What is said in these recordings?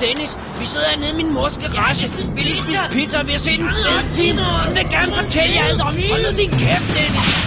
Dennis. Vi sidder hernede i min mors garage. Vi lige spise pizza, og vi har set en fed film. Hun vil gerne fortælle jer alt om. Hold nu din kæft, Dennis.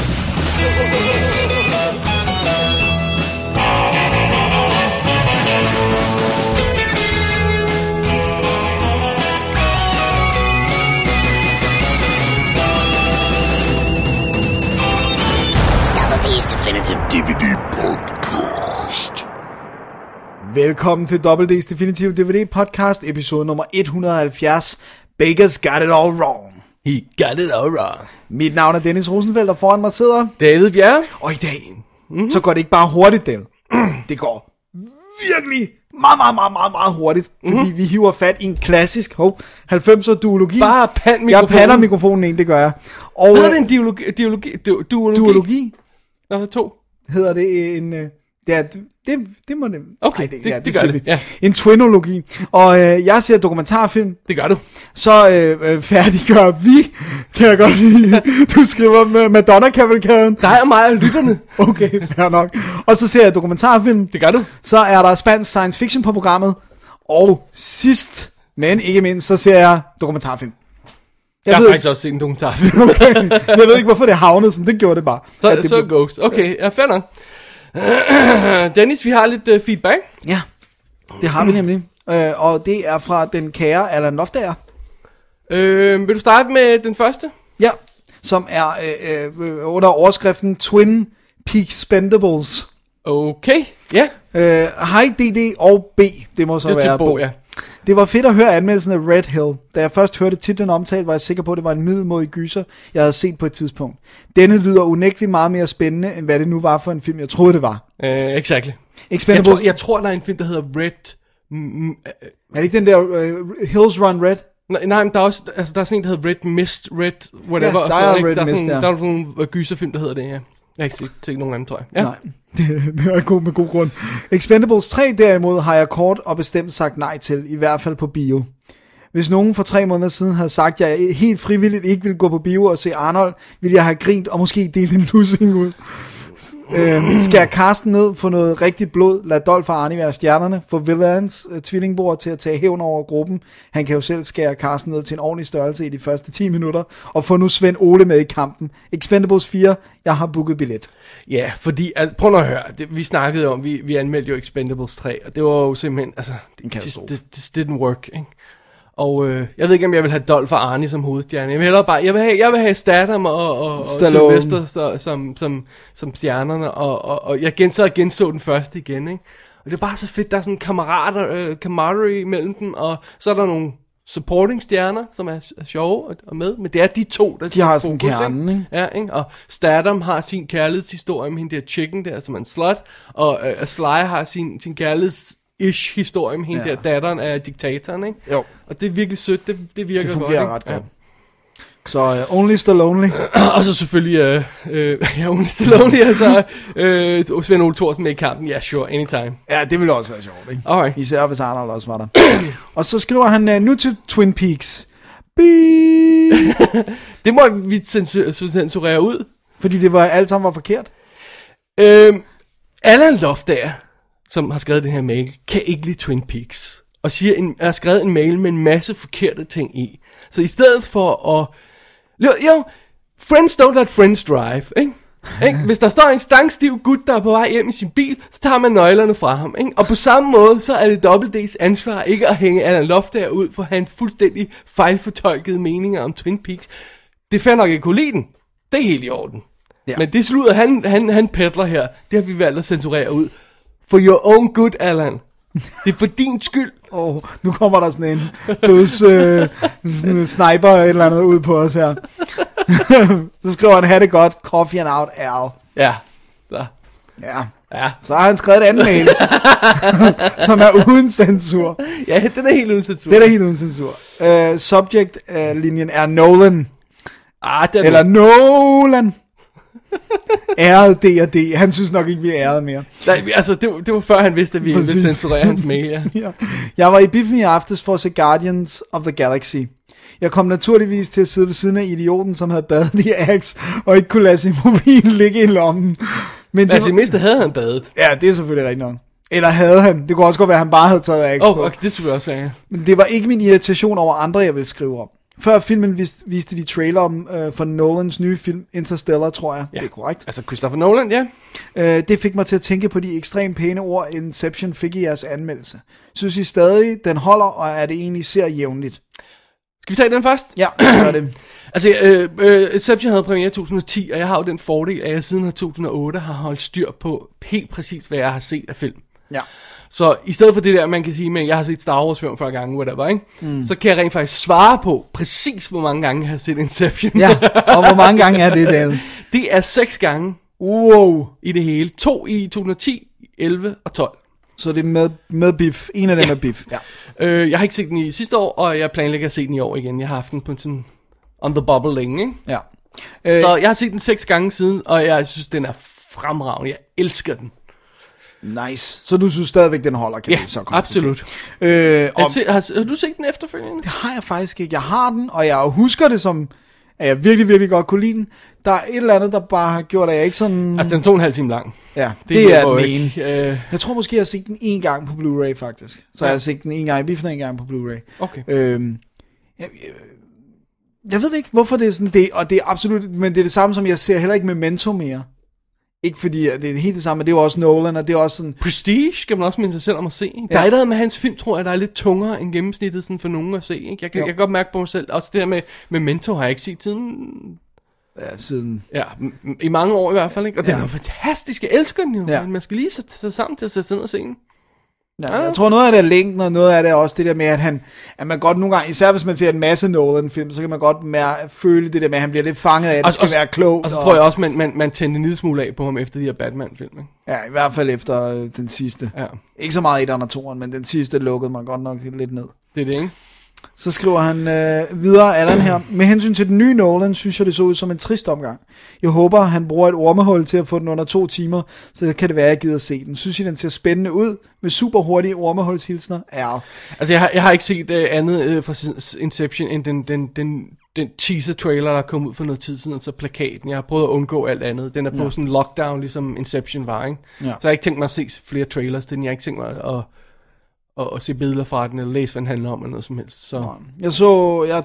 Definitive DVD Podcast. Velkommen til WD's Definitive DVD Podcast, episode nummer 170. Baker's got it all wrong. He got it all wrong. Mit navn er Dennis Rosenfeldt, og foran mig sidder David Bjerre. Og i dag, så går det ikke bare hurtigt, David. Det går virkelig meget hurtigt, fordi vi hiver fat i en klassisk 90'er duologi. Bare pan mikrofonen. Jeg pander mikrofonen ind, det gør jeg. Og hedder det en duologi? Der er to. Hedder det en... Ja, det må det... Okay, Ej, det gør det. Ja. En twinologi. Og jeg ser dokumentarfilm. Det gør du. Så færdiggør vi, kan jeg godt lide. Du skriver med Madonna-kavalkaden. Der er mig og lytterne. Okay, fair nok. Og så ser jeg dokumentarfilm. Det gør du. Så er der spansk science fiction på programmet. Og sidst, men ikke mindst, så ser jeg dokumentarfilm. Jeg har faktisk også set en dokumentarfilm. Okay. Jeg ved ikke, hvorfor det havnede sådan. Det gjorde det bare. Så Ghost. Okay, ja, fair nok. Dennis, vi har lidt feedback. Ja, det har vi nemlig. Og det er fra den kære Allan Loftager. Vil du starte med den første? Ja, som er under overskriften Twin Peaks Spendables. Okay, ja. Hej DD og B, det må så det være Bo, ja. Det var fedt at høre anmeldelsen af Red Hill. Da jeg først hørte titlen omtalt, var jeg sikker på, at det var en middelmådig gyser, jeg havde set på et tidspunkt. Denne lyder unægteligt meget mere spændende, end hvad det nu var for en film, jeg troede, det var. Exactly. Jeg tror, der er en film, der hedder Red... Er det ikke den der Hills Run Red? Nej, men der er også der er sådan en, der hedder Red Mist, Red whatever. Ja, der er Red Mist, ja. Der er sådan en gyserfilm, der hedder det, ja. Jeg har ikke set nogen anden, tror jeg. Ja. Nej, det er god med god grund. Expendables 3 derimod har jeg kort og bestemt sagt nej til, i hvert fald på bio. Hvis nogen for 3 måneder siden havde sagt, at jeg helt frivilligt ikke ville gå på bio og se Arnold, ville jeg have grint og måske delt en lussing ud. Skær Carsten ned, få noget rigtig blod, lad Dolph og Arnie være stjernerne, få Villans tvillingbror til at tage hævn over gruppen, han kan jo selv skære Carsten ned til en ordentlig størrelse i de første 10 minutter, og få nu Svend Ole med i kampen. Expendables 4, jeg har booket billet. Ja, fordi, altså, prøv nu at høre, vi snakkede om, vi anmeldte jo Expendables 3, og det var jo simpelthen, altså, det didn't work, ikke? Og jeg ved ikke, om jeg vil have Dolph og Arnie som hovedstjerne. Jeg vil have Statham og Sylvester som stjernerne. Og jeg genså den første igen, ikke? Og det er bare så fedt, der er sådan camaraderie mellem dem. Og så er der nogle supporting stjerner, som er sjove og med. Men det er de to, der har sådan kernen, ikke? Ja, ikke? Og Statham har sin kærlighedshistorie med hende der chicken der, som er en slut. Og Sly har sin kærligheds historie med hende der datteren af diktatoren, ikke? Jo. Og det er virkelig sødt, det virker godt. Det fungerer ret godt. Så Only Still Lonely. Og så selvfølgelig, Only Still Lonely, altså Svend Ole Thorsen med i kampen. Ja, sure, anytime. Ja, det ville også være sjovt, ikke? Alright. Især hvis Arnold også var der. Og så skriver han nu til Twin Peaks. Det må vi censurere ud. Fordi det var alt sammen var forkert. Allan Loftager, som har skrevet den her mail, kan ikke lide Twin Peaks. Og har skrevet en mail med en masse forkerte ting i. Så i stedet for at... Jo, friends don't let friends drive, ikke? Hvis der står en stangstiv gut, der er på vej hjem i sin bil, så tager man nøglerne fra ham, ikke? Og på samme måde, så er det WD's ansvar ikke at hænge Allan Loftager ud for hans fuldstændig fejlfortolkede meninger om Twin Peaks. Det er fair nok ikke kunne lide den. Det er helt i orden. Ja. Men det slutter, han peddler her. Det har vi valgt at censurere ud. For your own good, Allan. Det er for din skyld. Nu kommer der sådan en døds sniper eller andet ud på os her. Så skriver han, have det godt, coffee and out, Al. Ja. Ja. Så har han skrevet et andet mail, som er uden censur. Ja, den er helt uden censur. Den er helt uden censur. Subject-linjen er Nolan. Den eller Nolan. Æret D&D. Han synes nok ikke, vi er æret mere. Nej, altså, det var før han vidste, at vi ville censurere hans mail, ja. Jeg var i biffen i aftes for at se Guardians of the Galaxy. Jeg kom naturligvis til at sidde ved siden af idioten, som havde badet i Axe, og ikke kunne lade sin mobil ligge i lommen. Men altså i mindste havde han badet. Ja, det er selvfølgelig rigtigt nok. Eller havde han. Det kunne også godt være, at han bare havde taget Axe på. Okay, det skulle også være, ja. Men det var ikke min irritation over andre, jeg ville skrive om. Før filmen viste de trailer om for Nolans nye film, Interstellar, tror jeg. Ja. Det er korrekt. Altså Christopher Nolan, ja. Det fik mig til at tænke på de ekstremt pæne ord, Inception fik i jeres anmeldelse. Synes I stadig, den holder, og er det egentlig ser jævnligt? Skal vi tage den først? Ja, gør det. Altså, Inception havde premiere i 2010, og jeg har jo den fordel, at jeg siden 2008 har holdt styr på helt præcis, hvad jeg har set af film. Ja. Så i stedet for det der, man kan sige, at jeg har set Star Wars 45 gange, whatever, ikke? Så kan jeg rent faktisk svare på præcis, hvor mange gange jeg har set Inception. Ja, og hvor mange gange er det, David? Det er 6 gange. Wow. I det hele. 2 i 2010, 11 og 12. Så det er med Biff. En af dem er Biff. Ja. Jeg har ikke set den i sidste år, og jeg planlægger at se den i år igen. Jeg har haft den på sådan on the bubble længe, ikke? Ja. Så jeg har set den 6 gange siden, og jeg synes, den er fremragende. Jeg elsker den. Nice. Så du synes stadigvæk, den holder, kan vi så konstatere. Absolut. Har du set den efterfølgende? Det har jeg faktisk ikke. Jeg har den, og jeg husker det som, at jeg virkelig, virkelig godt kunne lide den. Der er et eller andet, der bare har gjort, at jeg ikke sådan... Altså, den er 2,5 timer lang. Ja, det er den ene. Jeg tror måske, jeg har set den en gang på Blu-ray, faktisk. Så jeg har set den en gang i biffen og en gang på Blu-ray. Okay. Jeg ved ikke, hvorfor det er sådan det, og det er absolut, men det er det samme, som jeg ser heller ikke Memento mere. Ikke fordi det er helt det samme, men det er jo også Nolan, og det er også sådan... Prestige skal man også minde sig selv om at se. Ja. Der er et eller andet med hans film, tror jeg, der er lidt tungere end gennemsnittet sådan for nogen at se. Ikke? Jeg kan godt mærke på mig selv. Også det der med Memento har jeg ikke set siden... Ja, siden... Ja, i mange år i hvert fald, ikke? Og den er fantastisk, jeg elsker den jo. Ja. Man skal lige sætte sig sammen til at sætte sig ned og se den. Ja, jeg tror noget af det er længden, og noget af det er også det der med, at man godt nogle gange, især hvis man ser en masse Nolan-film, så kan man godt føle det der med, at han bliver lidt fanget af, at det skal være klogt. Og så tror jeg også, man tændte en lille smule af på ham efter de her Batman-film, ikke? Ja, i hvert fald efter den sidste. Ja. Ikke så meget 1'eren og 2'eren, men den sidste lukkede man godt nok lidt ned. Det er det, ikke? Så skriver han videre, Allan her. Med hensyn til den nye Nolan, synes jeg, det så ud som en trist omgang. Jeg håber, han bruger et ormehul til at få den under 2 timer, så kan det være, at jeg gider at se den. Synes I, den ser spændende ud med super hurtige ormehulshilsner? Ja. Altså, jeg har ikke set andet fra Inception end den teaser-trailer, der kom ud for noget tid siden, altså plakaten. Jeg har prøvet at undgå alt andet. Den er på sådan en lockdown, ligesom Inception var, ikke? Ja. Så jeg har ikke tænkt mig at se flere trailers til den. Jeg har ikke tænkt mig at se billeder fra den, eller læse, hvad den handler om, eller noget som helst. Så. Jeg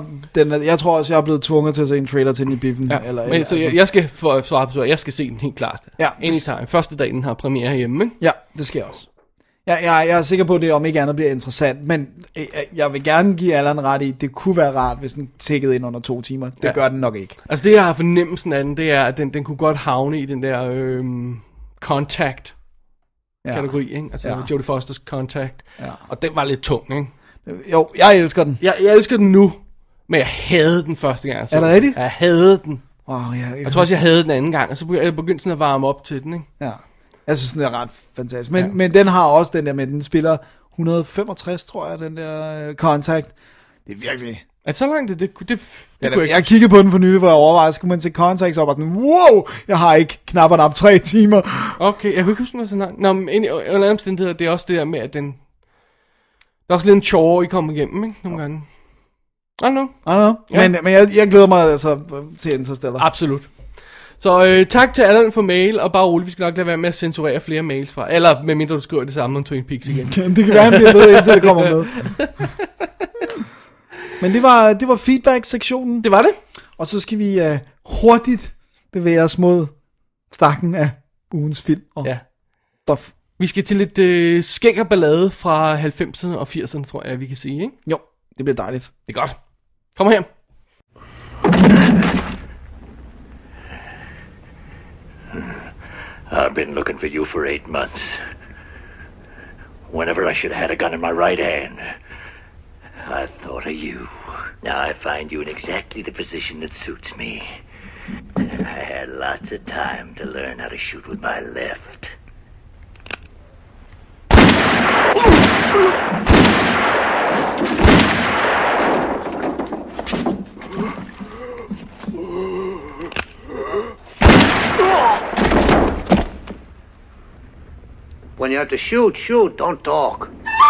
tror også, jeg er blevet tvunget til at se en trailer til den i biffen. Ja, men så jeg skal jeg skal se den helt klart. Ja, anytime. Første dag, den har premiere herhjemme, ikke? Ja, det skal jeg også. Jeg er sikker på, at det om ikke andet bliver interessant, men jeg vil gerne give Allan ret i, det kunne være rart, hvis den tækkede ind under 2 timer. Det gør den nok ikke. Altså det, jeg har fornemmelsen af den, det er, at den kunne godt havne i den der Contact kategori, ikke? Altså Jodie Fosters Contact. Ja. Og den var lidt tung, ikke? Jo, jeg elsker den. Jeg elsker den nu, men jeg havde den første gang. Er det rigtigt? Jeg havde den. Wow, jeg tror også, jeg havde den anden gang, og så jeg begyndte sådan at varme op til den, ikke? Ja. Jeg synes, den er ret fantastisk. Men den har også den der med, den spiller 165, tror jeg, den der Contact. Det er virkelig... Er det så langt? Det jeg kiggede på den for nylig, hvor jeg overvejede, skulle man til Contact, så var sådan, wow, jeg har ikke knapperne op 3 timer. Okay, jeg kunne ikke huske noget så langt. Nå, men en anden omstændighed, det er også det der med, at den... Der er også lidt en chore, I kommer igennem, ikke? Nogle gange. I don't know. Ja. Men jeg glæder mig altså til Interstellar. Absolut. Så tak til Allan for mail, og bare roligt, vi skal nok lade være med at censurere flere mails fra. Eller medmindre du skriver det samme om Twin Peaks igen. Det kan være, han bliver ved, indtil det kommer med. Men det var feedback-sektionen. Det var det. Og så skal vi hurtigt bevæge os mod stakken af ugens film og stof. Vi skal til lidt skæg og ballade fra 90'erne og 80'erne, tror jeg, vi kan sige, ikke? Jo, det bliver dejligt. Det er godt. Kom her. I've been looking for you for 8 months. Whenever I should have had a gun in my right hand, I thought of you. Now I find you in exactly the position that suits me. I had lots of time to learn how to shoot with my left. When you have to shoot, shoot, don't talk.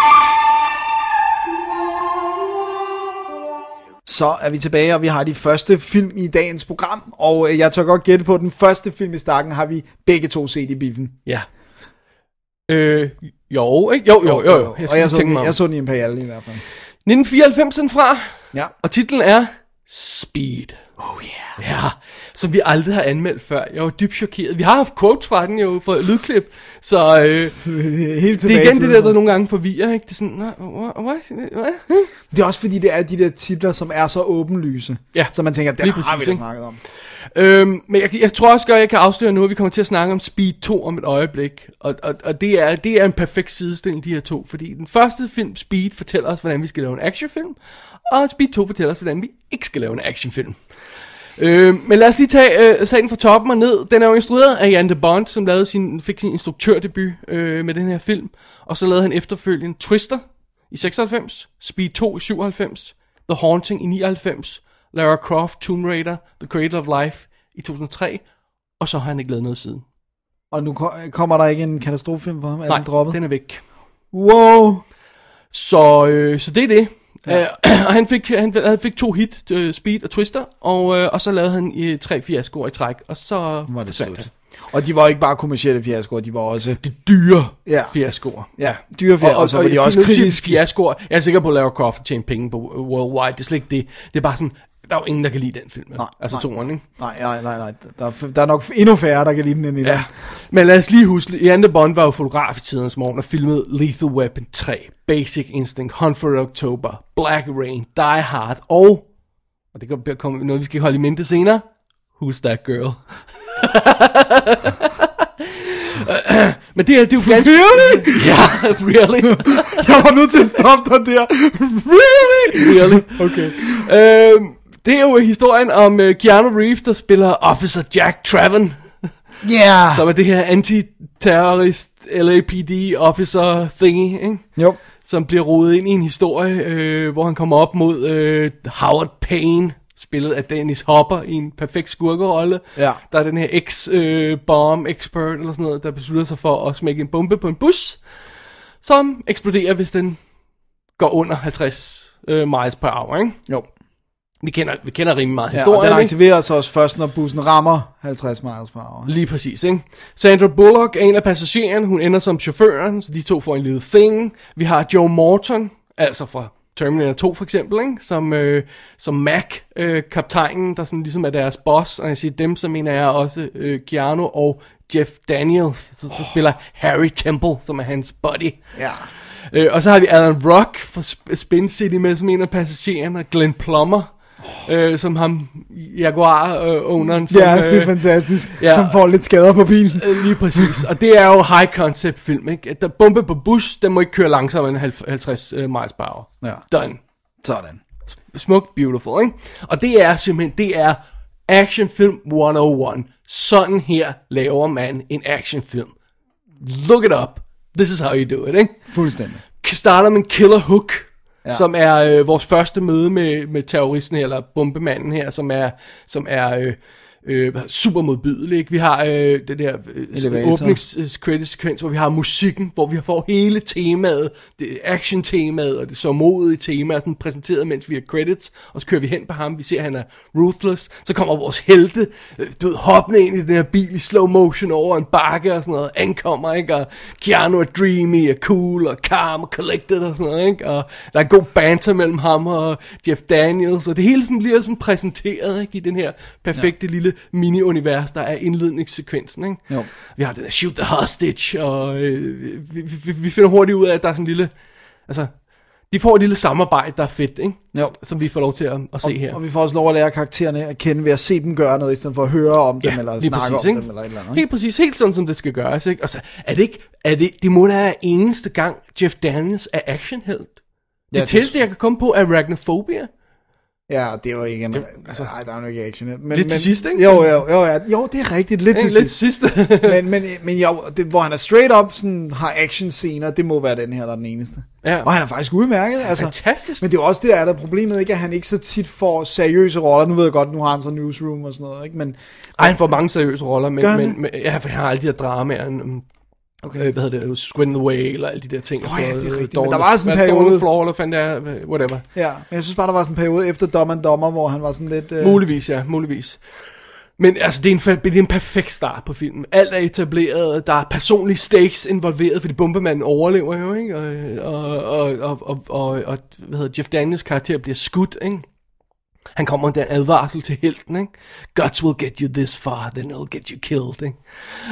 Så er vi tilbage, og vi har de første film i dagens program, og jeg tør godt gætte på, at den første film i stakken har vi begge to set i biffen. Ja. Jo, ikke? Jo. Og jeg så den i Imperial i hvert fald. 1994 fra, Ja. og titlen er Speed. Oh yeah. Ja, som vi aldrig har anmeldt før. Jeg var dybt chokeret. Vi har haft quotes fra den jo, fra lydklip, så Helt det er igen det der nogle gange forvirrer, ikke? Det er sådan, hvad? Det er også fordi, det er de der titler, som er så åbenlyse. Ja, så man tænker, den lige har præcis, vi da ikke? snakket om. Men jeg tror også godt, jeg kan afsløre nu, at vi kommer til at snakke om Speed 2 om et øjeblik. Og det er en perfekt sidestilling, de her to. Fordi den første film, Speed, fortæller os, hvordan vi skal lave en actionfilm. Og Speed 2 fortæller os, hvordan vi ikke skal lave en actionfilm. Men lad os lige tage sagen fra toppen og ned. Den er jo instrueret af Jan de Bont, som fik sin instruktørdebut med den her film. Og så lavede han efterfølgende Twister i 96, Speed 2 i 97, The Haunting i 99, Lara Croft, Tomb Raider, The Cradle of Life i 2003, og så har han ikke lavet noget siden. Og nu kommer der ikke en katastrofefilm for ham? Er den droppet? Den er væk. Wow! Så det er det. Ja. Og han fik 2 hit, Speed og Twister, og så lavede han 3 fiaskoer i træk, og så var det slut. Og de var ikke bare kommercielle fiaskoer, de var også de dyre fiaskoer. Ja, dyre fiaskoer, og så var de også kritiske fiaskoer. Jeg er sikker på, at Lara Croft har tjent penge på worldwide. Det er slet ikke det. Det er bare sådan, der er jo ingen, der kan lide den film. Altså toeren, ikke? Nej. Der er nok endnu færre, der kan lide den end i den. Men lad os lige huske, Jan de Bont var jo fotograf i tidens morgen og filmede Lethal Weapon 3, Basic Instinct, Hunt for October, Black Rain, Die Hard og det kan komme noget, vi skal holde i mente senere, Who's That Girl? Men det er jo ganske... Really? Ja, really? Jeg var nødt til at stoppe dig der. Really? Okay. Det er jo historien om Keanu Reeves, der spiller Officer Jack Traven. Yeah. Som er det her anti-terrorist LAPD officer thingy, ikke? Jo. Som bliver rodet ind i en historie, hvor han kommer op mod Howard Payne, spillet af Dennis Hopper i en perfekt skurkerolle. Ja. Der er den her bomb expert eller sådan noget, der beslutter sig for at smække en bombe på en bus, som eksploderer, hvis den går under 50 miles per hour, ikke? Jo. Vi kender rimelig meget Ja, historien, og den ikke? aktiveres også først, når bussen rammer 50 miles per hour. Lige præcis, ikke? Sandra Bullock er en af passagererne, hun ender som chaufføren, så de to får en lille thing. Vi har Joe Morton, altså fra Terminator 2 for eksempel, ikke? Som Mac, kaptajnen, der sådan ligesom er deres boss, og jeg siger dem, så mener jeg også Keanu og Jeff Daniels, så spiller Harry Temple, som er hans buddy. Ja. Og så har vi Alan Rock fra Spin City med som en af passagererne, og Glenn Plummer, som ham Jaguar-owneren. Ja, det er fantastisk. Som får lidt skader på bilen. Lige præcis. Og det er jo high concept film, ikke? Der bombe på bus, den må ikke køre langsommere end 50 miles per hour. Ja. Done. Sådan. Smukt, beautiful, ikke? Og det er simpelthen, det er actionfilm 101. Sådan her laver man en actionfilm. Look it up. This is how you do it, ikke? Fuldstændig. Starter med en killer hook, som er vores første møde med terroristen her, eller bombemanden her, som er super modbydelig, ikke? Vi har det der åbningscredit-sekvens, hvor vi har musikken, hvor vi får hele temaet, det action-temaet, og det så modige tema, sådan præsenteret, mens vi har credits, og så kører vi hen på ham, vi ser, at han er ruthless, så kommer vores helte, hoppende ind i den her bil i slow motion over en bakke og sådan noget, ankommer, ikke? Og Keanu er dreamy, og cool, og calm, og collected og sådan noget, ikke? Og der er en god banter mellem ham og Jeff Daniels, og det hele sådan bliver sådan præsenteret, ikke? I den her perfekte lille mini-univers, der er indledningssekvensen, ikke? Jo. Vi har den der shoot the hostage, og vi finder hurtigt ud af, at der er sådan en lille, altså, de får et lille samarbejde, der er fedt, ikke? Jo. Som vi får lov til at se her. Og vi får også lov at lære karaktererne at kende ved at se dem gøre noget, i stedet for at høre om dem, eller snakke præcis, om ikke? dem, eller et eller andet. Helt præcis, helt sådan, som det skal gøres, ikke? Og så det må da være eneste gang, Jeff Daniels er actionhelt. Det tætteste, jeg kan komme på, er Arachnophobia. Ja, det var ikke en... Altså, nej, der er jo ikke action. Lidt til sidst, ikke? Jo, det er rigtigt. Lidt til sidst. men jo, det, hvor han er straight up, sådan, har action scener, det må være den her, der er den eneste. Ja. Og han er faktisk udmærket. Altså. Fantastisk. Men det er også det, der problemet, ikke? At han ikke så tit får seriøse roller. Nu ved jeg godt, nu har han så Newsroom og sådan noget, ikke? Men han får mange seriøse roller, men ja, for han har alle de her dramaer. Okay. Hvad hedder det? Squid in the Whale og alle de der ting. Ja, det er rigtigt. Men der var sådan en periode... Dawn Floor, eller fandt jeg, whatever. Ja, men jeg synes bare, der var sådan en periode efter Dumb and Dumber, hvor han var sådan lidt... Muligvis, ja, muligvis. Men altså, det er en perfekt start på filmen. Alt er etableret, der er personlige stakes involveret, fordi Bombermanden overlever jo, ikke? Og hvad hedder Jeff Daniels karakter bliver skudt, ikke? Han kommer med den advarsel til helten, ikke? Guts will get you this far, then it'll get you killed, ikke?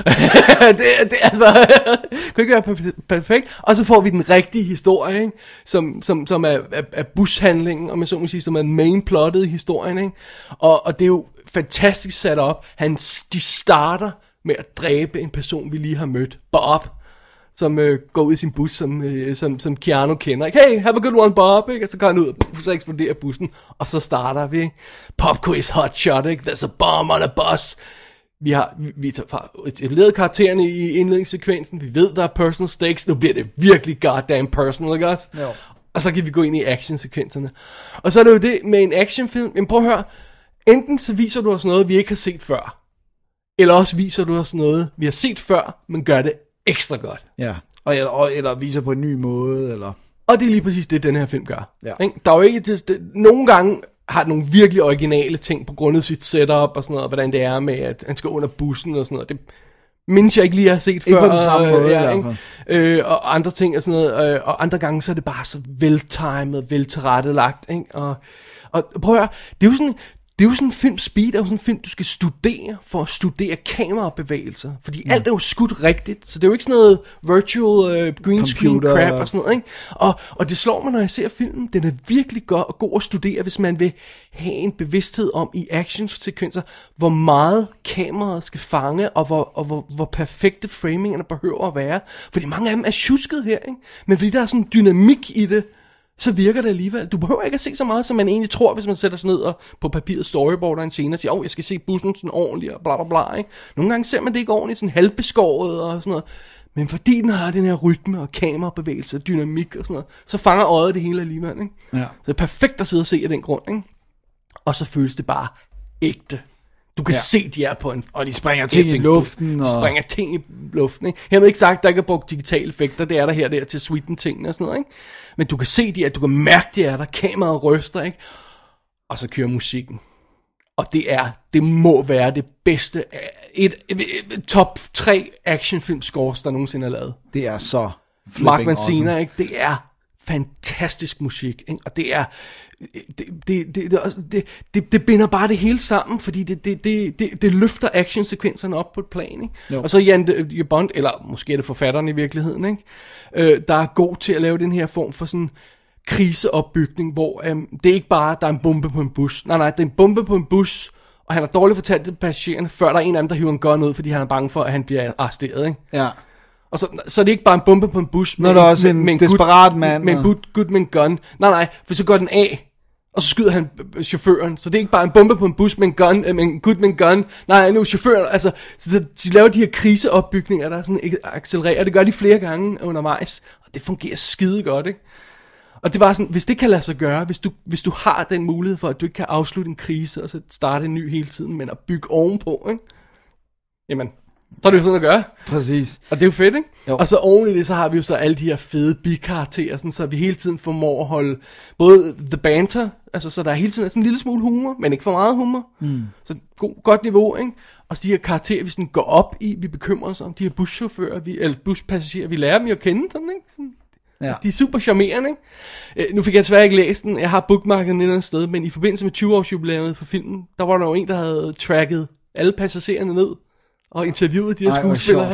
det altså, kunne ikke være perfekt. Og så får vi den rigtige historie, ikke? Som er bushandlingen, og man så må sige, som er main plottet i historien, ikke? Og det er jo fantastisk sat op. De starter med at dræbe en person, vi lige har mødt, Bob, som går ud i sin bus, som Keanu kender. Ikke? Hey, have a good one, Bob. Ikke? Og så går han ud, og så eksploderer bussen, og så starter vi. Ikke? Pop quiz, hot shot, ikke? There's a bomb on a bus. Vi har etableret karaktererne i indledningssekvensen. Vi ved, der er personal stakes. Nu bliver det virkelig goddamn personal, ikke også? Jo. Og så kan vi gå ind i actionsekvenserne. Og så er det jo det med en actionfilm. Men prøv at høre. Enten så viser du os noget, vi ikke har set før. Eller også viser du os noget, vi har set før, men gør det ekstra godt. Ja, eller viser på en ny måde, eller... Og det er lige præcis det, den her film gør. Ja. Ikke? Der er jo ikke... Nogle gange har nogle virkelig originale ting på grund af sit setup og sådan noget, hvordan det er med, at han skal under bussen og sådan noget. Det mindes jeg ikke lige har set før. Ikke på den samme måde, i hvert fald. Og andre ting og sådan noget. Og andre gange, så er det bare så veltimet, veltilrettelagt. Ikke? Og prøv at høre, det er jo sådan en film, Speed er jo sådan en film, du skal studere for at studere kamerabevægelser. Fordi alt er jo skudt rigtigt, så det er jo ikke sådan noget virtual green screen crap og sådan noget, ikke? Og det slår mig, når jeg ser filmen, den er virkelig god at studere, hvis man vil have en bevidsthed om i actionsekvenser, hvor meget kameraet skal fange, og hvor perfekte framingerne behøver at være. Fordi mange af dem er tjusket her, ikke? Men fordi der er sådan en dynamik i det, så virker det alligevel. Du behøver ikke at se så meget, som man egentlig tror, hvis man sætter sig ned og på papiret storyboarder en scene og siger, jeg skal se bussen sådan ordentligt og bla bla bla, ikke? Nogle gange ser man det ikke ordentligt, sådan halvbeskåret og sådan noget. Men fordi den har den her rytme og kamerabevægelse og dynamik og sådan noget, så fanger øjet det hele alligevel, ikke? Ja. Så det er perfekt at sidde og se af den grund, ikke? Og så føles det bare ægte. Du kan se, de er på en... Og de springer ting i luften. De springer ting i luften, ikke? Hermed ikke sagt, at der ikke er brugt digitale effekter. Det er der her der til sweeten tingene og sådan noget, ikke? Men du kan se, du kan mærke, de er der. Kameraet ryster, ikke? Og så kører musikken. Og det må være det bedste... Et top 3 actionfilm scores, der nogensinde er lavet. Det er så... Mark Mancina, ikke? Det er fantastisk musik, ikke? Og det er... Det binder bare det hele sammen, fordi det løfter actionsekvenserne op på et plan, ikke? Og så Jan de Bont, eller måske er det forfatteren i virkeligheden, ikke? Der er god til at lave den her form for sådan kriseopbygning, hvor det er ikke bare, der er en bombe på en bus. Nej, det er en bombe på en bus, og han har dårligt fortalt det til passagererne, før der er en af dem, der hiver en gun ud, fordi han er bange for, at han bliver arresteret, ikke? Ja. Og så er det ikke bare en bombe på en bus med, der er også en desperat mand med en gut med en gun. Nej, for så går den af, og så skyder han chaufføren. Så det er ikke bare en bombe på en bus med en gun, med en gut med en gun. Nej, nu chaufføren, altså, så de laver de her kriseopbygninger, der sådan accelererer. Det gør de flere gange undervejs, og det fungerer skide godt, ikke? Og det er bare sådan, hvis det kan lade sig gøre, hvis du har den mulighed for, at du ikke kan afslutte en krise, og så starte en ny hele tiden, men at bygge ovenpå, ikke? Jamen, så er det jo sådan at gøre. Præcis. Og det er jo fedt, ikke? Jo. Og så oven i det, så har vi jo så alle de her fede bikarakterer, sådan, så vi hele tiden formår at holde både the banter, altså så der er hele tiden sådan en lille smule humor, men ikke for meget humor. Så godt niveau, ikke? Og så de her karakterer, vi sådan går op i, vi bekymrer os om, de her buschauffører, eller buspassagerer, vi lærer dem jo at kende sådan, ikke? Sådan. Ja. De er super charmerende, ikke? Nu fik jeg desværre ikke læst den, jeg har bookmarket den et eller andet sted, men i forbindelse med 20-års jubilæet for filmen, der var der jo en, der havde tracket alle passagererne ned og interviewet de her skuespillere.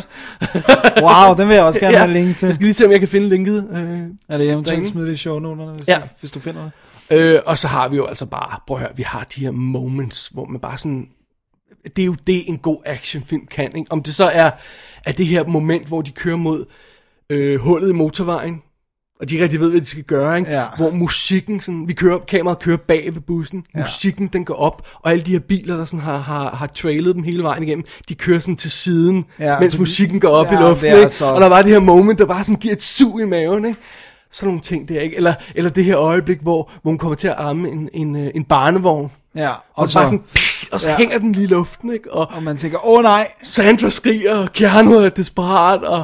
Wow, den vil jeg også gerne have link til. Jeg skal lige se, om jeg kan finde linket. Er det eventuelt smide det i shownoterne, hvis du finder det? Og så har vi jo altså bare, prøv at høre, vi har de her moments, hvor man bare sådan, det er jo det, en god actionfilm kan, ikke? Om det så er det her moment, hvor de kører mod hullet i motorvejen, og de ikke rigtig ved, hvad de skal gøre, ikke? Ja. Hvor musikken, sådan, kameraet kører bag ved bussen, musikken den går op, og alle de her biler, der sådan har trailet dem hele vejen igennem, de kører sådan til siden, mens musikken går op i luften, ikke? Så... Og der var det her moment, der bare sådan giver et sug i maven, ikke? Sådan nogle ting der, ikke? Eller det her øjeblik, hvor hun kommer til at ramme en barnevogn. Ja, og så, bare sådan, og så hænger den lige i luften, ikke? Og man tænker, nej. Sandra skriger, og Keanu er desperat, og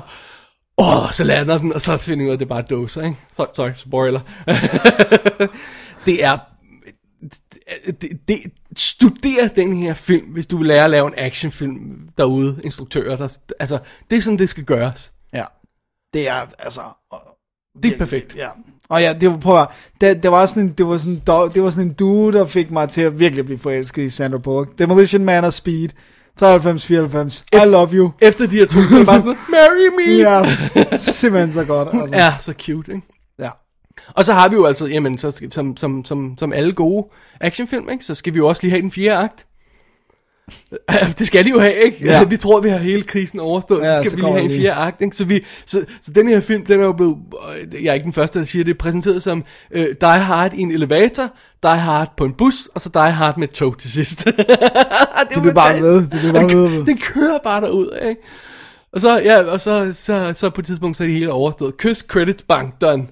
så lander den, og så finder jeg ud af, at det bare er dåser, ikke? Sorry, spoiler. Det er... Studer den her film, hvis du vil lære at lave en actionfilm derude, instruktører. Altså, det er sådan, det skal gøres. Ja, det er altså... Det er perfekt. Ja. Og ja, det var sådan en duo, der fik mig til at virkelig blive forelsket i Sandra Bullock. Demolition Man og Speed. 93-94. I love you. Efter de her to, så bare sådan, marry me. Ja, simpelthen så godt. Hun er så cute, ikke? Ja. Og så har vi jo altså, jamen, så skal, som alle gode actionfilm, ikke? Så skal vi jo også lige have den 4. akt. Det skal de jo have, ikke? Ja. Vi tror, vi har hele krisen overstået, ja, så skal vi lige have en 4. akt, ikke? Så den her film, den er jo blevet, jeg er ikke den første, der siger det, præsenteret som Die Hard i en elevator, Die Hard på en bus, og så Die Hard med et tog til sidst. det bliver bare ved. Den kører bare derud, ikke? Og så, ja, og så på et tidspunkt, så er det hele overstået. Kys, credits, bang, done.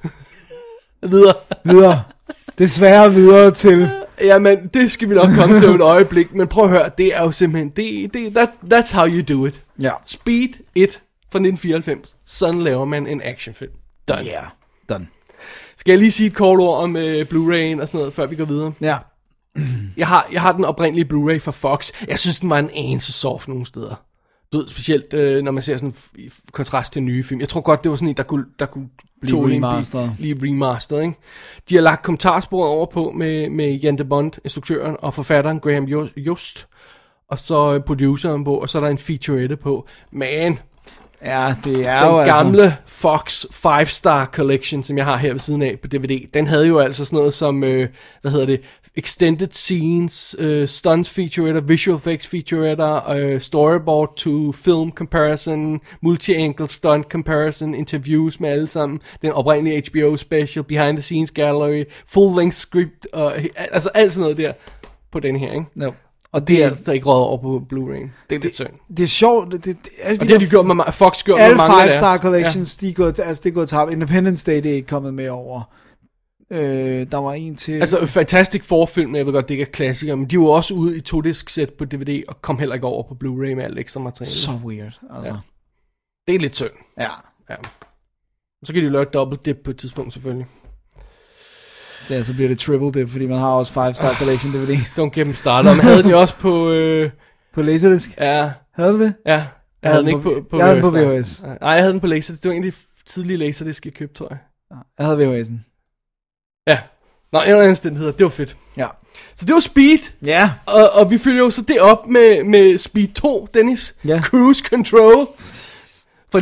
Videre. Desværre videre til... Jamen, det skal vi nok komme til et øjeblik, men prøv at høre, det er jo simpelthen, that's how you do it. Ja. Speed 1 fra 1994, sådan laver man en actionfilm. Done. Yeah, done. Skal jeg lige sige et kort ord om Blu-ray'en og sådan noget, før vi går videre? Ja. Jeg har den oprindelige Blu-ray fra Fox. Jeg synes, den var en anelse soft nogle steder. Du ved, specielt når man ser sådan i kontrast til nye film. Jeg tror godt, det var sådan en, der kunne blive remasteret. Lige remasteret, ikke? De har lagt kommentarsporet over på med Jan de Bont, instruktøren, og forfatteren Graham Just, og så produceren på, og så er der en featurette på. Men ja, det er den jo gamle Fox 5-star collection, som jeg har her ved siden af på DVD, den havde jo altså sådan noget som, extended scenes, stunts featurette, visual effects featurette, storyboard to film comparison, multi-angle stunt comparison, interviews med alle sammen, den oprindelige HBO special, behind the scenes gallery, full length script, altså alt sådan noget der på den her, ikke? No. Og det er altså ikke råd over på Blu-ray. Det er lidt synd. Det er sjovt. Og det har de gjort med Fox gjort alle med mange af 5-star collections, ja. Det er gået tabt. Independence Day, det er ikke kommet med over. Der var en til... Altså Fantastic Four-film, jeg ved godt, det ikke er klassikere, men de var også ude i 2-disk sæt på DVD, og kom heller ikke over på Blu-ray med alt ekstra materiale. Så weird, altså. Ja. Det er lidt synd. Ja. Så kan de jo lave et double dip på et tidspunkt, selvfølgelig. Ja, så bliver det triple dip, fordi man har også 5-star collection DVD. Don't get me started. Og man havde den jo også på... På Laserdisc? Ja. Havde du det? Ja. Jeg havde den ikke på jeg havde den på VHS. Nej, jeg havde den på Laserdisc. Det var egentlig tidlige Laserdisc, jeg købte, tror jeg. Jeg havde VHS'en. Ja. Nå, en eller anden stændighed. Det var fedt. Ja. Så det var Speed. Ja. Og vi følger jo så det op med Speed 2, Dennis. Ja. Cruise Control. Fra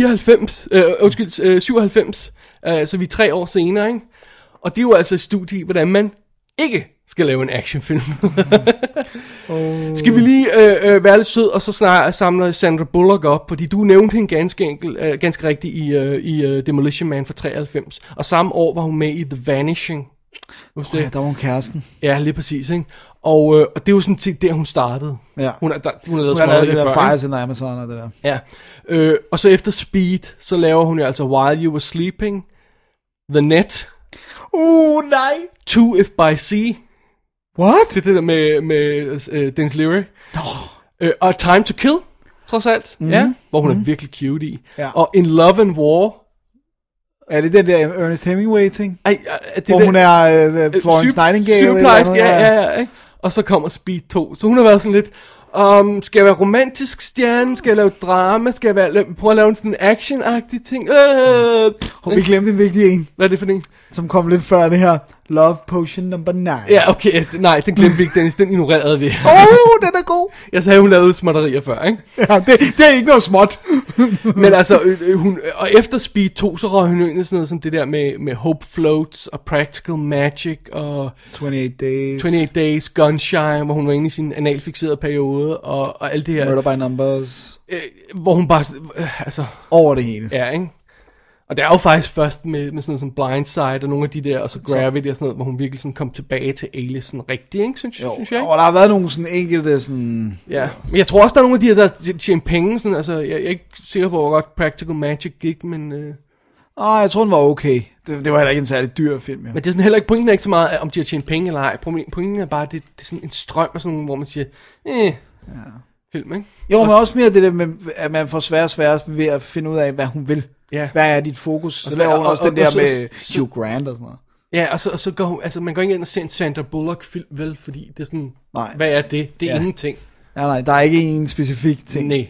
1997. Så vi er 3 år senere, ikke? Og det er jo altså et studie i, hvordan man ikke skal lave en actionfilm. Skal vi lige være lidt sød, og så samler Sandra Bullock op, fordi du nævnte hende ganske rigtigt i Demolition Man fra 93. Og samme år var hun med i The Vanishing. Ja, der var hun kæresten. Ja, lige præcis, ikke? Og det er jo sådan set der, hun startede. Ja. Hun har lavet det der Fires in Amazon og det der. Ja. Og så efter Speed, så laver hun jo altså While You Were Sleeping, The Net. Nej. 2 If By Sea. What? Det er det der med Dennis Leary. Og Time to Kill, trods alt. Ja, hvor hun er virkelig cute i. Ja. Og In Love and War. Er det den der Ernest Hemingway ting? Hvor hun er Florence Nightingale? Sygeplejerske, ja. Ikke? Og så kommer Speed 2. Så hun har været sådan lidt... skal jeg være romantisk stjerne? Skal jeg lave drama? Skal jeg prøve at lave sådan en action-agtig ting? Vi glemte en vigtig en. Hvad er det for en? Som kom lidt før det her. Love Potion number 9. Ja, okay. Nej, den glemte vi ikke, Dennis. Den ignorerede vi. Den er god. Jeg sagde, hun lavede småtterier før, ikke? Ja, det er ikke noget småt. Men altså, og efter Speed 2, så røg hun ind i sådan noget som det der med Hope Floats og Practical Magic og 28 Days, Gunshy, hvor hun var inde i sin analfixerede periode og alt det her. Murder by Numbers. Hvor hun bare, altså... Over det hele. Ja, ikke? Og det er jo faktisk først med sådan noget som Blindside og nogle af de der, og så Gravity og sådan noget, hvor hun virkelig sådan kom tilbage til Alice sådan rigtigt, ikke? Synes jeg. Og der har været nogle sådan enkelte sådan... Ja, men jeg tror også, der er nogle af de her, der tjener penge, sådan, altså, jeg er ikke sikker på, hvor godt Practical Magic gik, men... jeg tror, den var okay. Det var heller ikke en særlig dyr film, ja. Men det er sådan heller ikke, pointen er ikke så meget, om de har tjent penge eller ej. Pointen er bare, det er sådan en strøm af sådan nogle, hvor man siger, film, ikke? Jo, men også mere det der med, at man får sværere ved at finde ud af, hvad hun vil. Ja. Hvad er dit fokus? Så laver hun også den der med Hugh Grant og sådan noget. Ja, og så går altså man går ikke ind og ser en Sandra Bullock-film, vel, fordi det er sådan, Nej. hvad er det? Det er ingenting. Ja, nej, der er ikke en specifik ting. Nej.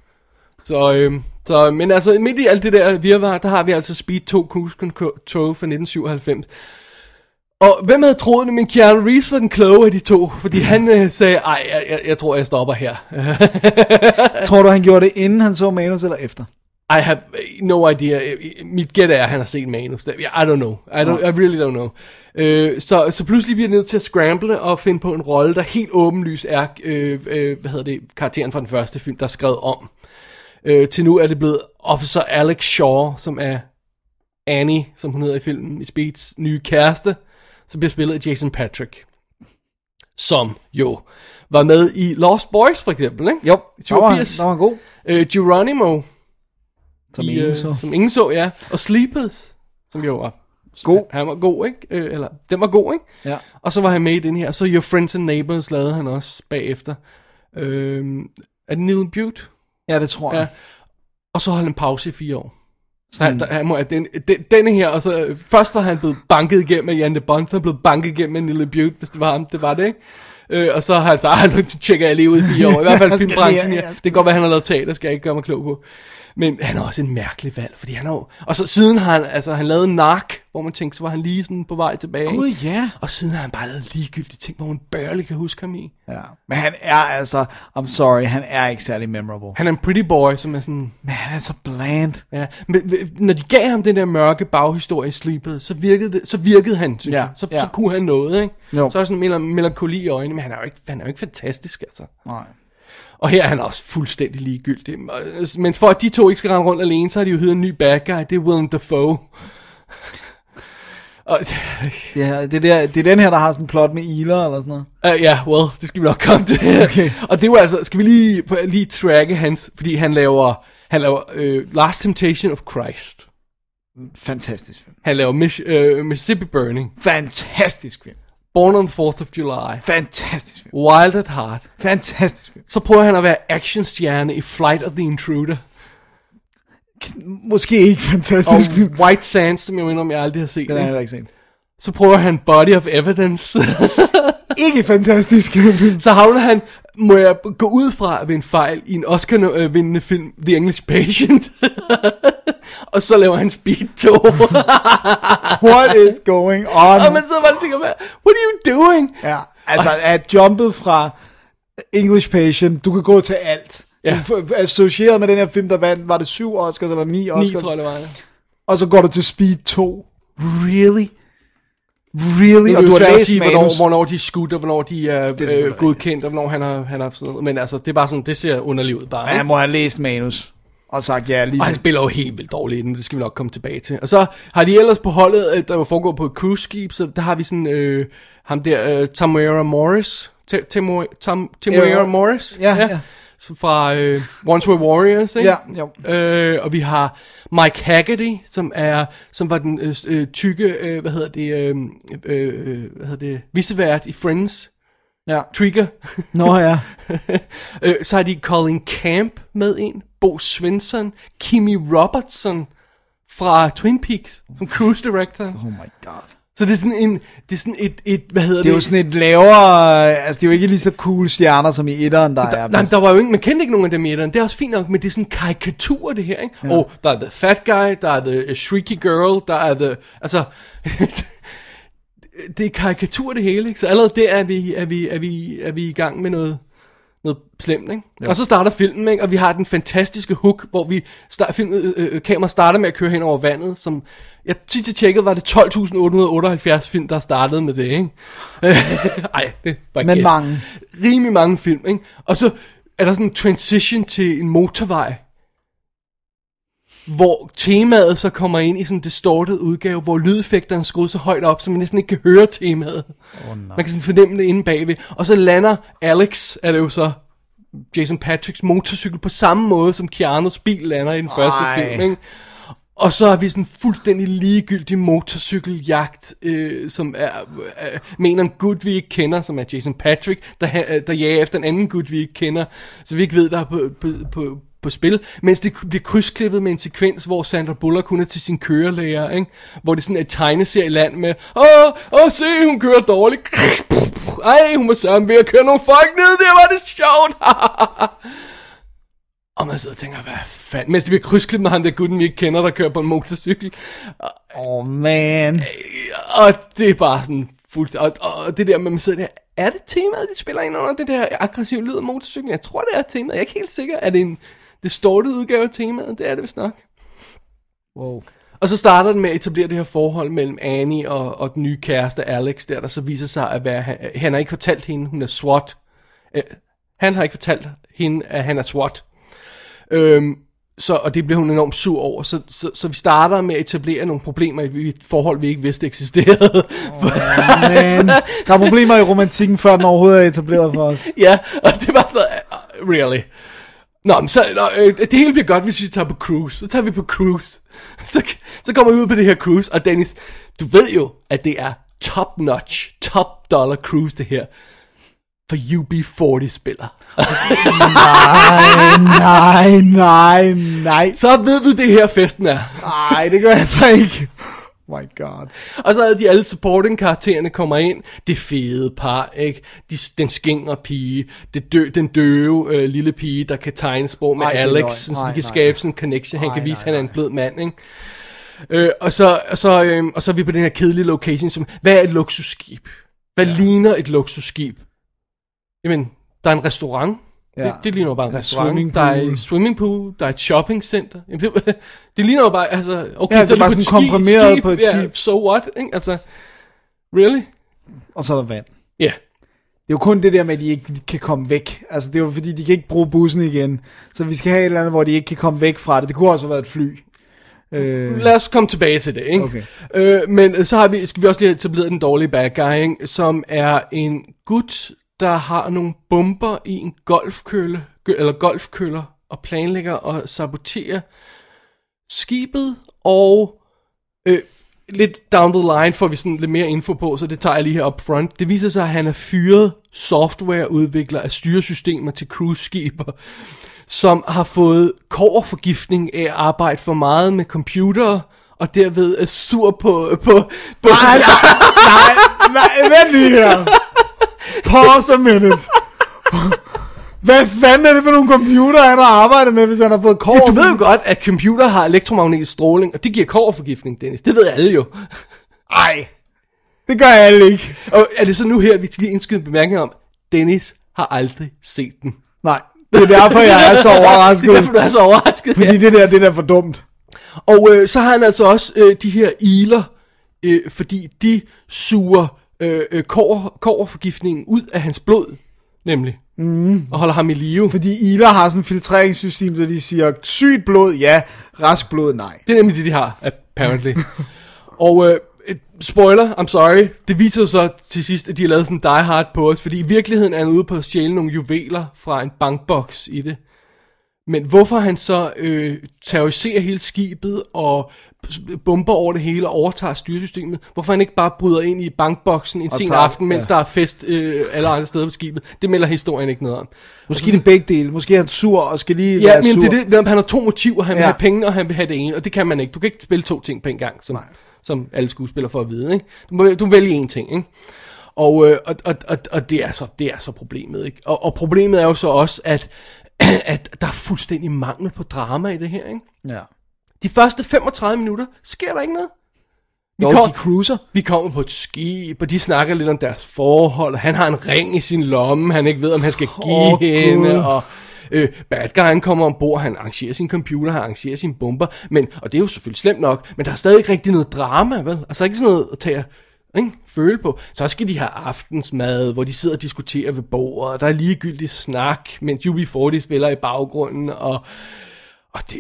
Så, men altså, midt i alt det der virvar, der har vi altså Speed 2 Cruise Control fra 1997. Og hvem havde troet det, men Keanu Reeves var den kloge af de to, fordi han sagde, jeg tror, jeg stopper her. Tror du, han gjorde det, inden han så manus, eller efter? I have no idea. Mit gæt er, at han har set manus. I don't know. I really don't know. Så pludselig bliver jeg nødt til at scramble og finde på en rolle, der helt åbenlyst er, karakteren fra den første film, der er skrevet om. Til nu er det blevet Officer Alex Shaw, som er Annie, som hun hedder i filmen, i Speeds nye kæreste, som bliver spillet af Jason Patric, som jo var med i Lost Boys, for eksempel, ikke? Jo, 87. der var god. Geronimo, Som ingen så, ja. Og Sleepers, som jo var god. Han var god, ikke? Den var god, ikke? Ja. Og så var han med i den her. Så Your Friends and Neighbors lavede han også bagefter. Er det Neil Butte? Ja, det tror jeg. Ja. Og så holdt han pause i 4 år. Denne her, og så først var han blevet banket igennem af Jan de Bont, så er han blevet banket igennem af Neil Butte, hvis det var ham, det var det, ikke? Og så har han sagt, nu tjekker jeg lige ud i 4 år, i hvert fald filmbranchen her. Det kan godt være, han har lavet teater, skal jeg ikke gøre mig klog på. Men han er også en mærkelig valg, fordi han har og så siden har han lavet Narc, hvor man tænkte, så var han lige sådan på vej tilbage. Gud, ja. Og siden har han bare lavet ligegyldige ting, hvor man barely kan huske ham i. Ja. Men han er altså, I'm sorry, han er ikke særlig memorable. Han er en pretty boy, som er sådan... Men han er så bland. Ja, men når de gav ham den der mørke baghistorie i Sleepers, så virkede han, synes jeg. Så kunne han noget, ikke? Jo. Så er sådan en melankoli i øjnene, men han er jo ikke fantastisk, altså. Nej. Og her er han også fuldstændig ligegyldig. Men for at de to ikke skal rende rundt alene, så har de jo hyret en ny bad guy. Det er Willem Dafoe. Det er den her, der har sådan en plot med Ila eller sådan noget. Det skal vi nok komme til. Okay. Og det var altså, skal vi lige tracke hans, fordi han laver Last Temptation of Christ. Fantastisk film. Han laver Mississippi Burning. Fantastisk film. Born on 4th of July. Fantastisk film. Wild at Heart. Fantastisk film. Så prøver han at være actionstjerne i Flight of the Intruder. Måske ikke fantastisk og film. White Sands, som jeg mener, om jeg aldrig har set. Den har jeg ikke set. Så prøver han Body of Evidence. Ikke fantastisk film. Så havner han, må jeg gå ud fra ved en fejl, i en Oscar-vindende film, The English Patient. Og så laver han Speed 2. What is going on? Og man sidder bare og tænker, what are you doing? Ja, altså at jumpet fra English Patient, du kan gå til alt. Ja. Du er associeret med den her film, der vandt, var det 7 Oscars eller 9 Oscars? 9, tror jeg det var, ja. Og så går du til Speed 2. Really? Really? Og du har læst sige, manus. hvornår de er skudt, og hvornår de er godkendt, og hvornår han har sådan noget. Men altså, det er bare sådan, det ser underligt ud bare. Men han må have læst manus. Og sagt ja lige. Og han spiller jo helt vildt dårligt i den, det skal vi nok komme tilbage til. Og så har de ellers på holdet, der jo foregår på et cruise-skib, så der har vi sådan, ham der, Tamara Morris. Tamara Morris? Ja. Så fra Once Were Warriors, ikke? Ja, og vi har Mike Haggerty, som var den tykke, vicevært i Friends. Ja. Trigger. Nå ja. Så har de Colin Camp med en, Bo Svensson, Kimi Robertson fra Twin Peaks, som cruise director. Oh my god. Så det er sådan et hvad hedder det? Det er jo sådan et lavere, altså det er jo ikke lige så cool stjerner som i etteren, der er. Nej, der var jo ikke, man kendte ikke nogen af dem i etteren, det er også fint nok, men det er sådan karikatur det her, ikke? Ja. Og der er the fat guy, der er the shrieky girl, der er the, altså, det er karikatur det hele, ikke? Så allerede der er vi i gang med noget slemt, ikke? Ja. Og så starter filmen, ikke? Og vi har den fantastiske hook, hvor kameraet starter med at køre hen over vandet, som jeg sidst tjekkede, var det 12.878 film, der startede med det, ikke? Ej, det var ikke. Men mange. Rimelig mange film, ikke? Og så er der sådan en transition til en motorvej, hvor temaet så kommer ind i sådan en distorted udgave, hvor lydeffekterne er skruet så højt op, så man næsten ikke kan høre temaet. Man kan sådan fornemme det inde bagved. Og så lander Alex, er det jo så Jason Patricks motorcykel, på samme måde som Keanu's bil lander i den første film, ikke? Og så har vi sådan en fuldstændig ligegyldig motorcykeljagt, som er mener en gut, vi ikke kender, som er Jason Patrick, der jager efter en anden gut, vi ikke kender, så vi ikke ved, der er på spil, mens det bliver krydsklippet med en sekvens, hvor Sandra Bullock, hun er til sin kørelærer, ikke? Hvor det sådan er et tegneserieland med, se, hun kører dårligt. Ej, hun må sørge ved at køre nogle folk ned, det var det sjovt. Og man sidder og tænker, hvad fanden, mens det bliver krydsklippet med ham der gutten, vi ikke kender, der kører på en motorcykel. Man. Og det er bare sådan fuldstændig, og det der med, man sidder der, er det temaet, de spiller ind under det der aggressive lyd af motorcyklen? Jeg tror, det er temaet. Jeg er ikke helt sikker. Er det en distorted udgave af temaet? Det er det vist nok. Wow. Og så starter den med at etablere det her forhold mellem Annie og den nye kæreste Alex, der så viser sig at være, han har ikke fortalt hende, hun er SWAT. Han har ikke fortalt hende, at han er SWAT. Og det blev hun enormt sur over. Så vi starter med at etablere nogle problemer i et forhold, vi ikke vidste eksisterede. Man. Der er problemer i romantikken, før den overhovedet er etableret for os. Ja, og det var sådan noget, really. Nå, så det hele bliver godt, hvis vi tager på cruise. Så tager vi på cruise. Så kommer vi ud på det her cruise, og Dennis, du ved jo, at det er top-notch, top-dollar cruise, det her. For UB40-spiller. Nej. Så ved du, det her festen er. Nej, det gør jeg så ikke. Oh my god. Og så havde de alle supporting-karaktererne kommer ind. Det fede par, ikke? Den skingre pige. Den døve lille pige, der kan tegne sprog med Alex. Så de kan skabe sådan en connection. Han kan vise, at han er en blød mand, ikke? Og så er vi på den her kedelige location, som, hvad er et luksusskib? Hvad ligner et luksusskib? Jamen, der er en restaurant. Ja. Det ligner jo bare en restaurant. Der er en swimmingpool. Der er et shoppingcenter. Det ligner jo bare, altså, okay, ja, så det er bare sådan komprimeret på et skib. Yeah, so what, ikke? Altså, really? Og så er der vand. Ja. Yeah. Det er jo kun det der med, at de ikke kan komme væk. Altså, det er jo fordi, de kan ikke bruge bussen igen. Så vi skal have et eller andet, hvor de ikke kan komme væk fra det. Det kunne også have været et fly. Lad os komme tilbage til det, ikke? Okay. Men så skal vi også lige have etableret den dårlige bad guy, ikke? Som er en gut, der har nogle bomber i en golfkøller og planlægger at sabotere skibet, og lidt down the line får vi sådan lidt mere info på, så det tager jeg lige her up front. Det viser sig, at han er fyret softwareudvikler af styresystemer til cruiseskiber, som har fået kobberforgiftning af at arbejde for meget med computere, og derved er sur på... Nej, vent lige her. Pause a minute. Hvad fanden er det for nogle computer, han har arbejdet med, hvis han har fået kobber? Ja, du ved jo godt, at computer har elektromagnetisk stråling, og det giver kobberforgiftning, Dennis. Det ved alle jo. Ej, det gør alle ikke. Og er det så nu her, vi skal indskyde en bemærkning om, Dennis har aldrig set den. Nej, det er derfor, jeg er så overrasket. Det er derfor, du er så overrasket. Fordi det der er for dumt. Og så har han altså også de her iler, fordi de suger kobberforgiftningen ud af hans blod, nemlig. Og holder ham i live. Fordi iler har sådan et filtreringssystem, så de siger, sygt blod, ja, rask blod, nej. Det er nemlig det, de har, apparently. Og spoiler, I'm sorry, det viser så til sidst, at de har lavet sådan en Die Hard på os, fordi i virkeligheden er han ude på at stjæle nogle juveler fra en bankboks i det. Men hvorfor han så terroriserer hele skibet og bomber over det hele og overtager styresystemet, hvorfor han ikke bare bryder ind i bankboksen en sen aften, mens der er fest alle andre steder på skibet, det melder historien ikke noget om. Måske det er begge dele, måske er han sur og skal lige være sur. Ja, men det, han har to motiver, han vil have penge og han vil have det ene, og det kan man ikke. Du kan ikke spille to ting på en gang, som alle skuespillere får at vide, ikke? Du vælger en ting, ikke? Og det er så problemet, ikke? Og problemet er jo så også, at der er fuldstændig mangel på drama i det her, ikke? Ja. De første 35 minutter sker der ikke noget. De cruiser. Vi kommer på et skib, og de snakker lidt om deres forhold. Han har en ring i sin lomme, han ikke ved, om han skal give hende, og bad guyen kommer ombord, han arrangerer sin computer, han arrangerer sine bomber, og det er jo selvfølgelig slemt nok, men der er stadig ikke rigtig noget drama, vel? Altså ikke sådan noget at tage føle på. Så skal de have aftensmad, hvor de sidder og diskuterer ved bordet, og der er ligegyldig snak, mens UB40 spiller i baggrunden, og det...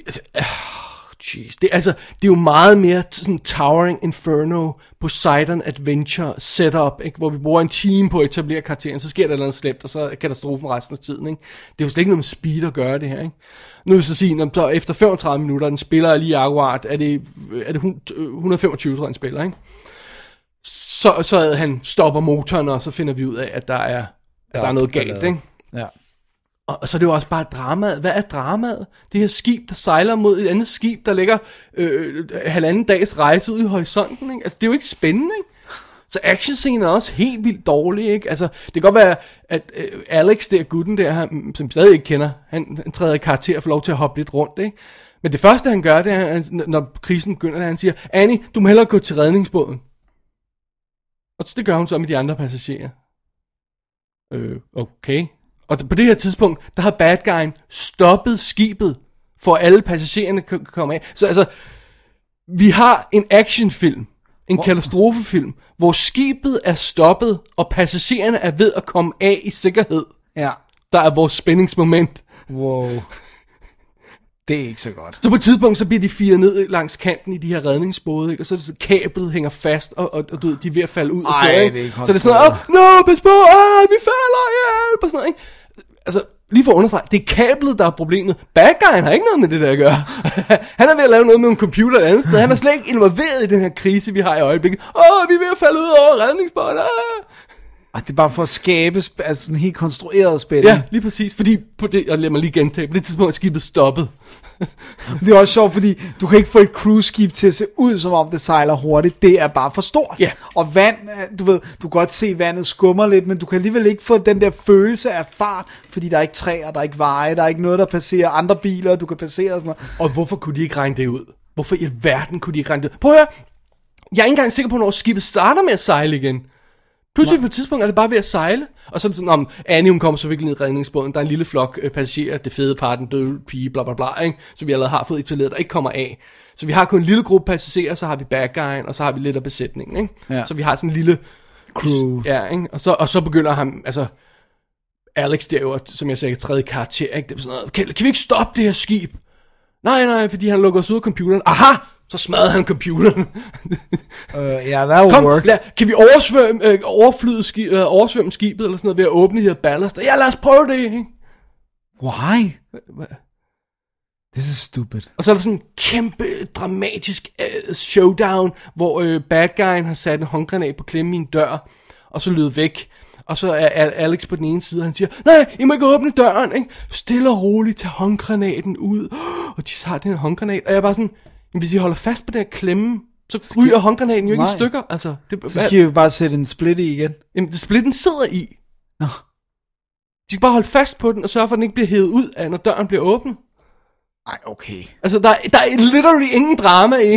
Jeez. Det er jo meget mere sådan Towering Inferno, Poseidon Adventure setup, ikke? Hvor vi bruger en time på at etablere karakteren, så sker der noget slemt, og så er katastrofen resten af tiden, ikke? Det er jo slet ikke noget med speed at gøre det her, ikke? Nu vil jeg så sige, så efter 35 minutter, den spiller lige akkurat, er det 125, tror jeg, den spiller, ikke? Så han stopper motoren, og så finder vi ud af, at der er noget galt, ikke? Ja. Og så er det jo også bare dramaet. Hvad er dramaet? Det her skib, der sejler mod et andet skib, der ligger halvanden dags rejse ude i horisonten, ikke? Altså, det er jo ikke spændende, ikke? Så actionscenen er også helt vildt dårlig, ikke? Altså, det kan godt være, at Alex, der gutten der, som stadig ikke kender, han træder i karakter og får lov til at hoppe lidt rundt, ikke? Men det første, han gør, det er, når krisen begynder, det er, han siger, Annie, du må hellere gå til redningsbåden. Og det gør hun så med de andre passagerer. Okay. Og på det her tidspunkt, der har bad guyen stoppet skibet, for alle passagererne kan komme af. Så altså, vi har en actionfilm, en katastrofefilm, hvor skibet er stoppet, og passagererne er ved at komme af i sikkerhed. Ja. Der er vores spændingsmoment. Wow. Det er ikke så godt. Så på et tidspunkt, så bliver de firet ned langs kanten i de her redningsbåde, ikke? Og så er det så, kablet hænger fast, og du ved, de er ved at falde ud. Ej, og det er ikke så det er sådan, pas på, vi falder, hjælp, og sådan noget, ikke? Altså, lige for at understrege, det er kablet, der er problemet. Bad guyen har ikke noget med det der at gøre. Han er ved at lave noget med en computer et andet sted. Han er slet ikke involveret i den her krise, vi har i øjeblikket. Vi er ved at falde ud over redningsbåden. Det er bare for at skabe sådan en helt konstrueret spænding. Ja, lige præcis. Fordi på det, og lad mig lige gentage, på det tidspunkt er skibet stoppet. Det er også sjovt, fordi du kan ikke få et cruiseskib til at se ud, som om det sejler hurtigt. Det er bare for stort. Ja. Og vand, du ved, du kan godt se, vandet skummer lidt, men du kan alligevel ikke få den der følelse af fart, fordi der er ikke træer, der er ikke veje, der er ikke noget, der passerer andre biler, du kan passere og sådan noget. Og hvorfor kunne de ikke regne det ud? Hvorfor i alverden kunne de ikke regne det ud? Prøv at høre, jeg er ikke engang sikker på, når skibet starter med at sejle igen. Pludselig på et tidspunkt er det bare ved at sejle. Og så er det sådan, om Annie, hun kommer så virkelig ned i redningsbåden. Der er en lille flok passagerer, det fede par, den døde pige, bla bla bla, ikke? Som vi allerede har fået etableret, der ikke kommer af. Så vi har kun en lille gruppe passagerer, så har vi bad guyen, og så har vi lidt af besætningen, ikke? Ja. Så vi har sådan en lille Crew. Ja, ikke? Og så begynder han, altså Alex der jo, som jeg sagde, tredje karakter, ikke? Det er sådan noget, kan vi ikke stoppe det her skib? Nej, fordi han lukker os ud af computeren. Aha! Så smadrede han computeren. Ja, that will work. Kan vi oversvømme skibet eller sådan noget ved at åbne de her ballast? Ja, lad os prøve det, ikke? Why? This is stupid. Og så er der sådan en kæmpe dramatisk showdown, hvor bad guyen har sat en håndgranat på klemme i en dør, og så lød væk. Og så er Alex på den ene side, og han siger, nej, I må ikke åbne døren, ikke? Stille og roligt, tage håndgranaten ud. Og de tager den her håndgranat, og jeg er bare sådan, hvis I holder fast på den her klemme, så ryger håndgranaten jo ikke i stykker. Altså, så skal I jo bare sætte en split i igen. Jamen, det splitten sidder i. Nå. De skal bare holde fast på den, og sørge for, at den ikke bliver hævet ud af, når døren bliver åbnet. Ej, okay. Altså, der er literally ingen drama i.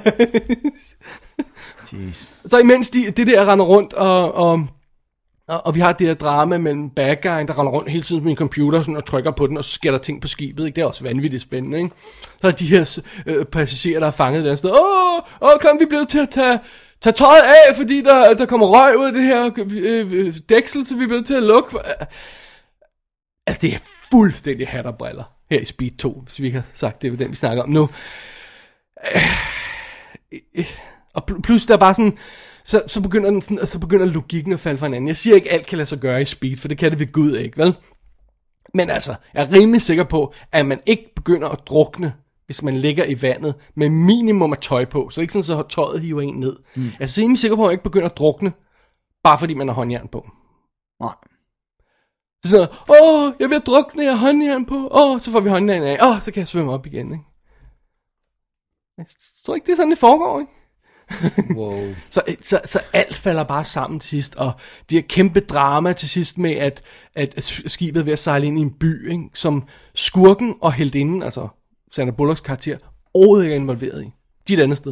Jeez. Så imens det der render rundt, og vi har det her drama mellem bad guyen, der render rundt hele tiden med en computer sådan, og trykker på den, og så sker der ting på skibet. Ikke? Det er også vanvittigt spændende. Ikke? Så er de her passagerer, der er fanget der sted. Kom, vi bliver til at tage tøjet af, fordi der kommer røg ud af det her dæksel, så vi bliver til at lukke. Altså, det er fuldstændig hat og briller her i Speed 2, hvis vi ikke har sagt det, er den vi snakker om nu. Og plus der er bare sådan, så begynder logikken at falde fra hinanden. Jeg siger ikke, alt kan lade sig gøre i Speed, for det kan det ved Gud ikke, vel? Men altså, jeg er rimelig sikker på, at man ikke begynder at drukne, hvis man ligger i vandet med minimum af tøj på. Så det er ikke sådan, så tøjet hiver en ned. Jeg er rimelig sikker på, at man ikke begynder at drukne, bare fordi man har håndjern på. Nej. Så sådan, jeg vil drukne, jeg har håndjern på. Så får vi håndjern af. Så kan jeg svømme op igen, ikke? Jeg tror ikke, det er sådan, det foregår, ikke? Wow. så alt falder bare sammen til sidst, og det her kæmpe drama til sidst med, at skibet er ved at sejle ind i en by, ikke? Som skurken og heltinden, altså Sandra Bullocks karakter, overhovedet ikke er involveret i. De er et andet sted.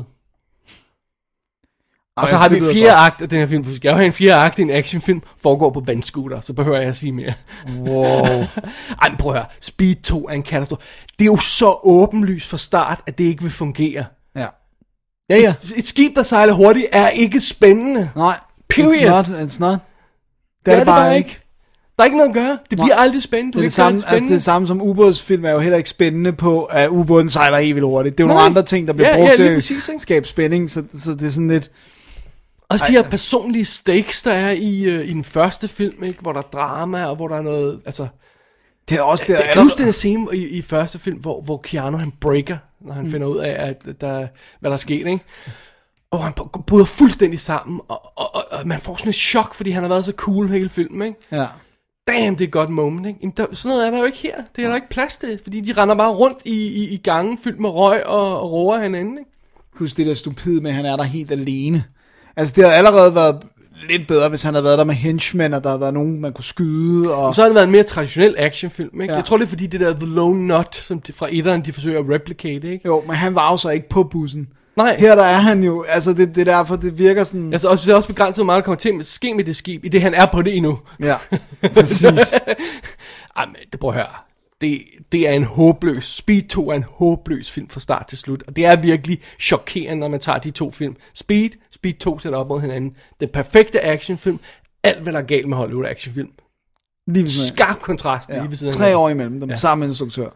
Og så har vi 4. akt af den her film, for skal jo have en 4. akt i en actionfilm, foregår på vandscooter, så behøver jeg at sige mere. Wow. Ej, men prøv at høre, Speed 2 er en katastrofe. Det er jo så åbenlyst fra start, at det ikke vil fungere. Ja. Ja. Et skib, der sejler hurtigt, er ikke spændende. Nej. Period. It's not. Det er det bare ikke. Der er ikke noget at gøre. Det bliver aldrig spændende. Det er det samme som ubådsfilm er jo heller ikke spændende på, at ubåden sejler helt vildt hurtigt. Det er jo nogle andre ting, der bliver brugt til at skabe spænding, så det er sådan lidt... Også de her personlige stakes, der er i den første film, ikke? Hvor der er drama, og hvor der er noget... Altså, det er også det, jeg kan huske den scene i første film, hvor Keanu han breaker, når han finder ud af, hvad der er sket, ikke? Og han bryder fuldstændig sammen, og man får sådan et chok, fordi han har været så cool hele filmen, ikke? Ja. damn, det er et godt moment, ikke? Jamen, sådan noget er der jo ikke her. Det er der ikke plads til, fordi de render bare rundt i gangen, fyldt med røg og roer hinanden, ikke? Husk det der stupide med, at han er der helt alene. Altså, det har allerede været lidt bedre, hvis han havde været der med henchmen, og der havde været nogen, man kunne skyde. Og så har det været en mere traditionel actionfilm, ikke? Ja. Jeg tror, det er fordi det der The Lone Nut, som fra etteren, de forsøger at replicate, ikke? Jo, men han var jo så ikke på bussen. Nej. Her der er han jo, altså det er derfor, det virker sådan... Altså, det er også begrænset, hvor meget der kommer til at ske med det skib, i det han er på det endnu. Ja, præcis. Ej, men det prøv at høre. Det er en håbløs, Speed 2 er en håbløs film fra start til slut, og det er virkelig chokerende, når man tager de to film. Speed 2 sætter op mod hinanden. Den perfekte actionfilm, alt hvad der er galt med Hollywood actionfilm. Skarp kontrast lige ved siden af. 3 år imellem dem, samme instruktør.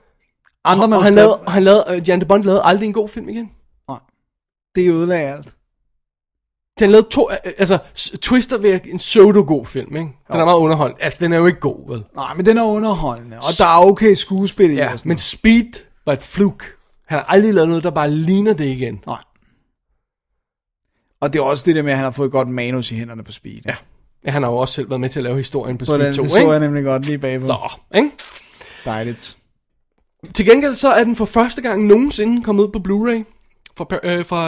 Jan de Bont lavede aldrig en god film igen. Nej, det ødelagde alt. Den lavede Twister ved en pseudo-god film, ikke? Den er meget underholdende. Altså, den er jo ikke god, vel? Nej, men den er underholdende, og der er okay skuespil i. Ja, men Speed var et fluk. Han har aldrig lavet noget, der bare ligner det igen. Nej. Og det er også det der med, at han har fået godt manus i hænderne på Speed. Ja, han har jo også selv været med til at lave historien på Speed 2, ikke? Det så jeg nemlig godt lige bagpå. Så, ikke? Dejligt. Til gengæld så er den for første gang nogensinde kommet ud på Blu-ray fra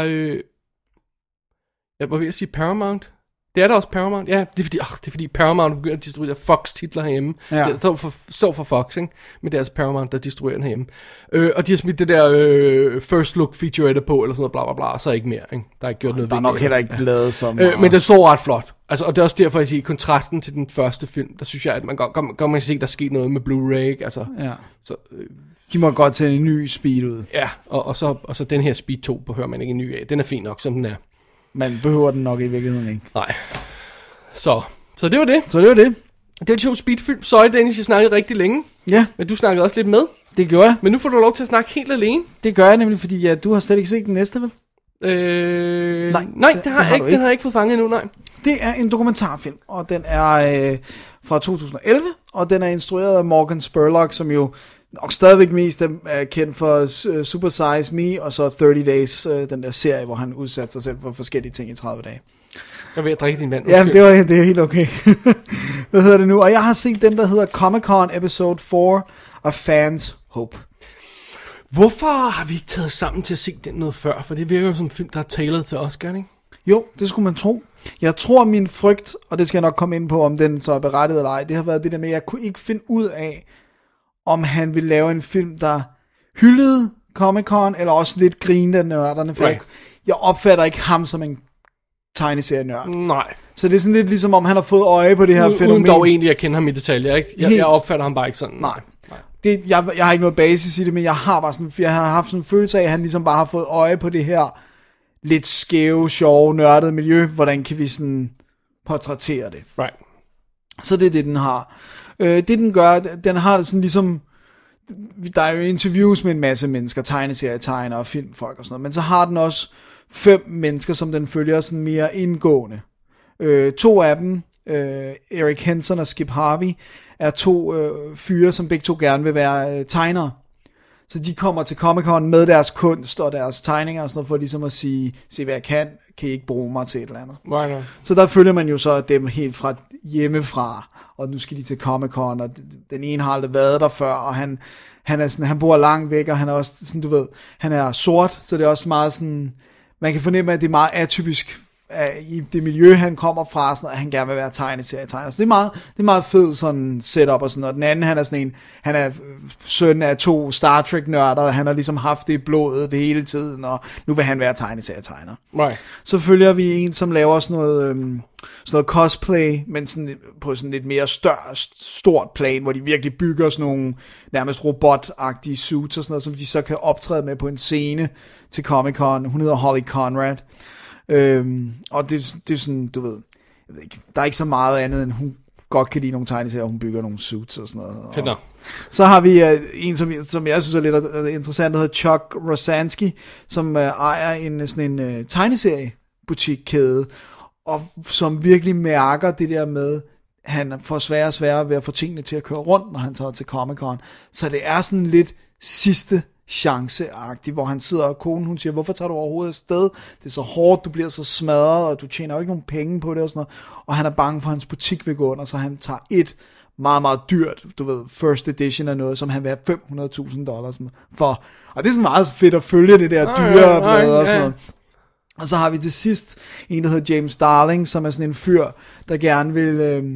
jeg var ved at sige Paramount. Det er da også Paramount. Ja, det er fordi Paramount begynder at distribuere Fox-titler herhjemme. Ja. Det står for Fox, ikke? Men det er altså Paramount, der distribuerer den herhjemme. Og de har smidt det der first look featurette på, eller sådan noget, bla bla bla, så ikke mere, ikke? Der er ikke gjort noget. Der er nok heller ikke lavet som... men det så ret flot. Altså, og det er også derfor, jeg siger, kontrasten til den første film, der synes jeg, at man kan se, der er sket noget med Blu-ray, ikke? Altså, ja. Så, de må godt tage en ny Speed ud. Ja, og så den her Speed 2 behøver man ikke en ny af. Den er fin nok, som den er. Man behøver den nok i virkeligheden ikke. Nej. Så det var det. Det var de to Speed-film. Sorry, Dennis, jeg snakkede rigtig længe. Ja. Men du snakkede også lidt med. Det gjorde jeg. Men nu får du lov til at snakke helt alene. Det gør jeg nemlig, fordi du har slet ikke set den næste, vel? Nej, det har jeg ikke. Den har jeg ikke fået fanget endnu, nej. Det er en dokumentarfilm, og den er fra 2011, og den er instrueret af Morgan Spurlock, som jo nok stadigvæk mest er kendt for Super Size Me, og så 30 Days, den der serie, hvor han udsatte sig selv for forskellige ting i 30 dage. Jeg er ved at drikke din vand. Ja, det er helt okay. Hvad hedder det nu? Og jeg har set den, der hedder Comic-Con Episode 4 of Fans Hope. Hvorfor har vi ikke taget sammen til at se den noget før? For det virker jo som en film, der er tailored til os, gør det ikke? Jo, det skulle man tro. Jeg tror, min frygt, og det skal jeg nok komme ind på, om den så er berettiget eller ej, det har været det der med, at jeg kunne ikke finde ud af, om han ville lave en film, der hyldede Comic-Con, eller også lidt grinede af nørderne, for jeg opfatter ikke ham som en tegneserienørd. Nej. Så det er sådan lidt ligesom, om han har fået øje på det her fænomen. Uden dog egentlig at kende ham i detaljer, ikke? Jeg opfatter ham bare ikke sådan. Nej. Jeg har ikke noget basis i det, men jeg har haft sådan en følelse af, at han ligesom bare har fået øje på det her lidt skæve, sjove, nørdede miljø. Hvordan kan vi sådan portrættere det? Right. Så det er det, den har. Det den gør, den har det sådan ligesom, der er jo interviews med en masse mennesker, tegneserietegnere og filmfolk og sådan noget, men så har den også 5 mennesker, som den følger sådan mere indgående. 2 af dem, Eric Henson og Skip Harvey, er 2 fyre, som begge to gerne vil være tegnere. Så de kommer til Comic-Con med deres kunst og deres tegninger og sådan noget, for ligesom at sige, se hvad jeg kan I ikke bruge mig til et eller andet. Right. Så der følger man jo så dem helt fra hjemmefra, og nu skal de til Comic-Con, og den ene har aldrig været der før, og han er sådan, han bor langt væk, og han er også sådan, du ved, han er sort, så det er også meget sådan, man kan fornemme, at det er meget atypisk i det miljø, han kommer fra, sådan, at han gerne vil være tegneserietegner. Så det er meget fed sådan setup og sådan noget. Den anden, han er sådan en, han er søn af 2 Star Trek nørder, og han har ligesom haft det i blodet det hele tiden, og nu vil han være tegneserietegner. Right. Så følger vi en, som laver sådan noget cosplay, men sådan på sådan lidt mere stort plan, hvor de virkelig bygger sådan nogle nærmest robotagtige suits og sådan noget, som de så kan optræde med på en scene til Comic-Con. Hun hedder Holly Conrad. Og det er sådan, du ved, jeg ved ikke, der er ikke så meget andet, end hun godt kan lide nogle tegneserier, og hun bygger nogle suits og sådan noget. Og så har vi en, som jeg synes er lidt interessant, der hedder Chuck Rosansky, som ejer sådan en tegneseriebutikkæde, og som virkelig mærker det der med, han får sværere og sværere ved at få tingene til at køre rundt, når han tager til Comic-Con. Så det er sådan lidt sidste chance-agtigt, hvor han sidder, og konen, hun siger, hvorfor tager du overhovedet afsted? Det er så hårdt, du bliver så smadret, og du tjener jo ikke nogen penge på det, og sådan noget. Og han er bange for, at hans butik vil gå under, så han tager et meget, meget dyrt, du ved, first edition af noget, som han vil have $500,000 for. Og det er sådan meget fedt at følge det der dyreblad og sådan noget. Og så har vi til sidst en, der hedder James Darling, som er sådan en fyr, der gerne vil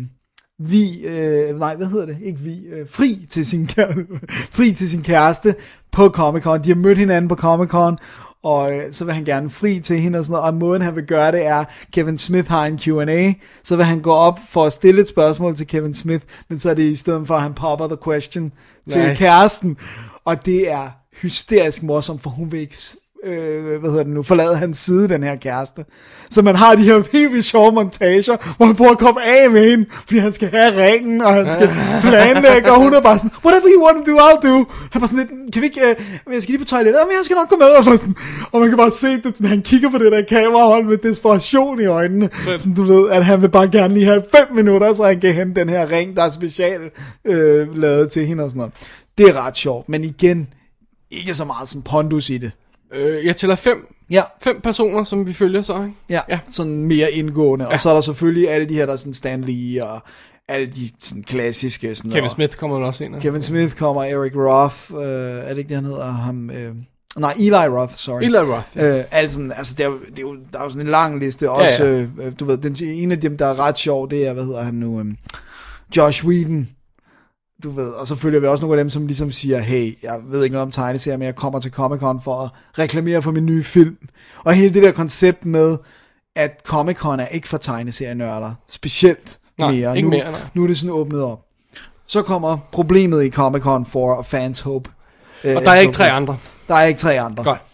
fri til sin kæreste på Comic-Con. De har mødt hinanden på Comic-Con, og så vil han gerne fri til hende og sådan noget, og måden han vil gøre det er, Kevin Smith har en Q&A, så vil han gå op for at stille et spørgsmål til Kevin Smith, men så er det i stedet for, at han popper the question til kæresten, og det er hysterisk morsomt, for hun vil ikke forlade hans side, den her kæreste. Så man har de her helt vildt sjove montager, hvor han prøver at komme af med hende, fordi han skal have ringen, og han skal planlægge, og hun er bare sådan, whatever you want to do, I'll do. Han var sådan lidt, kan vi ikke, jeg skal lige på toilettet, men jeg skal nok gå med, og man kan bare se det, sådan, han kigger på det der kamerahold med desperation i øjnene, sådan, du ved, at han vil bare gerne lige have 5 minutter, så han kan hente den her ring, der er specielt lavet til hende og sådan noget. Det er ret sjovt, men igen, ikke så meget som pondus i det. Jeg tæller 5. Ja. 5 personer, som vi følger så, ikke? Ja, sådan mere indgående. Ja. Og så er der selvfølgelig alle de her, der er sådan Stan Lee, og alle de sådan klassiske. Sådan Kevin Smith kommer også ind. Kevin Smith kommer, Eric Roth, er det ikke det, han hedder? Ham, Eli Roth, sorry. Eli Roth, ja. Altså, der er jo sådan en lang liste. Også, du ved, en af dem, der er ret sjov, det er, hvad hedder han nu? Josh Whedon. Du ved, og så følger vi også nogle af dem, som ligesom siger, hey, jeg ved ikke noget om tegneserier, men jeg kommer til Comic-Con for at reklamere for min nye film. Og hele det der koncept med, at Comic-Con er ikke for tegneserienørder, specielt mere. Ikke mere, nej. Nu er det sådan åbnet op. Så kommer problemet i Comic-Con for og Fans Hope. Og der er ikke 3 andre. Der er ikke 3 andre. Godt.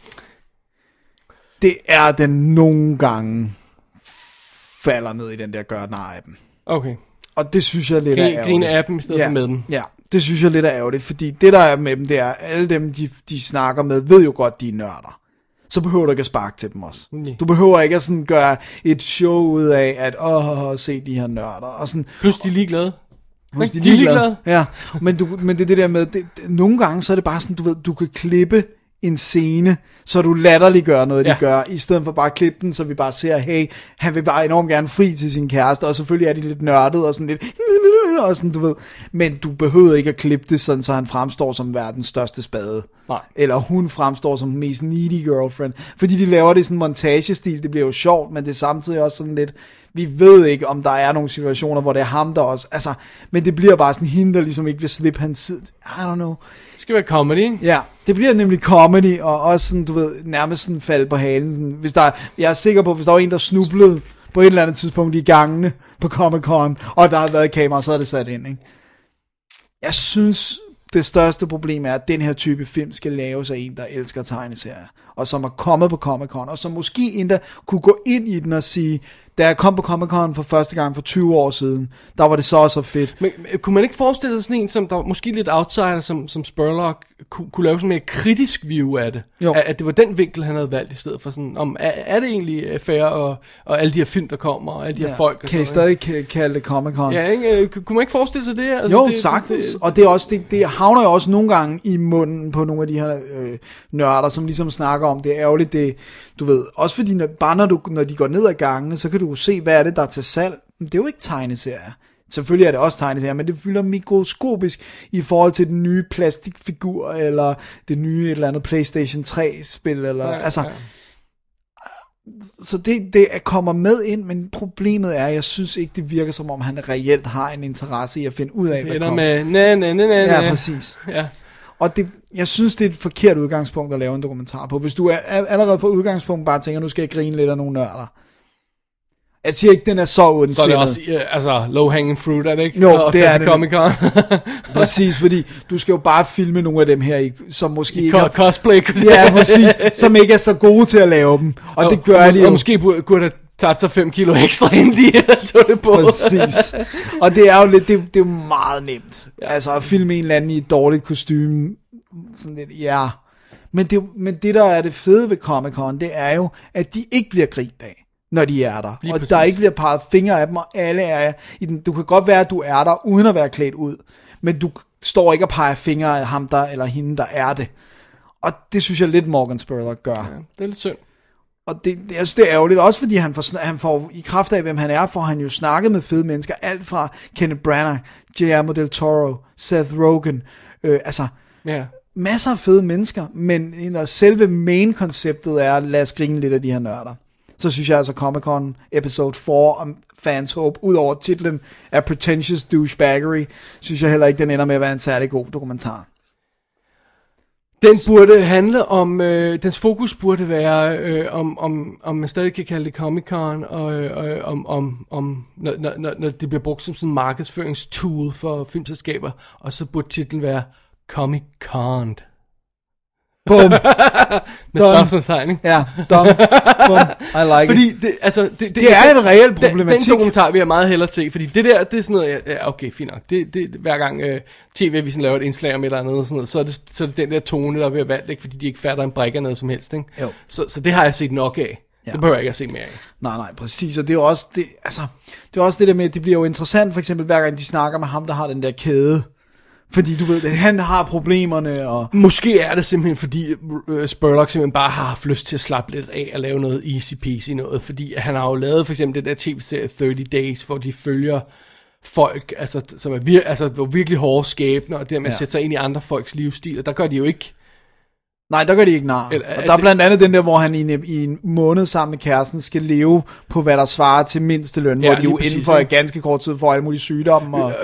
Det er den nogle gange falder ned i den der gør-nar af dem. Okay. Og det synes jeg er lidt af ærgerligt. Grine af dem i stedet for med dem. Ja, det synes jeg er lidt af ærgerligt, fordi det der er med dem, det er, alle dem, de snakker med, ved jo godt, de er nørder. Så behøver du ikke at sparke til dem også. Nej. Du behøver ikke at sådan gøre et show ud af, at se de her nørder. Og sådan, plus de er ligeglade. De er ligeglade. Ja, men det er det der med, nogle gange så er det bare sådan, du ved, du kan klippe en scene, så du latterliggør noget, de gør, i stedet for bare at klippe den, så vi bare ser, hey, han vil bare enormt gerne fri til sin kæreste, og selvfølgelig er de lidt nørdet, og sådan lidt, og sådan, du ved, men du behøver ikke at klippe det, sådan, så han fremstår som verdens største spade. Nej. Eller hun fremstår som den mest needy girlfriend, fordi de laver det i sådan en montagestil, det bliver jo sjovt, men det er samtidig også sådan lidt, vi ved ikke, om der er nogle situationer, hvor det er ham, der også, altså, men det bliver bare sådan hende, der ligesom ikke vil slippe hans side, I don't know. Det skal være comedy. Ja, det bliver nemlig comedy, og også sådan, du ved, nærmest sådan fald på halen, sådan, jeg er sikker på, hvis der var en, der snublede på et eller andet tidspunkt i gangene på Comic-Con, og der har været kamera, så er det sat ind, ikke? Jeg synes, det største problem er, at den her type film skal laves af en, der elsker tegneserier, og som er kommet på Comic-Con, og som måske endda kunne gå ind i den og sige, da jeg kom på Comic-Con for første gang for 20 år siden, der var det så fedt. Men kunne man ikke forestille sig sådan en, som der var måske lidt outsider, som Spurlock, kunne lave sådan mere kritisk view af det? Jo. At det var den vinkel, han havde valgt i stedet for sådan, er det egentlig fair, og alle de her film, der kommer, og alle de her folk? Kan I stadig kalde det Comic-Con? Ja, ikke? Kunne man ikke forestille sig det? Altså, jo, sagtens. Og det er også, det havner jo også nogle gange i munden på nogle af de her nørder, som ligesom snakker om, det er ærgerligt, det, du ved, også fordi når de går ned ad gangene, så kan du se, hvad er det, der er til salg. Det er jo ikke tegneserier. Selvfølgelig er det også tegneserier, men det fylder mikroskopisk i forhold til den nye plastikfigur, eller det nye et eller andet PlayStation 3-spil, eller altså. Så det kommer med ind, men problemet er, jeg synes ikke, det virker som om, han reelt har en interesse i at finde ud af, hvad kommer. Med ja, præcis. Ja. Og jeg synes, det er et forkert udgangspunkt at lave en dokumentar på. Hvis du er allerede på udgangspunkt bare tænker, nu skal jeg grine lidt af nogle nørder. Jeg siger ikke, den er så ondsindet. Så er det også, altså, low-hanging fruit, er det ikke? Jo, det er det. Comic-Con. Præcis, fordi du skal jo bare filme nogle af dem her, som måske ikke er... Cosplay. Ja, præcis. Som ikke er så gode til at lave dem. Og det gør de jo. Og måske burde have tabt sig 5 kilo ekstra, inden de tog det på. Præcis. Og det er jo lidt, det er jo meget nemt. Ja. Altså, at filme en eller anden i et dårligt kostume. Sådan lidt, ja. Men det, der er det fede ved Comic-Con, det er jo, at de ikke bliver grint af, når de er der. Lige og præcis. Der ikke bliver peget fingre af dem, og alle er i den. Du kan godt være, at du er der, uden at være klædt ud. Men du står ikke og peger fingre af ham der, eller hende, der er det. Og det synes jeg lidt Morgan Spurlock gør. Ja, det er lidt synd. Og jeg synes, det er ærgerligt, også fordi han får i kraft af, hvem han er, får han jo snakket med fede mennesker, alt fra Kenneth Branagh, Guillermo del Toro, Seth Rogen, masser af fede mennesker, men når selve main-konceptet er, lad os grine lidt af de her nørder, så synes jeg altså Comic-Con episode 4 om Fans Hope, ud over titlen af Pretentious Douchebaggery, synes jeg heller ikke, den ender med at være en særlig god dokumentar. Den burde handle om, dens fokus burde være, om man stadig kan kalde det Comic-Con, og når det bliver brugt som sådan en markedsføringstool for filmselskaber, og så burde titlen være Comic-Con. Boom. Med spørgsmålstegn, ikke? Ja, done. Boom. I like fordi it. Det er en reel problematik. Den dokumentar vil jeg meget hellere se, fordi det der, det er sådan noget, ja, okay, fint nok. Det hver gang TV-avisen laver et indslag om et eller andet, sådan noget, så er det den der tone, der bliver valgt, ikke? Fordi de ikke fatter en brik af noget som helst, ikke? Jo. Så det har jeg set nok af. Ja. Det behøver jeg ikke at se mere af. Nej, præcis. Og det er jo også det der med, at det bliver jo interessant, for eksempel hver gang de snakker med ham, der har den der kæde. Fordi du ved, han har problemerne, og... Måske er det simpelthen, fordi Spurlock simpelthen bare har haft lyst til at slappe lidt af og lave noget easy peasy noget. Fordi han har jo lavet for eksempel det der tv-serie 30 Days, hvor de følger folk, altså, som er virkelig hårde skæbner, og dermed sætter sig ind i andre folks livsstil. Og der gør de jo ikke... Nej, der gør de ikke nar. Og der er blandt andet den der, hvor han i en måned sammen med kæresten skal leve på, hvad der svarer til mindsteløn, hvor de jo inden for ganske kort tid får alle mulige sygdomme.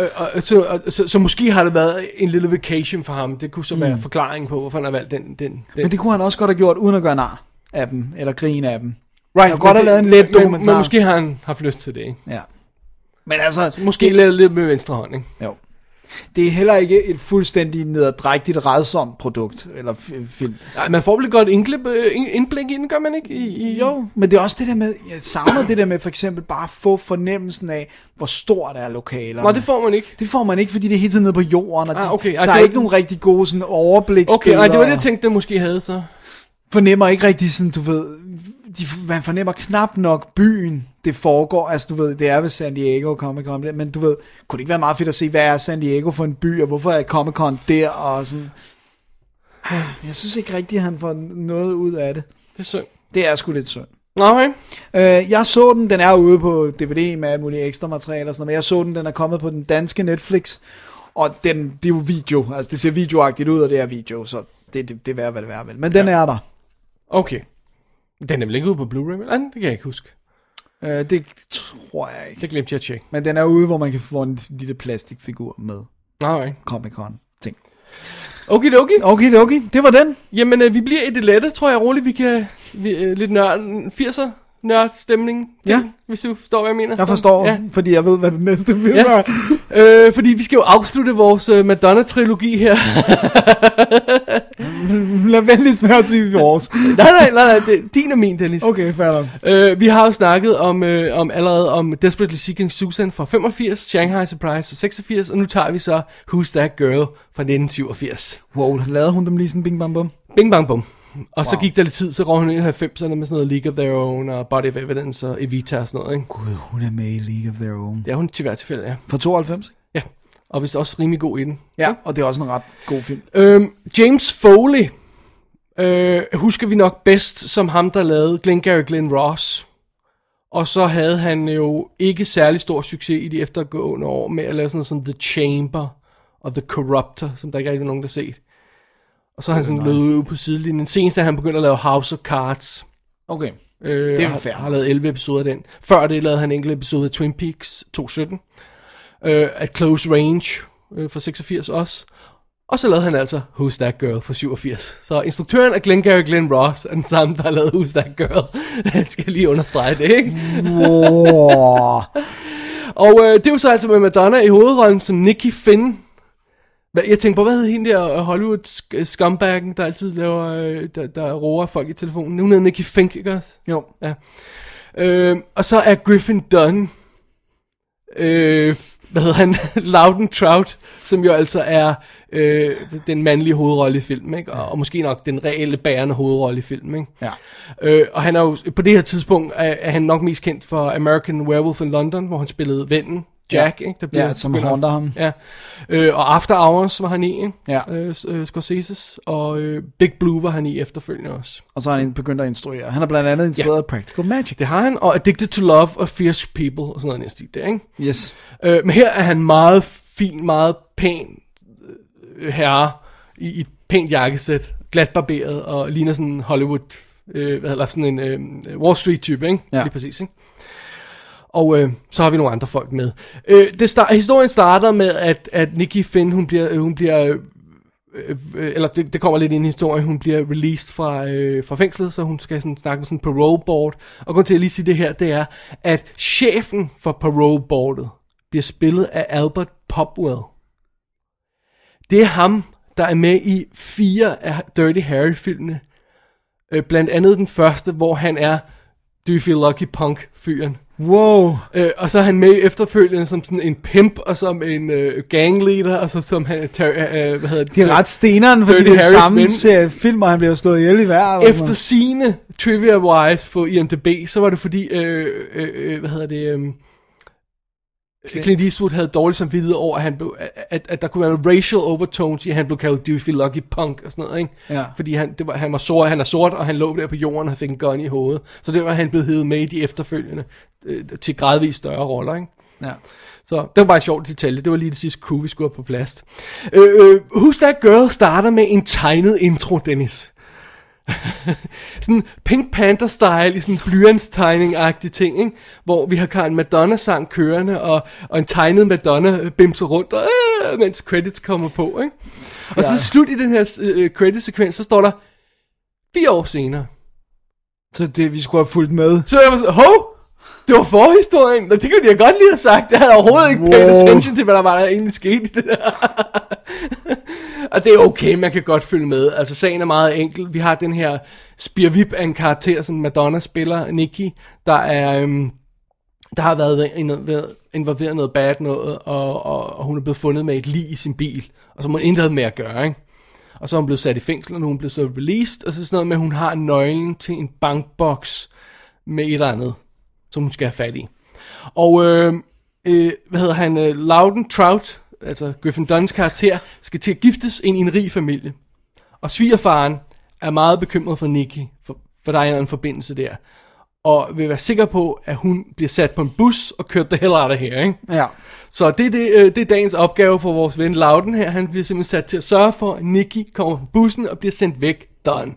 Så måske har det været en lille vacation for ham. Det kunne så være forklaringen på, hvorfor han har valgt den. Men det kunne han også godt have gjort, uden at gøre nar af dem, eller grine af dem. Right, han godt have lavet en let dokumentar. Men måske har han haft lyst til det, ikke? Ja. Men altså... Måske lavet lidt med venstre hånd, ikke? Jo. Det er heller ikke et fuldstændig nederdrægtigt rædsomt produkt, eller film. Nej, man får vel et godt indblik i den, gør man ikke? Jo, men det er også det der med, jeg savner det der med for eksempel bare at få fornemmelsen af, hvor stort er lokalerne. Nej, det får man ikke. Det får man ikke, fordi det er hele tiden nede på jorden, og der er ikke nogen rigtig gode sådan overbliksbilleder. Okay, det var det, jeg tænkte, det måske havde så. Fornemmer ikke rigtig sådan, du ved, man fornemmer knap nok byen, det foregår, altså du ved, det er ved San Diego Comic-Con, men du ved, kunne det ikke være meget fedt at se, hvad er San Diego for en by, og hvorfor er Comic-Con der, og sådan. Jeg synes ikke rigtig, han får noget ud af det. Det er synd. Det er sgu lidt synd. Okay. Jeg så den er ude på DVD med alt muligt ekstra materiale og sådan noget, men jeg så den er kommet på den danske Netflix, og det er jo video, altså det ser videoagtigt ud, og det er video, så det er værd, hvad det er, vel. Men den er der. Okay. Den er vel ikke ude på Blu-ray? Nej, det kan jeg ikke huske. Det tror jeg ikke. Det glemte jeg at tjekke. Men den er ude, hvor man kan få en lille plastikfigur med. Okay. Comic-Con ting. Okay. Det var den. Jamen, vi bliver i det lette, tror jeg roligt. Vi kan lidt 80'er nørdstemning. Ja. Hvis du forstår, hvad jeg mener. Jeg forstår, fordi jeg ved, hvad det næste film er. Fordi vi skal jo afslutte vores Madonna-trilogi her. Lad venligst være til vores. Nej, det er din og min, Dennis. Okay, fair. Vi har jo snakket allerede om Desperately Seeking Susan fra 85, Shanghai Surprise fra 86, og nu tager vi så Who's That Girl fra 1987. Wow, lavede hun dem lige sådan bing bang bum? Bing bang bum. Og så gik der lidt tid, så røg hun ind i 90'erne med sådan noget League of Their Own og Body of Evidence og Evita og sådan noget, ikke? Gud, hun er med i League of Their Own. Ja, hun til hvert tilfælde, ja. Fra 92? Ja, og vist også rimelig god i den. Ja, og det er også en ret god film. James Foley husker vi nok bedst som ham, der lavede Glengarry Glen Ross. Og så havde han jo ikke særlig stor succes i de eftergående år med at lave sådan noget som The Chamber og The Corruptor, som der ikke er nogen, der set. Og så har han sådan løbet ud på sidelinjen. Senest er han begyndt at lave House of Cards. Okay, det er fair. Har lavet 11 episoder af den. Før det lavede han en enkelt episode af Twin Peaks 2017. At Close Range fra 86 også. Og så lavede han altså Who's That Girl fra 87. Så instruktøren af Glengarry Glen Ross er den samme, der har lavet Who's That Girl. Jeg skal lige understrege det, ikke? Wow. Og det er jo så altså med Madonna i hovedrollen som Nikki Finn. Jeg tænkte på, hvad hedder hende der Hollywood scumbaggen, der altid laver, der roer folk i telefonen. Hun hedder Nikki Fink, ikke også? Jo. Ja. Og så er Griffin Dunn, hvad hedder han, Loudon Trout, som jo altså er den mandlige hovedrolle i filmen, ikke? Og måske nok den reelle bærende hovedrolle i filmen, ikke? Ja. Og han er jo, på det her tidspunkt er han nok mest kendt for American Werewolf in London, hvor han spillede vennen Jack, ikke? Der bliver, som haunter ham. Ja. Og After Hours var han i, ikke? Ja. Scorsese's, og Big Blue var han i efterfølgende også. Og så har han begyndt at instruere. Han har blandt andet instrueret Practical Magic. Det har han, og Addicted to Love og Fierce People og sådan noget næste der, ikke? Yes. Men her er han meget fin, meget pæn herre i et pænt jakkesæt, glat barberet og ligner sådan en Hollywood, eller sådan en Wall Street type, ikke? Ja. Lige præcis, ikke? Og så har vi nogle andre folk med. Historien starter med, at Nikki Finn, hun bliver eller det kommer lidt ind i historien, hun bliver released fra fængslet, så hun skal sådan snakke med sådan en parole board. Og grunden til at lige sige det her, det er, at chefen for parole boardet bliver spillet af Albert Popwell. Det er ham, der er med i 4 af Dirty Harry-filmene. Blandt andet den første, hvor han er Do You Feel Lucky Punk-fyren. Wow. Og så er han med efterfølgende som sådan en pimp, og som en gangleader, og så som han, hvad hedder det? De er ret steneren, fordi det er samme serie film, og han bliver slået ihjel i hver. Efter sine trivia-wise på IMDb, så var det fordi, hvad hedder det? Clint Eastwood havde dårligt samvittighed over, at der kunne være racial overtones i, at han blev kaldt Do You Feel Lucky Punk og sådan noget, ikke? Ja. Fordi han var sort, han er sort, og han lå der på jorden og fik en gun i hovedet. Så det var han blevet hævet med i de efterfølgende til gradvist større roller, ikke? Ja. Så det var bare en sjov detalje. Det var lige det sidste crew, vi skulle have på plads. Who's That Girl starter med en tegnet intro, Dennis. Sådan Pink Panther-style i sådan en blyantstegning-agtig ting, ikke? Hvor vi har en Madonna-sang kørende, og en tegnet Madonna bimser rundt, mens credits kommer på, ikke? Og så slut i den her credit-sekvens, så står der 4 år senere. Så det, vi skulle have fulgt med. Så jeg var sådan, det var forhistorien, og det kunne de godt lige have sagt. Jeg havde overhovedet ikke paid attention til, hvad der var der egentlig skete i det der. Og det er okay, man kan godt følge med. Altså, sagen er meget enkel. Vi har den her spirvip af en karakter, som Madonna spiller, Nikki, der har været involveret noget bad noget, og hun er blevet fundet med et lig i sin bil, og så må hun intet med at gøre, ikke? Og så er hun blevet sat i fængsel, og nu er hun blevet så released, og så sådan noget med, at hun har nøglen til en bankboks med et eller andet, som hun skal have fat i. Og, Loudon Trout, altså Griffin Dunns karakter, skal til at giftes ind i en rig familie. Og svigerfaren er meget bekymret for Nikki, for der er en forbindelse der. Og vil være sikker på, at hun bliver sat på en bus og kørt the hell out of here, ikke? Ja. Så det er dagens opgave for vores ven Loudon her. Han bliver simpelthen sat til at sørge for, at Nikki kommer på bussen og bliver sendt væk. Done.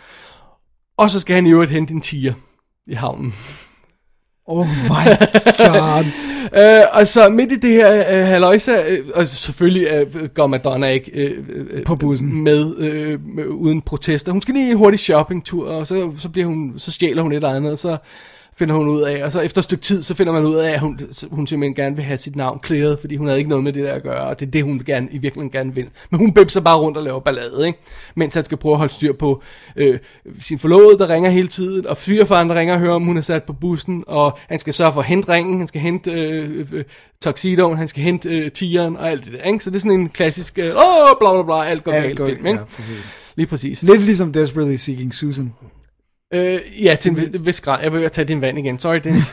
Og så skal han i øvrigt hente en tiger i havnen. Oh my god. Og så midt i det her halløjsa, og selvfølgelig går Madonna ikke på bussen med uden protester. Hun skal lige en hurtig shoppingtur, og så stjæler hun et eller andet, og så finder hun ud af, og så efter et stykke tid, så finder man ud af, at hun simpelthen gerne vil have sit navn clearet, fordi hun havde ikke noget med det der at gøre, og det er det, hun i virkeligheden gerne vil. Men hun bimser bare rundt og laver ballade, ikke? Mens han skal prøve at holde styr på sin forlovede, der ringer hele tiden, og svigerfaren, der ringer og hører, om hun er sat på bussen, og han skal sørge for at hente ringen, han skal hente tuxedoen, han skal hente tigeren og alt det der, ikke? Så det er sådan en klassisk, bla bla bla, alt går galt film, ikke? Ja, præcis. Lige præcis. Lidt ligesom Desperately Seeking Susan. Ja, til en vis grad. Jeg vil tage din vand igen. Sorry, Dennis.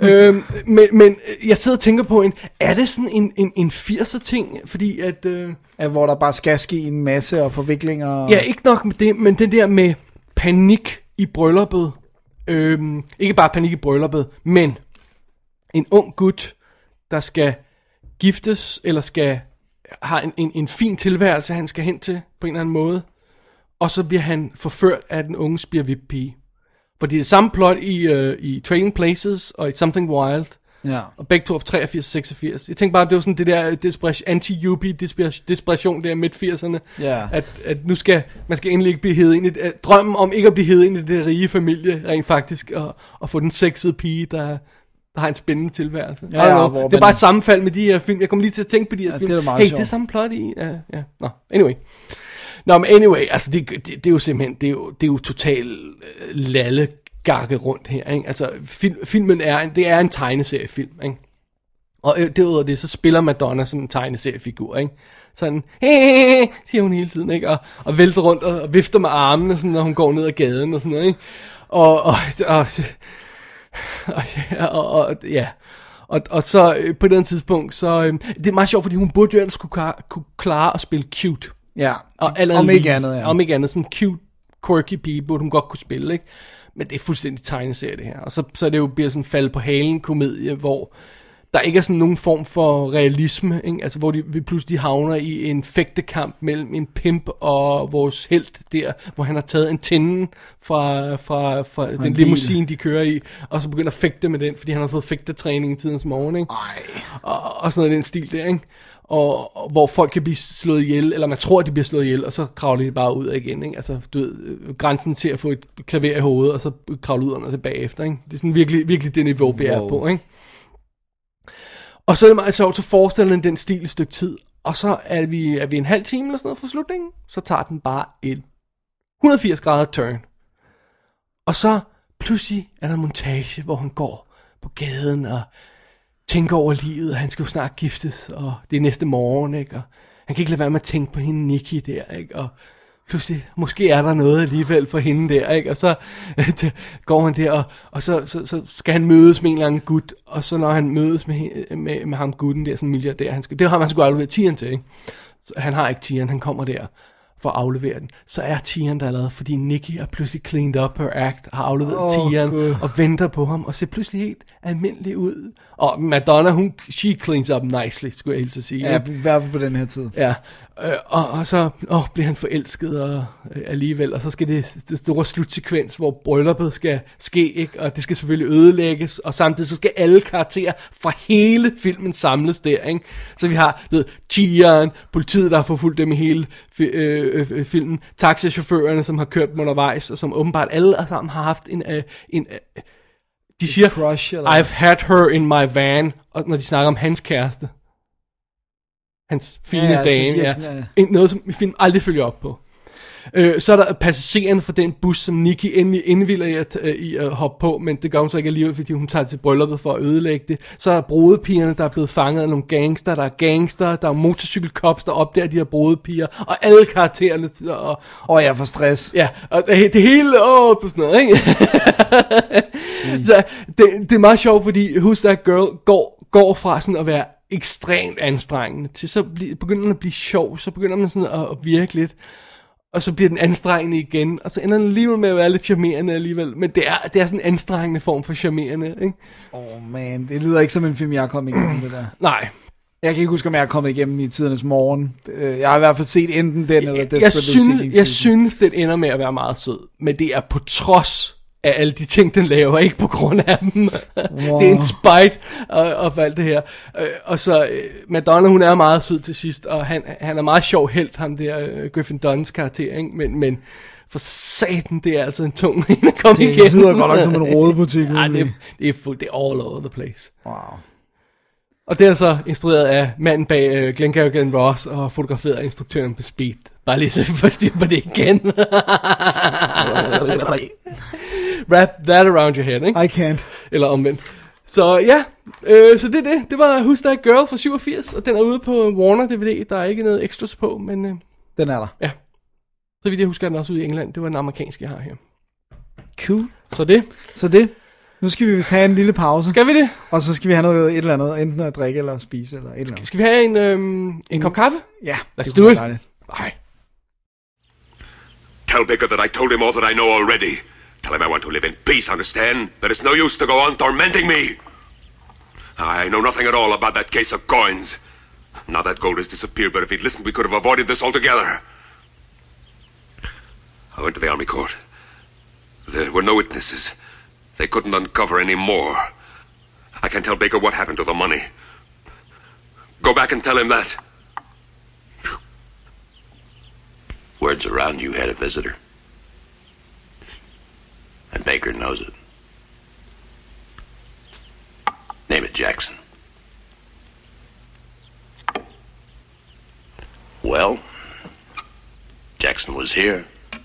Men jeg sidder og tænker på, er det sådan en 80'er ting? Fordi at... hvor der bare skal ske en masse og forviklinger. Ja, ikke nok med det, men det der med panik i brylluppet. Ikke bare panik i brylluppet, men en ung gut, der skal giftes, eller har en fin tilværelse, han skal hen til på en eller anden måde. Og så bliver han forført af den unge spirvip-pige. Fordi det er samme plot i Trading Places og i Something Wild. Ja. Og begge to af 83-86. Jeg tænkte bare, det var sådan det der anti-yuppie desperation der midt-80'erne. Ja. At nu man skal endelig ikke blive hevet ind i drømmen om ikke at blive hevet ind i det rige familie, rent faktisk, og få den sexede pige, der har en spændende tilværelse. Ja, det er bare et sammenfald med de her film. Jeg kommer lige til at tænke på de her film. Det er samme plot i. Anyway. Nå, men anyway, altså det er jo simpelthen, det er jo totalt lallegakke rundt her, ikke? Altså filmen er en tegneseriefilm, ikke? Og derudover det, så spiller Madonna som en tegneseriefigur, ikke? Sådan, siger hun hele tiden, ikke? Og vælter rundt og vifter med armene, sådan, når hun går ned ad gaden og sådan noget, ikke? Og så på den tidspunkt, så det er meget sjovt, fordi hun burde jo ellers kunne klare at spille cute. Ja, og om ikke andet, ja. Om ikke andet, sådan en cute, quirky pige burde hun godt kunne spille, ikke? Men det er fuldstændig tegneserie, det her. Og så det jo bliver sådan en fald på halen komedie, hvor der ikke er sådan nogen form for realisme, ikke? Altså hvor vi pludselig havner i en fægtekamp mellem en pimp og vores helt der, hvor han har taget en tinde fra den limousine, de kører i, og så begynder at fægte med den, fordi han har fået fægtetræning i tidens morgen, ikke? Og sådan noget den stil der, ikke? Og hvor folk kan blive slået ihjel, eller man tror, de bliver slået ihjel, og så kravler de bare ud igen, ikke? Altså, du ved, grænsen til at få et klaver i hovedet, og så kravle ud og tilbage efter, ikke? Det er sådan virkelig det niveau, vi er på, ikke? Og så er det meget sjovt, så forestiller den stil et stykke tid, og så er vi en halv time eller sådan noget for slutningen, så tager den bare et 180 grader turn. Og så pludselig er der en montage, hvor han går på gaden og tænker over livet, og han skal jo snart giftes, og det er næste morgen, ikke? Og han kan ikke lade være med at tænke på hende Nikki der, ikke? Og pludselig, måske er der noget alligevel for hende der, ikke? Og så går han der, og så skal han mødes med en eller anden gut, og så når han mødes med ham gutten der, sådan en milliardær, det har han sgu afleveret tieren til, ikke? Så han har ikke tieren, han kommer der for at aflevere den. Så er tieren der lavet, fordi Nikki er pludselig cleaned up her act, har afleveret tieren, og venter på ham, og ser pludselig helt almindelig ud. Og Madonna, she cleans up nicely, skulle jeg hilse at sige. Ja, i hvert fald på den her tid. Ja, og så bliver han forelsket og, alligevel, og så skal det store slutsekvens, hvor brylluppet skal ske, ikke? Og det skal selvfølgelig ødelægges, og samtidig så skal alle karakterer fra hele filmen samles der, ikke? Så vi har tieren, politiet, der har forfulgt dem i hele filmen, taxichaufførerne, som har kørt dem undervejs, og som åbenbart alle sammen har haft en de siger, crush, I've had her in my van, og når de snakker om hans kæreste. Hans fine dame, noget som film aldrig følger op på. Så er der passageren for den bus, som Nikki endelig indvilder i at hoppe på, men det gør hun så ikke alligevel, fordi hun tager til brylluppet for at ødelægge det. Så er brudepigerne, der er blevet fanget af nogle gangster, der er motorcykelkops, der opdager de her brudepiger, og alle karaktererne. Jeg får stress. Ja, og det hele på sådan noget, ikke? Så det er meget sjovt, fordi Who's That Girl går fra sådan at være ekstremt anstrengende til så begynder den at blive sjov, så begynder man sådan at virke lidt, og så bliver den anstrengende igen, og så ender den alligevel med at være lidt charmerende alligevel, men det er sådan en anstrengende form for charmerende, ikke? Man, det lyder ikke som en film, jeg er kommet igennem det der. Nej. Jeg kan ikke huske, om jeg er kommet igennem i tidernes morgen. Jeg har i hvert fald set enten den, eller jeg synes, den ender med at være meget sød, men det er på trods af alle de ting, den laver, ikke på grund af dem. Wow. Det er en spite og alt det her. Og så Madonna, hun er meget sød til sidst, og han er meget sjov helt, ham der Griffin Dunns karakter, ikke? Men for satan, det er altså en tung en at komme igennem. Det lyder godt nok som en rodebutik. Ja, det er fuldt, det er all over the place. Wow. Og det er så instrueret af manden bag Glengarry Glen Ross, og fotograferet af instruktøren på Speed. Bare lige så vi får styr på det igen. Wrap that around your head, ikke? I can't. Eller omvendt. Så ja, så det er det. Det var Who's That Girl fra 87, og den er ude på Warner DVD. Der er ikke noget extras på, men... den er der. Ja. Så vidt jeg husker, den også ude i England. Det var den amerikanske, jeg har her. Cool. Så det. Nu skal vi vist have en lille pause. Skal vi det? Og så skal vi have noget et eller andet, enten at drikke eller spise eller et eller andet. Skal vi have en kop kaffe? Ja, Let's do it. Bye. Tell Baker that I told him all that I know already. Tell him I want to live in peace, understand? That it's no use to go on tormenting me. I know nothing at all about that case of coins. Now that gold has disappeared, but if he'd listened, we could have avoided this altogether. I went to the Army Court. There were no witnesses. They couldn't uncover any more. I can tell Baker what happened to the money. Go back and tell him that. Word's around you had a visitor. And Baker knows it. Name it Jackson. Well, Jackson was here.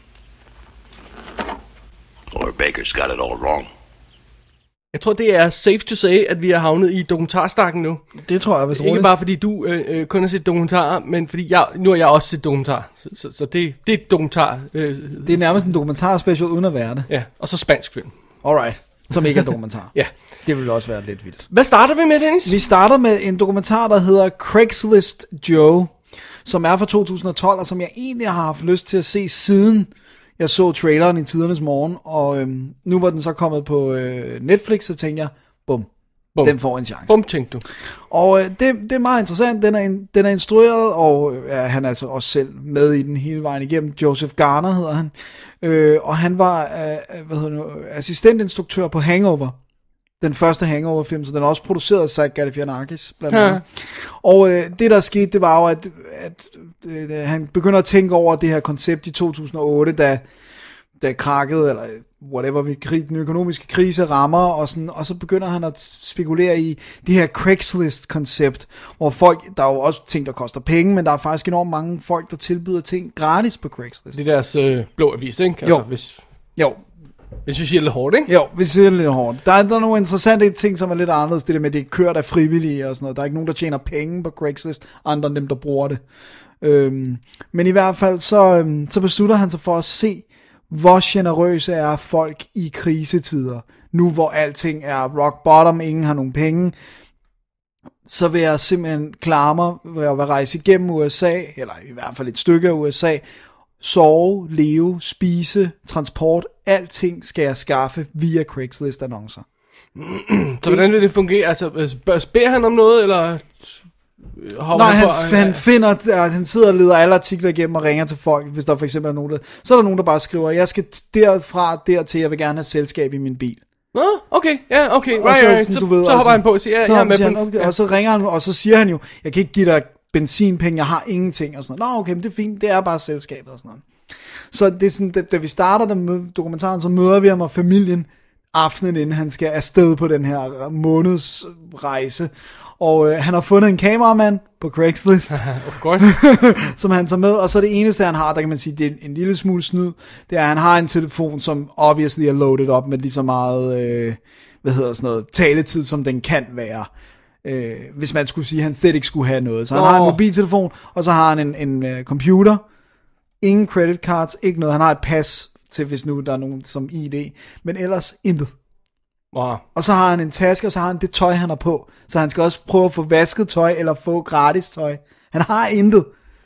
Or Baker's got it all wrong. Jeg tror, det er safe to say, at vi er havnet i dokumentarstakken nu. Det tror jeg, hvis roligt. Ikke bare fordi du kun har set dokumentarer, men fordi nu har jeg også set dokumentar. Så det er dokumentar. Det er nærmest en dokumentarspecial uden at være det. Ja, og så spansk film. Alright. som ikke er dokumentar. Ja. Det ville også være lidt vildt. Hvad starter vi med, Dennis? Vi starter med en dokumentar, der hedder Craigslist Joe, som er fra 2012, og som jeg egentlig har haft lyst til at se siden jeg så traileren i tidernes morgen, og nu var den så kommet på Netflix, så tænkte jeg, bum, den får en chance. Bum, tænkte du. Og det er meget interessant, den er instrueret, og han er altså også selv med i den hele vejen igennem. Joseph Garner hedder han, og han var assistentinstruktør på Hangover, den første Hangover-film, så den er også produceret af Zach Galifianakis, blandt andet. Og det der skete, det var jo, at han begynder at tænke over det her koncept i 2008, da krakket, eller whatever, den økonomiske krise rammer, og så begynder han at spekulere i det her Craigslist-koncept, hvor folk, der er jo også ting, der koster penge, men der er faktisk enormt mange folk, der tilbyder ting gratis på Craigslist. Det er deres blå avis, ikke? Altså, hvis vi siger lidt hårdt, ikke? Jo, hvis vi siger lidt hårdt. Der er nogle interessante ting, som er lidt anderledes. Det der med, at det er kørt af frivillige og sådan noget. Der er ikke nogen, der tjener penge på Craigslist, andre end dem, der bruger det. Men i hvert fald, så beslutter han sig for at se, hvor generøse er folk i krisetider. Nu hvor alting er rock bottom, ingen har nogen penge. Så vil jeg simpelthen klare mig ved at rejse igennem USA, eller i hvert fald et stykke af USA, sove, leve, spise, transport, alting skal jeg skaffe via Craigslist-annoncer. Så hvordan vil det fungere? Altså, beder han om noget, eller... Nej, han sidder og leder alle artikler igennem og ringer til folk, hvis der for eksempel er nogen, så er der nogen, der bare skriver, jeg skal dertil, jeg vil gerne have selskab i min bil. Nå, okay, ja, okay, right, så hopper han på og siger, jeg er med på den. Og så ringer han, og så siger han jo, jeg kan ikke give dig benzinpenge, jeg har ingenting, og sådan noget. Nå, okay, men det er fint, det er bare selskabet, og sådan noget. Så det er sådan, da vi starter dokumentaren, så møder vi ham og familien aftenen, inden han skal afsted på den her månedsrejse. Og han har fundet en kameramand på Craigslist, som han tager med, og så det eneste, han har, der kan man sige, det er en lille smule snyd, det er, at han har en telefon, som obviously er loaded op med lige så meget, taletid, som den kan være. Hvis man skulle sige, at han slet ikke skulle have noget. Så han har en mobiltelefon, og så har han en computer, ingen credit cards, ikke noget. Han har et pas til, hvis nu der er nogen som ID, men ellers intet. Wow. Og så har han en taske, og så har han det tøj, han har på. Så han skal også prøve at få vasket tøj, eller få gratis tøj. Han har intet.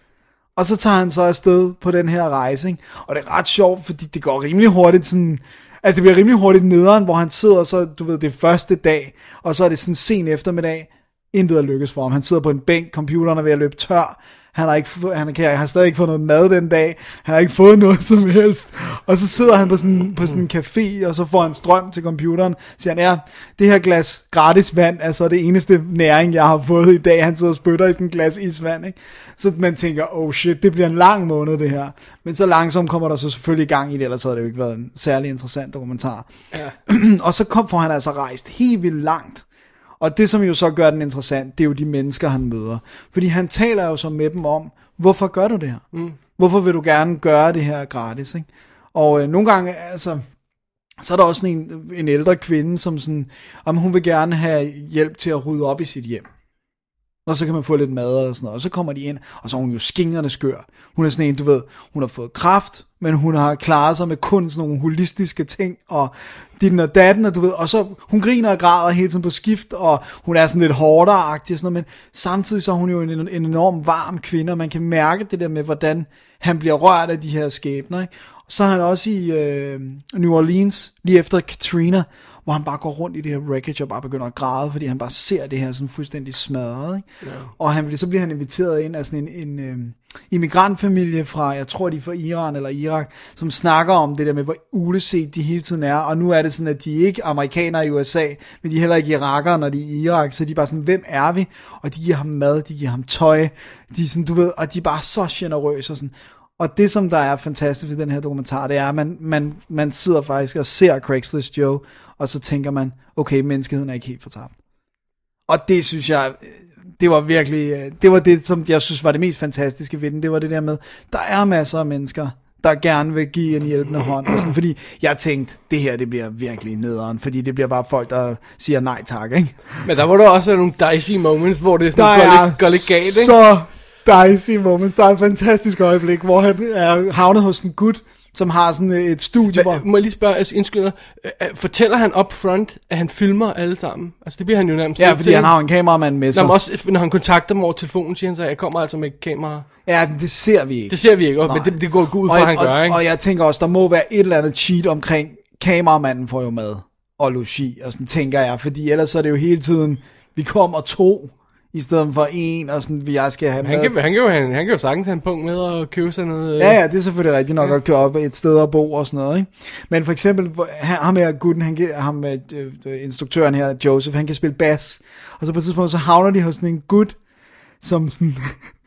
Og så tager han så afsted på den her rejse, ikke? Og det er ret sjovt, fordi det går rimelig hurtigt sådan... Altså det bliver rimelig hurtigt nederen, hvor han sidder så, du ved, det første dag, og så er det sådan sen eftermiddag, intet er lykkes for ham. Han sidder på en bænk, computeren er ved at løbe tør, han har stadig ikke fået noget mad den dag, han har ikke fået noget som helst, og så sidder han på sådan en café, og så får han strøm til computeren, siger han, ja, det her glas gratis vand, altså det eneste næring, jeg har fået i dag, han sidder og spytter i sådan en glas isvand, ikke? Så man tænker, oh shit, det bliver en lang måned det her, men så langsomt kommer der så selvfølgelig i gang i det, ellers havde det jo ikke været en særlig interessant dokumentar. Ja. Og så får han altså rejst helt vildt langt. Og det, som jo så gør den interessant, det er jo de mennesker, han møder. Fordi han taler jo så med dem om, hvorfor gør du det her? Mm. Hvorfor vil du gerne gøre det her gratis? Ikke? Og nogle gange, altså, så er der også en ældre kvinde, som sådan, om hun vil gerne have hjælp til at rydde op i sit hjem. Og så kan man få lidt mad og sådan noget. Og så kommer de ind, og så er hun jo skingerne skør. Hun er sådan en, du ved, hun har fået kræft, men hun har klaret sig med kun sådan nogle holistiske ting, og ditten og datten, og du ved, og så hun griner og græder hele tiden på skift, og hun er sådan lidt hårdere-agtig og sådan noget, men samtidig så er hun jo en enorm varm kvinde, og man kan mærke det der med, hvordan han bliver rørt af de her skæbner, ikke? Og så er han også i New Orleans, lige efter Katrina, hvor han bare går rundt i det her wreckage og bare begynder at græde, fordi han bare ser det her sådan fuldstændig smadret, ikke? Ja. Og så bliver han inviteret ind af sådan en immigrantfamilie fra, jeg tror de er fra Iran eller Irak, som snakker om det der med, hvor uleset de hele tiden er, og nu er det sådan, at de er ikke amerikanere i USA, men de er heller ikke irakere, når de er i Irak, så de er bare sådan, hvem er vi? Og de giver ham mad, de giver ham tøj, de er sådan, du ved, og de er bare så generøse og sådan. Og det, som der er fantastisk ved den her dokumentar, det er, at man sidder faktisk og ser Craigslist Joe, og så tænker man, okay, menneskeheden er ikke helt fortabt. Og det synes jeg, det var virkelig, det var det, som jeg synes var det mest fantastiske ved den, det var det der med, der er masser af mennesker, der gerne vil give en hjælpende hånd, og sådan, fordi jeg tænkte, det her, det bliver virkelig nederen, fordi det bliver bare folk, der siger nej tak, ikke? Men der var der også nogle dicey moments, hvor det sådan går lidt galt, ikke? Så dicey moments. Der er et fantastisk øjeblik, hvor han er havnet hos en gut, som har sådan et studie, hvor... Må jeg lige spørge, altså indskyder, fortæller han up front, at han filmer alle sammen? Altså det bliver han jo nærmest. Ja, fordi han har en kameramand med sig. Nå, også når han kontakter dem over telefonen, siger han så, jeg kommer altså med et kamera. Ja, det ser vi ikke. Det ser vi ikke, men det går ud fra, han gør, ikke? Og jeg tænker også, der må være et eller andet cheat omkring, kameramanden får jo mad og logi, og sådan tænker jeg, fordi ellers er det jo hele tiden, vi kommer 2, i stedet for 1, og sådan, jeg skal have mad. Han kan jo sagtens have en punkt med og købe sig noget. Ja, det er selvfølgelig rigtigt nok at køre op et sted og bo og sådan noget, ikke? Men for eksempel, ham her gutten, instruktøren her, Joseph, han kan spille bas, og så på et tidspunkt, så havner de hos sådan en gut, som sådan...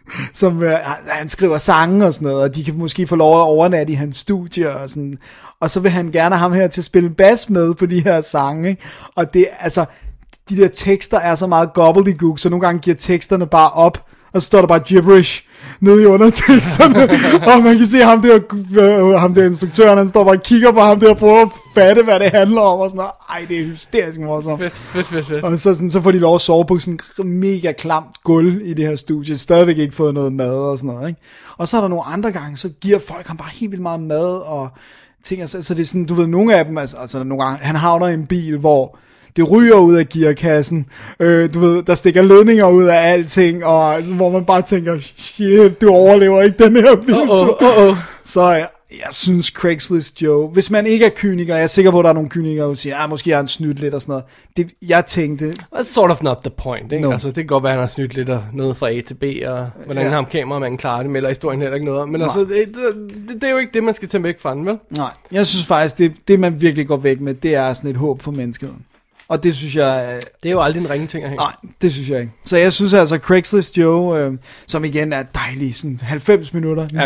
han skriver sange og sådan noget, og de kan måske få lov at overnatte i hans studie og sådan, og så vil han gerne have ham her til at spille bas med på de her sange, ikke? Og det, altså, de der tekster er så meget gobbledygook, så nogle gange giver teksterne bare op, og så står der bare gibberish nede i underteksterne, og man kan se ham der instruktøren, han står bare og kigger på ham der og prøver at fatte, hvad det handler om, og sådan noget. Ej, det er hysterisk morsomt. Fedt. Og så får de lov at sove på sådan mega klamt gulv i det her studie, stadigvæk ikke fået noget mad og sådan noget, ikke? Og så er der nogle andre gange, så giver folk ham bare helt vildt meget mad, og ting, altså, så det er sådan, du ved, nogle af dem, altså nogle gange, han havner i en bil, hvor det ryger ud af gearkassen, du ved, der stikker ledninger ud af alting, og altså, hvor man bare tænker, shit, du overlever ikke den her biltur. Så jeg synes Craigslist Joe, hvis man ikke er kyniker, jeg er sikker på, at der er nogle kynikere, der siger, måske har han snydt lidt og sådan noget. Det, jeg tænkte... That's sort of not the point, ikke? No. Altså, det kan godt være, at han har snydt lidt og noget fra A til B, og hvordan ham kameramanden klarer det, melder historien heller ikke noget om. Men altså, det er jo ikke det, man skal tage væk fra den, vel? Nej, jeg synes faktisk, det man virkelig går væk med, det er sådan et håb for menneskeheden. Og det synes jeg... Det er jo aldrig en ringe ting at have. Nej, det synes jeg ikke. Så jeg synes altså, Craigslist Joe, som igen er dejlig, sådan 90 minutter. Ja,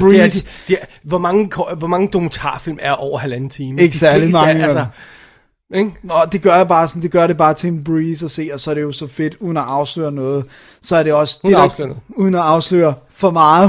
hvor mange dokumentarfilm er over 1,5 time? Ikke særlig mange. Altså, ikke? Nå, det gør jeg bare sådan, det gør det bare til en breeze at se, og så er det jo så fedt, uden at afsløre noget. Så er det også... Uden at afsløre for meget.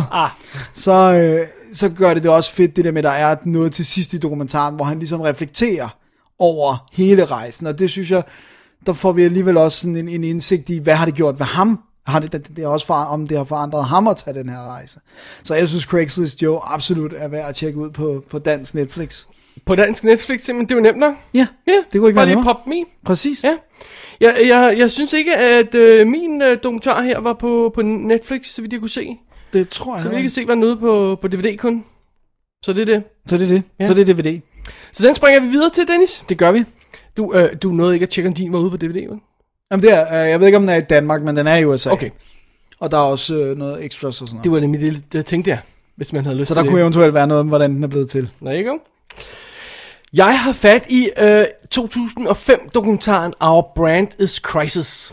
Så gør det også fedt, det der med, der er noget til sidst i dokumentaren, hvor han ligesom reflekterer over hele rejsen, og det synes jeg, der får vi alligevel også sådan en indsigt i, hvad har det gjort ved ham? Det er også om det har forandret ham at tage den her rejse. Så jeg synes Craigslist Joe absolut er værd at tjekke ud på dansk Netflix. På dansk Netflix, simpelthen, det er jo nemt nok. Ja, det kunne ikke være nemmere. Bare lige pop me. Præcis. Ja. Jeg synes ikke, at min dokumentar her var på Netflix, så vidt jeg kunne se. Det tror jeg. Så vi kan se, hvad den ude på DVD kun. Så det er det. Ja. Så det er DVD. Så den springer vi videre til, Dennis. Det gør vi. Du nåede ikke at tjekke, om din var ude på DVD, vel? Jamen det er, jeg ved ikke, om den er i Danmark, men den er i USA. Okay. Og der er også noget extras og sådan noget. Det var nemlig det, tænkte jeg, hvis man havde lyst til det. Så der kunne eventuelt være noget om, hvordan den er blevet til. Der you go. Jeg har fat i 2005-dokumentaren Our Brand is Crisis,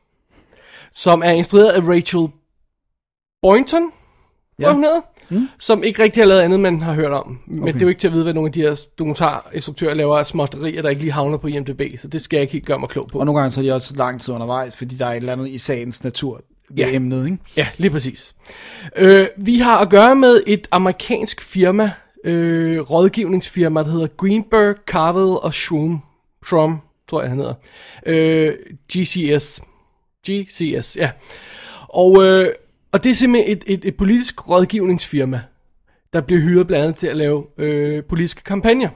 som er instrueret af Rachel Boynton, hun hedder, som ikke rigtig har lavet andet, man har hørt om. Men det er jo ikke til at vide, hvad nogle af de her dokumentarinstruktører laver af småtterier, der ikke lige havner på IMDb, så det skal jeg ikke helt gøre mig klog på. Og nogle gange så er de også lang tid undervejs, fordi der er et eller andet i sagens natur ved emnet, ikke? Ja, lige præcis. Vi har at gøre med et amerikansk firma, rådgivningsfirma, der hedder Greenberg, Carvel og Shroom, tror jeg han hedder. GCS, ja. Og det er simpelthen et politisk rådgivningsfirma, der bliver hyret blandt andet til at lave politiske kampagner.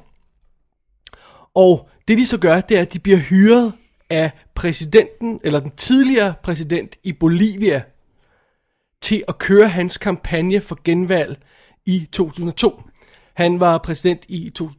Og det de så gør, det er, at de bliver hyret af præsidenten, eller den tidligere præsident i Bolivia, til at køre hans kampagne for genvalg i 2002. Han var præsident i 93-97,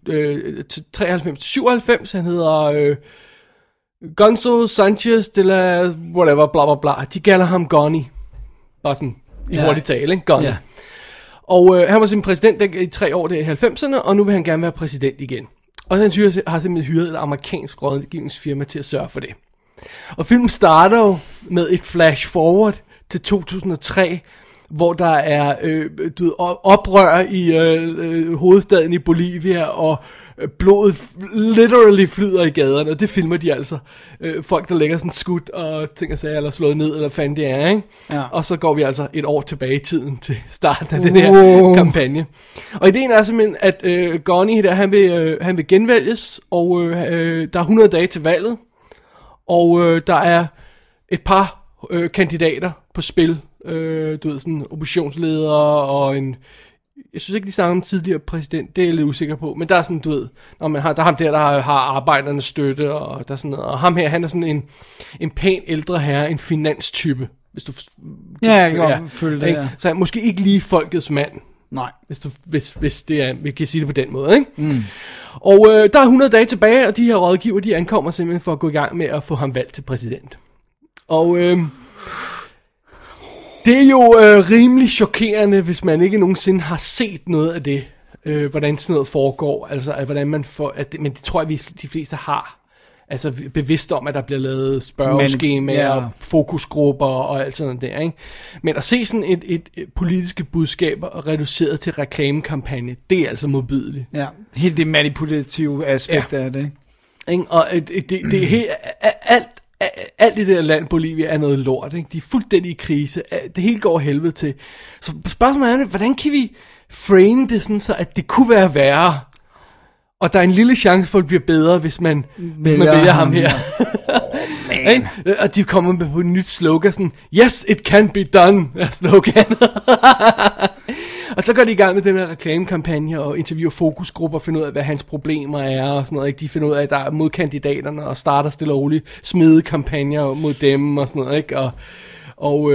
han hedder Gonzo Sanchez de la whatever, bla bla bla. De kalder ham Gonny. Bare sådan i hurtigt tale, ikke? Gonny. Ja. Og han var simpelthen præsident i 3 år der i 90'erne, og nu vil han gerne være præsident igen. Og han har simpelthen hyret et amerikansk rådgivningsfirma til at sørge for det. Og filmen starter jo med et flash forward til 2003, hvor der er oprør i hovedstaden i Bolivia, og blodet literally flyder i gaderne, og det filmer de altså. Folk, der lægger sådan skudt og ting og sager, eller slået ned, eller fandt det er, ikke? Ja. Og så går vi altså et år tilbage i tiden til starten af den her kampagne. Og ideen er simpelthen, at Gonny der, han vil genvælges, og der er 100 dage til valget, og der er et par kandidater på spil. Du ved, sådan oppositionsledere og en Jeg synes ikke, de snakker om tidligere præsident. Det er jeg lidt usikker på. Men der er sådan, du ved, når man har, der er ham der har arbejdernes støtte, og der er sådan noget. Og ham her, han er sådan en pæn ældre herre, en finanstype. Hvis du... Ja, jeg kan godt følge det, ja. Så han måske ikke lige folkets mand. Nej. Hvis det er, vi kan sige det på den måde, ikke? Mm. Og der er 100 dage tilbage, og de her rådgiver, de ankommer simpelthen for at gå i gang med at få ham valgt til præsident. Og det er jo rimelig chokerende, hvis man ikke nogensinde har set noget af det, hvordan sådan noget foregår, altså hvordan man får, men det tror jeg, de fleste har. Altså bevidst om, at der bliver lavet spørgeskemaer, fokusgrupper og alt sådan der, ikke? Men at se sådan et politiske budskaber reduceret til reklamekampagne, det er altså modbydeligt. Ja, helt det manipulative aspekt af det, ikke? Og det er helt, alt i det der land, Bolivia, er noget lort, ikke? De er fuldstændig i krise. Det hele går helvede til. Så spørgsmålet er, hvordan kan vi frame det sådan, så at det kunne være værre? Og der er en lille chance for, at det bliver bedre, hvis man vælger ham her. Og de kommer med på et nyt slogan, sådan, yes, it can be done, er slogan. Og så går de i gang med den her reklamekampagne og interviewer fokusgrupper, finder ud af, hvad hans problemer er og sådan noget. Ikke? De finder ud af, at der er mod kandidaterne og starter stille og roligt smede kampagner mod dem og sådan noget. Ikke? Og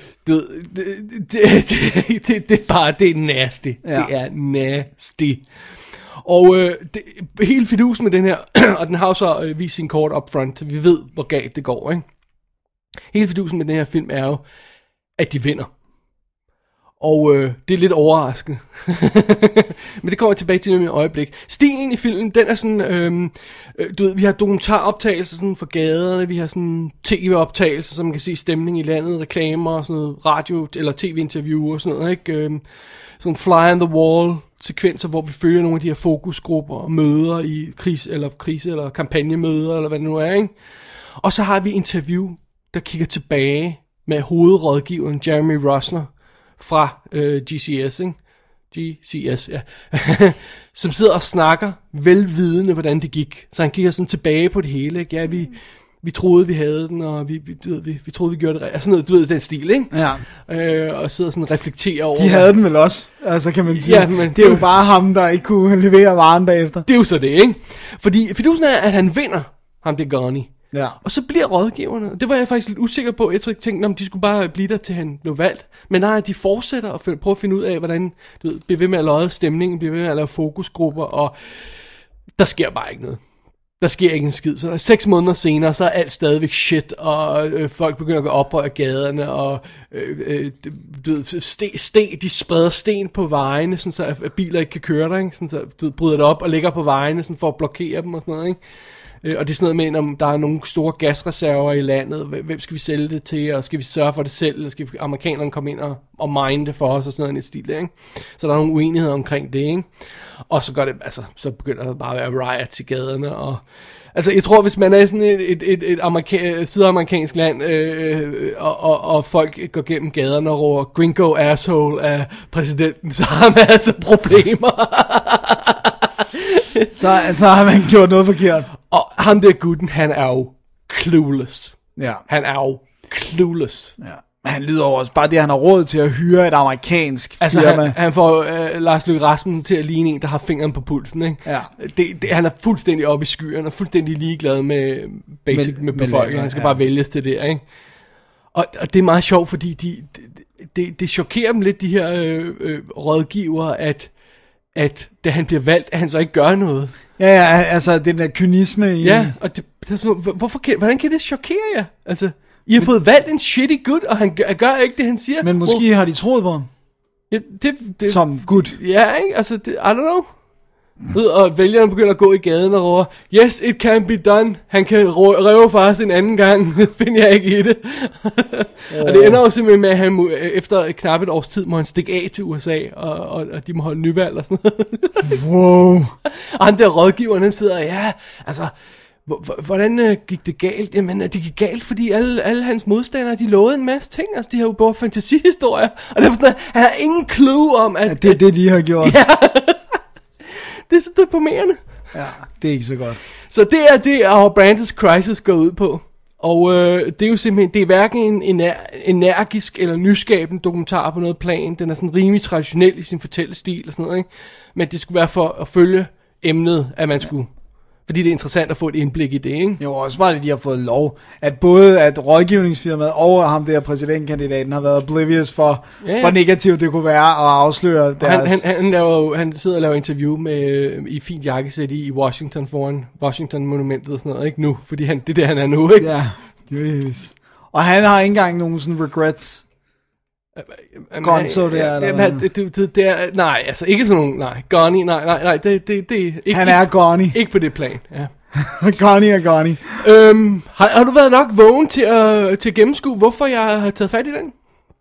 det er bare, det er nasty. Ja. Det er nasty. Og hele fidusen med den her, og den har jo så vist sin kort up front, vi ved, hvor galt det går, ikke? Hele fidusen med den her film er jo, at de vinder. Og det er lidt overraskende. Men det kommer jeg tilbage til i et øjeblik. Stilen i filmen, den er sådan, du ved, vi har dokumentaroptagelser sådan fra gaderne, vi har sådan tv-optagelser, så man kan se stemning i landet, reklamer og sådan noget, radio- eller tv-interview og sådan noget, ikke? Sådan fly on the wall sekvenser, hvor vi følger nogle af de her fokusgrupper og møder i krise eller kampagnemøder, eller hvad det nu er, ikke? Og så har vi interview, der kigger tilbage med hovedrådgiveren Jeremy Rosner fra GCS, ikke? GCS, ja. Som sidder og snakker velvidende, hvordan det gik. Så han kigger sådan tilbage på det hele, ikke? Ja, vi troede, vi havde den, og vi troede, vi gjorde det rigtigt. Altså noget, du ved, den stil, ikke? Ja. Og sidder sådan og reflekterer over... De havde den vel også, altså kan man sige. Ja, men det er jo bare ham, der ikke kunne levere varen bagefter. Det er jo så det, ikke? Fordi fidusen er, at han vinder, ham det Ghani. Ja. Og så bliver rådgiverne, det var jeg faktisk lidt usikker på. Jeg tænkte, om de skulle bare blive der, til han blev valgt. Men nej, de fortsætter og prøver at finde ud af, hvordan, du ved, bliver ved med at lodde stemningen, bliver ved med at lave fokusgrupper, og der sker bare ikke noget. Der sker ikke en skid. Så 6 måneder senere, så er alt stadigvæk shit, og folk begynder at gå op ad gaderne, og de spreder sten på vejene, sådan så at biler ikke kan køre der, ikke? Sådan så bryder det op og ligger på vejene, sådan for at blokere dem og sådan noget, ikke? Og det er sådan noget med, om der er nogle store gasreserver i landet, hvem skal vi sælge det til, og skal vi sørge for det selv, eller skal amerikanerne komme ind og mine det for os, og sådan noget i stil, ikke? Så der er nogle uenigheder omkring det, ikke? Og så gør det, altså, så begynder der bare at være riots i gaderne, og altså, jeg tror, hvis man er sådan et sydamerikansk land, og folk går gennem gaderne og råber gringo asshole af præsidenten, så har man altså problemer. Så har man gjort noget forkert. Og ham der gutten, han er jo clueless. Ja. Han er jo clueless. Ja. Han lyder også bare det, han har råd til at hyre et amerikansk firma. Han får Lars Løkke Rasmussen til at ligne en, der har fingeren på pulsen, ikke? Ja. Han er fuldstændig oppe i skyerne, og fuldstændig ligeglad med med befolkningen. Han skal bare vælges til det, ikke? Og det er meget sjovt, fordi det chokerer dem lidt, de her rådgivere, at da han bliver valgt, at han så ikke gør noget. Ja, altså den der kynisme i... Ja, og det er sådan, hvordan kan det chokere jer? Altså, I har fået valgt en shitty gut, og han gør ikke det, han siger. Men måske har de troet på ham. Ja, det som gut. Ja, ikke? Altså, I don't know. Og vælgerne begynder at gå i gaden og råber, yes, it can be done. Han kan røve faktisk en anden gang. Finder jeg ikke i det. Og det ender jo simpelthen med, at han efter knap et års tid må han stikke af til USA, og de må holde nyvalg og sådan noget. Wow. Og han der rådgiveren, han sidder, ja, altså, hvordan gik det galt? Jamen, det gik galt, fordi alle hans modstandere, de lovede en masse ting. Altså, de har jo bare fantasihistorier. Og det var sådan, han har ingen clue om, at... det er det, de har gjort. Ja. Det er så deprimerende. Ja, det er ikke så godt. Så det er det, Our Brand's Crisis går ud på. Og det er jo simpelthen, det er hverken en energisk eller nyskabende dokumentar på noget plan. Den er sådan rimelig traditionel i sin fortællestil og sådan noget, ikke? Men det skulle være for at følge emnet, at man skulle... Fordi det er interessant at få et indblik i det, ikke? Jo, også bare de har fået lov. At både at rådgivningsfirmaet og ham der præsidentkandidaten har været oblivious for, hvor negativt det kunne være at afsløre deres... Han sidder og laver interview med, i fint jakkesæt i Washington foran Washington-monumentet og sådan noget, ikke nu? Fordi det er der, han er nu, ikke? Ja, yes. Og han har ikke engang nogen sådan regrets. Gonzo der, eller nej, altså ikke sådan nogen, nej, Gonny, nej, det ikke. Han er Gonny. Ikke på det plan, ja. Gonny er Gonny. Har du været nok vågen til at gennemskue, hvorfor jeg har taget fat i den?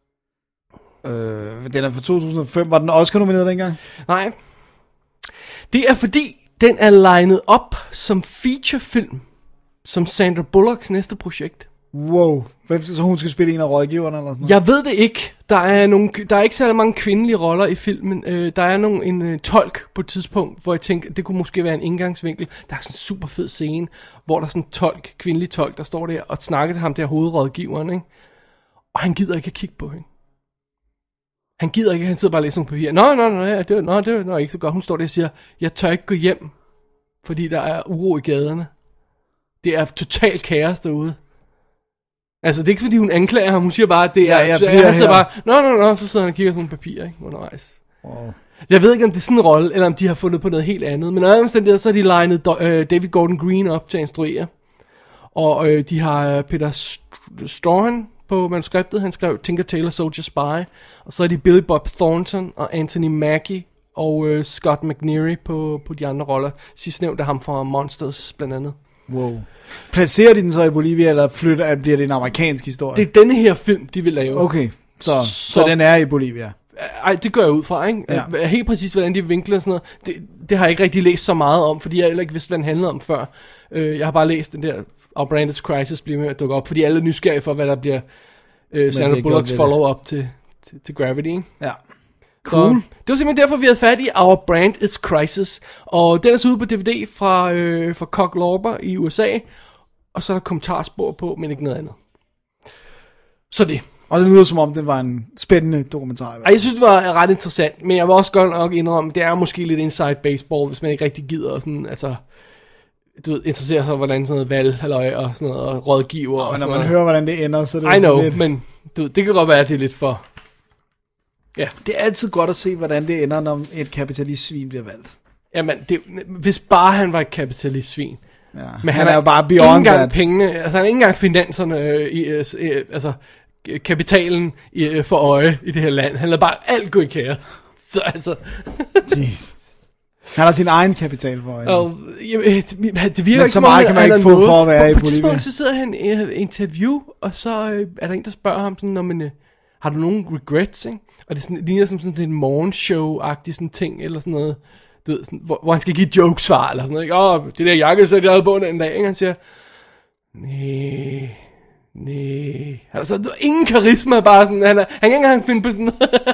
Den er fra 2005, var den Oscar-nomineret dengang? Nej. Det er fordi, den er legnet op som featurefilm, som Sandra Bullocks næste projekt. Wow, så hun skal spille en af rådgiverne eller sådan noget? Jeg ved det ikke. Der er ikke særlig mange kvindelige roller i filmen. Der er en tolk på et tidspunkt, hvor jeg tænker, det kunne måske være en indgangsvinkel. Der er sådan en super fed scene, hvor der er sådan en kvindelig tolk, der står der og snakker til ham der hovedrådgiveren, ikke? Og han gider ikke at kigge på hende. Han gider ikke, han sidder bare og læser nogle papirer. Det er ikke så godt. Hun står der og siger, jeg tør ikke gå hjem, fordi der er uro i gaderne. Det er totalt kaos derude. Altså, det er ikke fordi, hun anklager ham. Hun siger bare, at det er... Han sidder bare... Så sidder han og kigger på nogle papirer, ikke? Undervejs. Wow. Jeg ved ikke, om det er sådan en rolle, eller om de har fundet på noget helt andet. Men under omstændigheder, så har de legnet David Gordon Green op til at instruere. Og de har Peter Strahan på manuskriptet. Han skrev Tinker Tailor Soldier Spy. Og så er de Billy Bob Thornton og Anthony Mackie og Scott McNeary på de andre roller. Sidst nævnte ham fra Monsters, blandt andet. Wow. Placerer de den så i Bolivia, eller bliver det en amerikansk historie? Det er denne her film, de vil lave. Okay, så den er i Bolivia? Ej, det går jeg ud fra, ikke? Ja. Helt præcis, hvordan de vinkler og sådan noget, det har jeg ikke rigtig læst så meget om, fordi jeg heller ikke vidste, hvad den handlede om før. Jeg har bare læst den der Our Branded Crisis blive med at dukke op, fordi alle er nysgerrige for, hvad der bliver Sandra Bullocks follow-up til Gravity, ikke? Ja. Cool. Så, det var simpelthen derfor, vi havde fat i Our Brand is Crisis. Og den er så ude på DVD fra Cock Lorber i USA. Og så er der kommentarspor på, men ikke noget andet. Så det. Og det lyder som om, det var en spændende dokumentar. Jeg synes, det var ret interessant. Men jeg var også godt nok indrømme, det er måske lidt inside baseball, hvis man ikke rigtig gider sådan, altså... Du ved, interesserer sig, hvordan sådan noget valg, halløj, og sådan noget, og rådgiver og sådan noget. Når man hører, hvordan det ender, så er det I know, lidt... men du ved, det kan godt være, at det er lidt for... Ja. Det er altid godt at se, hvordan det ender, når et kapitalistsvin bliver valgt. Jamen, hvis bare han var et kapitalistsvin. Ja. Men han er jo bare beyond that. Pengene, altså han har ikke engang finanserne, altså kapitalen for øje i det her land. Han lader bare alt gå i kaos. Så altså... Jeez. Han har sin egen kapital for øje. Det virker men så meget kan man ikke få for at være i Bolivia. På så sidder han i et interview, og så er der en, der spørger ham sådan, har du nogen regrets, ikke? Og det ligner som sådan en morgenshow-agtig sådan ting, eller sådan noget, du ved, sådan, hvor han skal give jokesvar, eller sådan noget, ikke? Det der jakkesæt, jeg havde på den dag, ikke? Han siger, nej, altså, du har ingen karisma, bare sådan, han kan ikke engang finde på sådan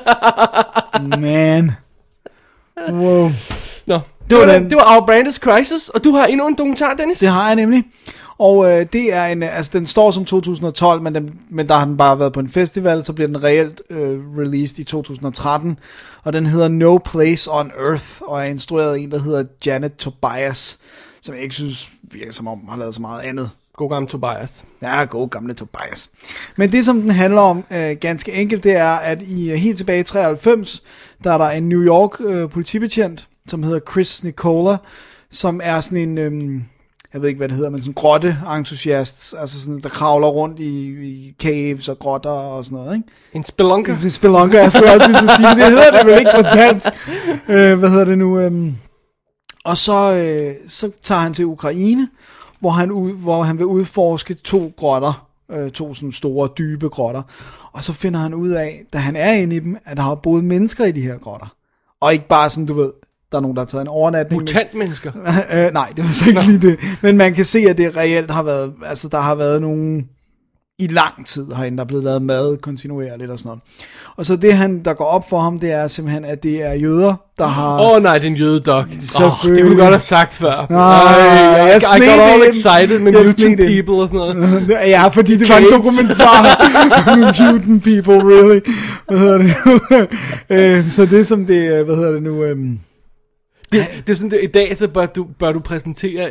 Man. Wow. Nå, det var Our Brand is Crisis, og du har endnu en dokumentar, Dennis? Det har jeg nemlig. Og det er den står som 2012, men der har den bare været på en festival, så bliver den reelt released i 2013, og den hedder No Place on Earth, og er instrueret af en, der hedder Janet Tobias, som jeg ikke synes virker som om har lavet så meget andet. God gamle Tobias. Ja, god gamle Tobias. Men det, som den handler om, ganske enkelt, det er, at helt tilbage i 93, der er der en New York politibetjent, som hedder Chris Nicola, som er sådan en... jeg ved ikke, hvad det hedder, men sådan en grotte-entusiast, altså sådan, der kravler rundt i caves og grotter og sådan noget, ikke? En spelunker? En spelunker, jeg skulle også lige sige, det hedder det vel ikke på dansk. Hvad hedder det nu? Og så tager han til Ukraine, hvor han vil udforske 2 grotter, 2 sådan store, dybe grotter, og så finder han ud af, da han er inde i dem, at der har boet mennesker i de her grotter. Og ikke bare sådan, du ved, der er nogen, der har taget en overnatning. Mutantmennesker? Nej, det var så ikke lige det. Men man kan se, at det reelt har været... Altså, der har været nogle i lang tid herinde, der er blevet lavet mad kontinuerligt og sådan noget. Og så det, der går op for ham, det er simpelthen, at det er jøder, der har... nej, det er en jødedok. Det Selvfølgelig. kunne du godt have sagt før. Nej, I got all excited med mutant people og sådan noget. Ja, fordi det var en dokumentar. Mutant people, really. Hvad hedder det? Så det som det, hvad hedder det nu... Det er sådan, at i dag så bør du præsentere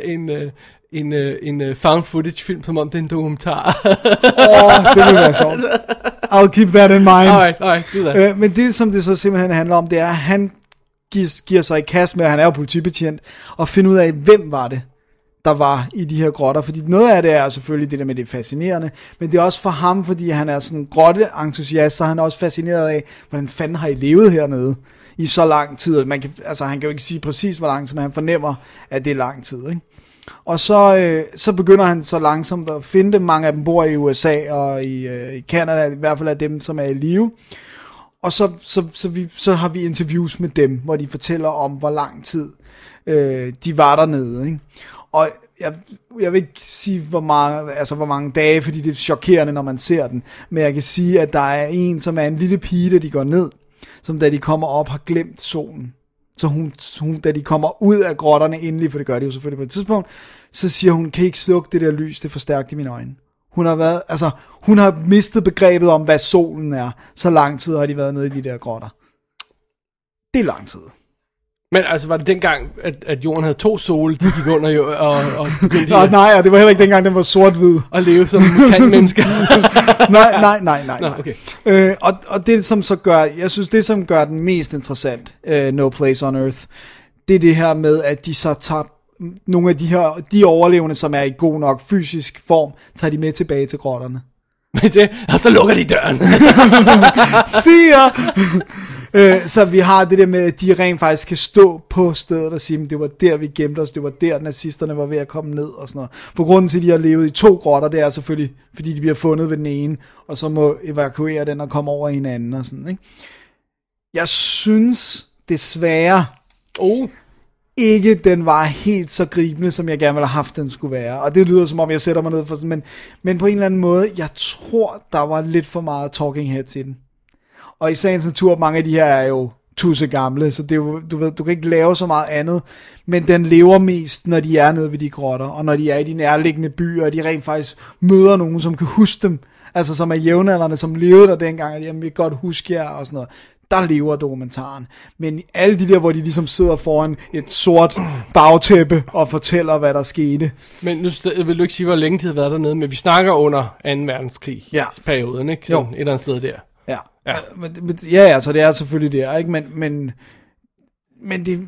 en found footage film, som om det er en dokumentar. Det vil være sjovt. I'll keep that in mind. Alright, do that. Men det som det så simpelthen handler om, det er, at han giver sig i kast med, at han er jo politibetjent, og finde ud af, hvem var det, der var i de her grotter. Fordi noget af det er selvfølgelig det der med det fascinerende, men det er også for ham, fordi han er sådan en grotteentusiast, så han er også fascineret af, hvordan fanden har I levet hernede i så lang tid. Han kan jo ikke sige præcis, hvor lang tid, men han fornemmer, at det er lang tid, ikke? Og så begynder han så langsomt at finde dem. Mange af dem bor i USA og i Canada, i hvert fald af dem, som er i live. Og så har vi interviews med dem, hvor de fortæller om, hvor lang tid de var dernede, ikke? Og jeg vil ikke sige, hvor mange dage, fordi det er chokerende, når man ser den. Men jeg kan sige, at der er en, som er en lille pige, da de går ned, som da de kommer op, har glemt solen. Så hun, da de kommer ud af grotterne endelig, for det gør de jo selvfølgelig på et tidspunkt, så siger hun, kan I ikke slukke det der lys, det er for stærkt i mine øjne. Hun har mistet begrebet om, hvad solen er. Så lang tid har de været nede i de der grotter. Det er lang tid. Men altså, var det dengang, at jorden havde 2 sole, de gik under og begyndte nej, og det var heller ikke dengang, den var sort-hvid. Og leve som mutantmennesker. nej. Nå, okay. Og det som så gør, jeg synes det som gør den mest interessant, No Place on Earth, det er det her med, at de så tager nogle af de overlevende, som er i god nok fysisk form, tager de med tilbage til grotterne. Og så lukker de døren. Siger. Så vi har det der med, at de rent faktisk kan stå på stedet og sige, det var der vi gemte os, det var der nazisterne var ved at komme ned og sådan noget. For grunden til, at de har levet i 2 grotter, det er selvfølgelig, fordi de bliver fundet ved den ene, og så må evakuere den og komme over hinanden og sådan, ikke? Jeg synes desværre ikke, den var helt så gribende, som jeg gerne ville have haft, den skulle være. Og det lyder som om, jeg sætter mig ned for sådan, men på en eller anden måde, jeg tror, der var lidt for meget talking heads i den. Og i sagens natur, mange af de her er jo tusse gamle, så det er jo, du kan ikke lave så meget andet, men den lever mest, når de er nede ved de grotter, og når de er i de nærliggende byer, og de rent faktisk møder nogen, som kan huske dem, altså som er jævnaldrende, som levede der dengang, og jeg vil godt huske jer, og sådan noget. Der lever dokumentaren. Men alle de der, hvor de ligesom sidder foran et sort bagtæppe og fortæller, hvad der skete. Men nu vil du ikke sige, hvor længe de havde været dernede, men vi snakker under 2. verdenskrig perioden, ikke? Så et eller andet sted der. Ja, så det er selvfølgelig der, ikke? Men det,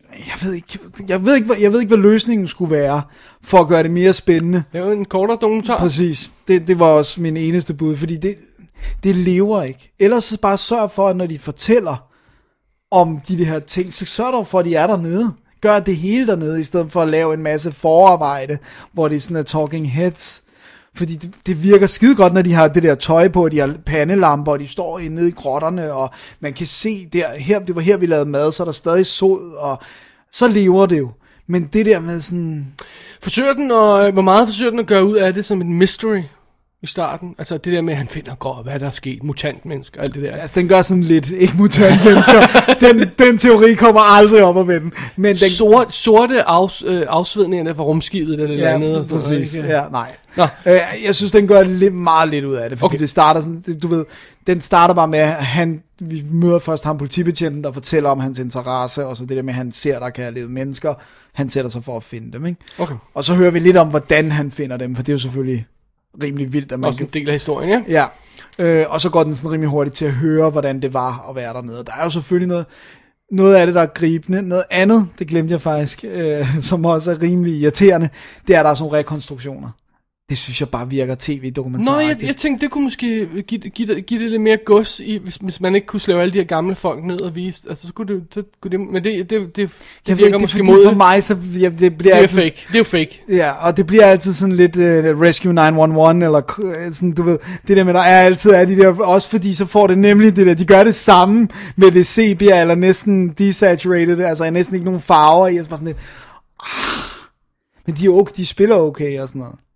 jeg ved ikke, hvad løsningen skulle være for at gøre det mere spændende. Det er jo en kortere dokumentar. Præcis. Det var også min eneste bud, fordi det lever ikke. Ellers så bare sørg for, at når de fortæller om de her ting, så sørg dog for, at de er dernede. Gør det hele dernede, i stedet for at lave en masse forarbejde, hvor det er sådan talking heads. Fordi det virker skide godt, når de har det der tøj på, og de har pandelamper, og de står nede i grotterne, og man kan se, det var her, vi lavede mad, så er der stadig sod, og så lever det jo. Men det der med sådan... Hvor meget forsøger den at gøre ud af det som en mystery i starten? Altså det der med, at han finder hvad der er sket, mutantmennesker og alt det der. Altså den gør sådan lidt, ikke mutantmennesker. den teori kommer aldrig op at vende. Men den... Sorte afsvedninger fra rumskibet eller andet. Ja, præcis. Nej. Nå. Jeg synes, den gør meget lidt ud af det, fordi det starter sådan, du ved, den starter bare med, at vi møder først ham politibetjenten, der fortæller om hans interesse, og så det der med, at han ser, der kan have levet mennesker, han sætter sig for at finde dem, ikke? Okay. Og så hører vi lidt om, hvordan han finder dem, for det er jo selvfølgelig rimelig vildt, at man også en del af historien, ja? Ja, og så går den sådan rimelig hurtigt til at høre, hvordan det var at være dernede. Der er jo selvfølgelig noget af det, der er gribende. Noget andet, det glemte jeg faktisk, som også er rimelig irriterende, det er, der er sådan nogle rekonstruktioner. Det synes jeg bare virker tv-dokumentaragtigt. Nå, jeg tænkte, det kunne måske give det lidt mere gods i, hvis man ikke kunne slæve alle de her gamle folk ned og vise. Altså, så kunne det men det virker måske mod. For mig, så det bliver altid... fake. Det er jo fake. Ja, og det bliver altid sådan lidt Rescue 911, eller sådan, du ved, det der med, der er altid de der, også fordi så får det nemlig det der, de gør det samme med det sepia, eller næsten desaturated, altså er næsten ikke nogen farver i, altså bare sådan lidt, men de spiller okay og sådan noget.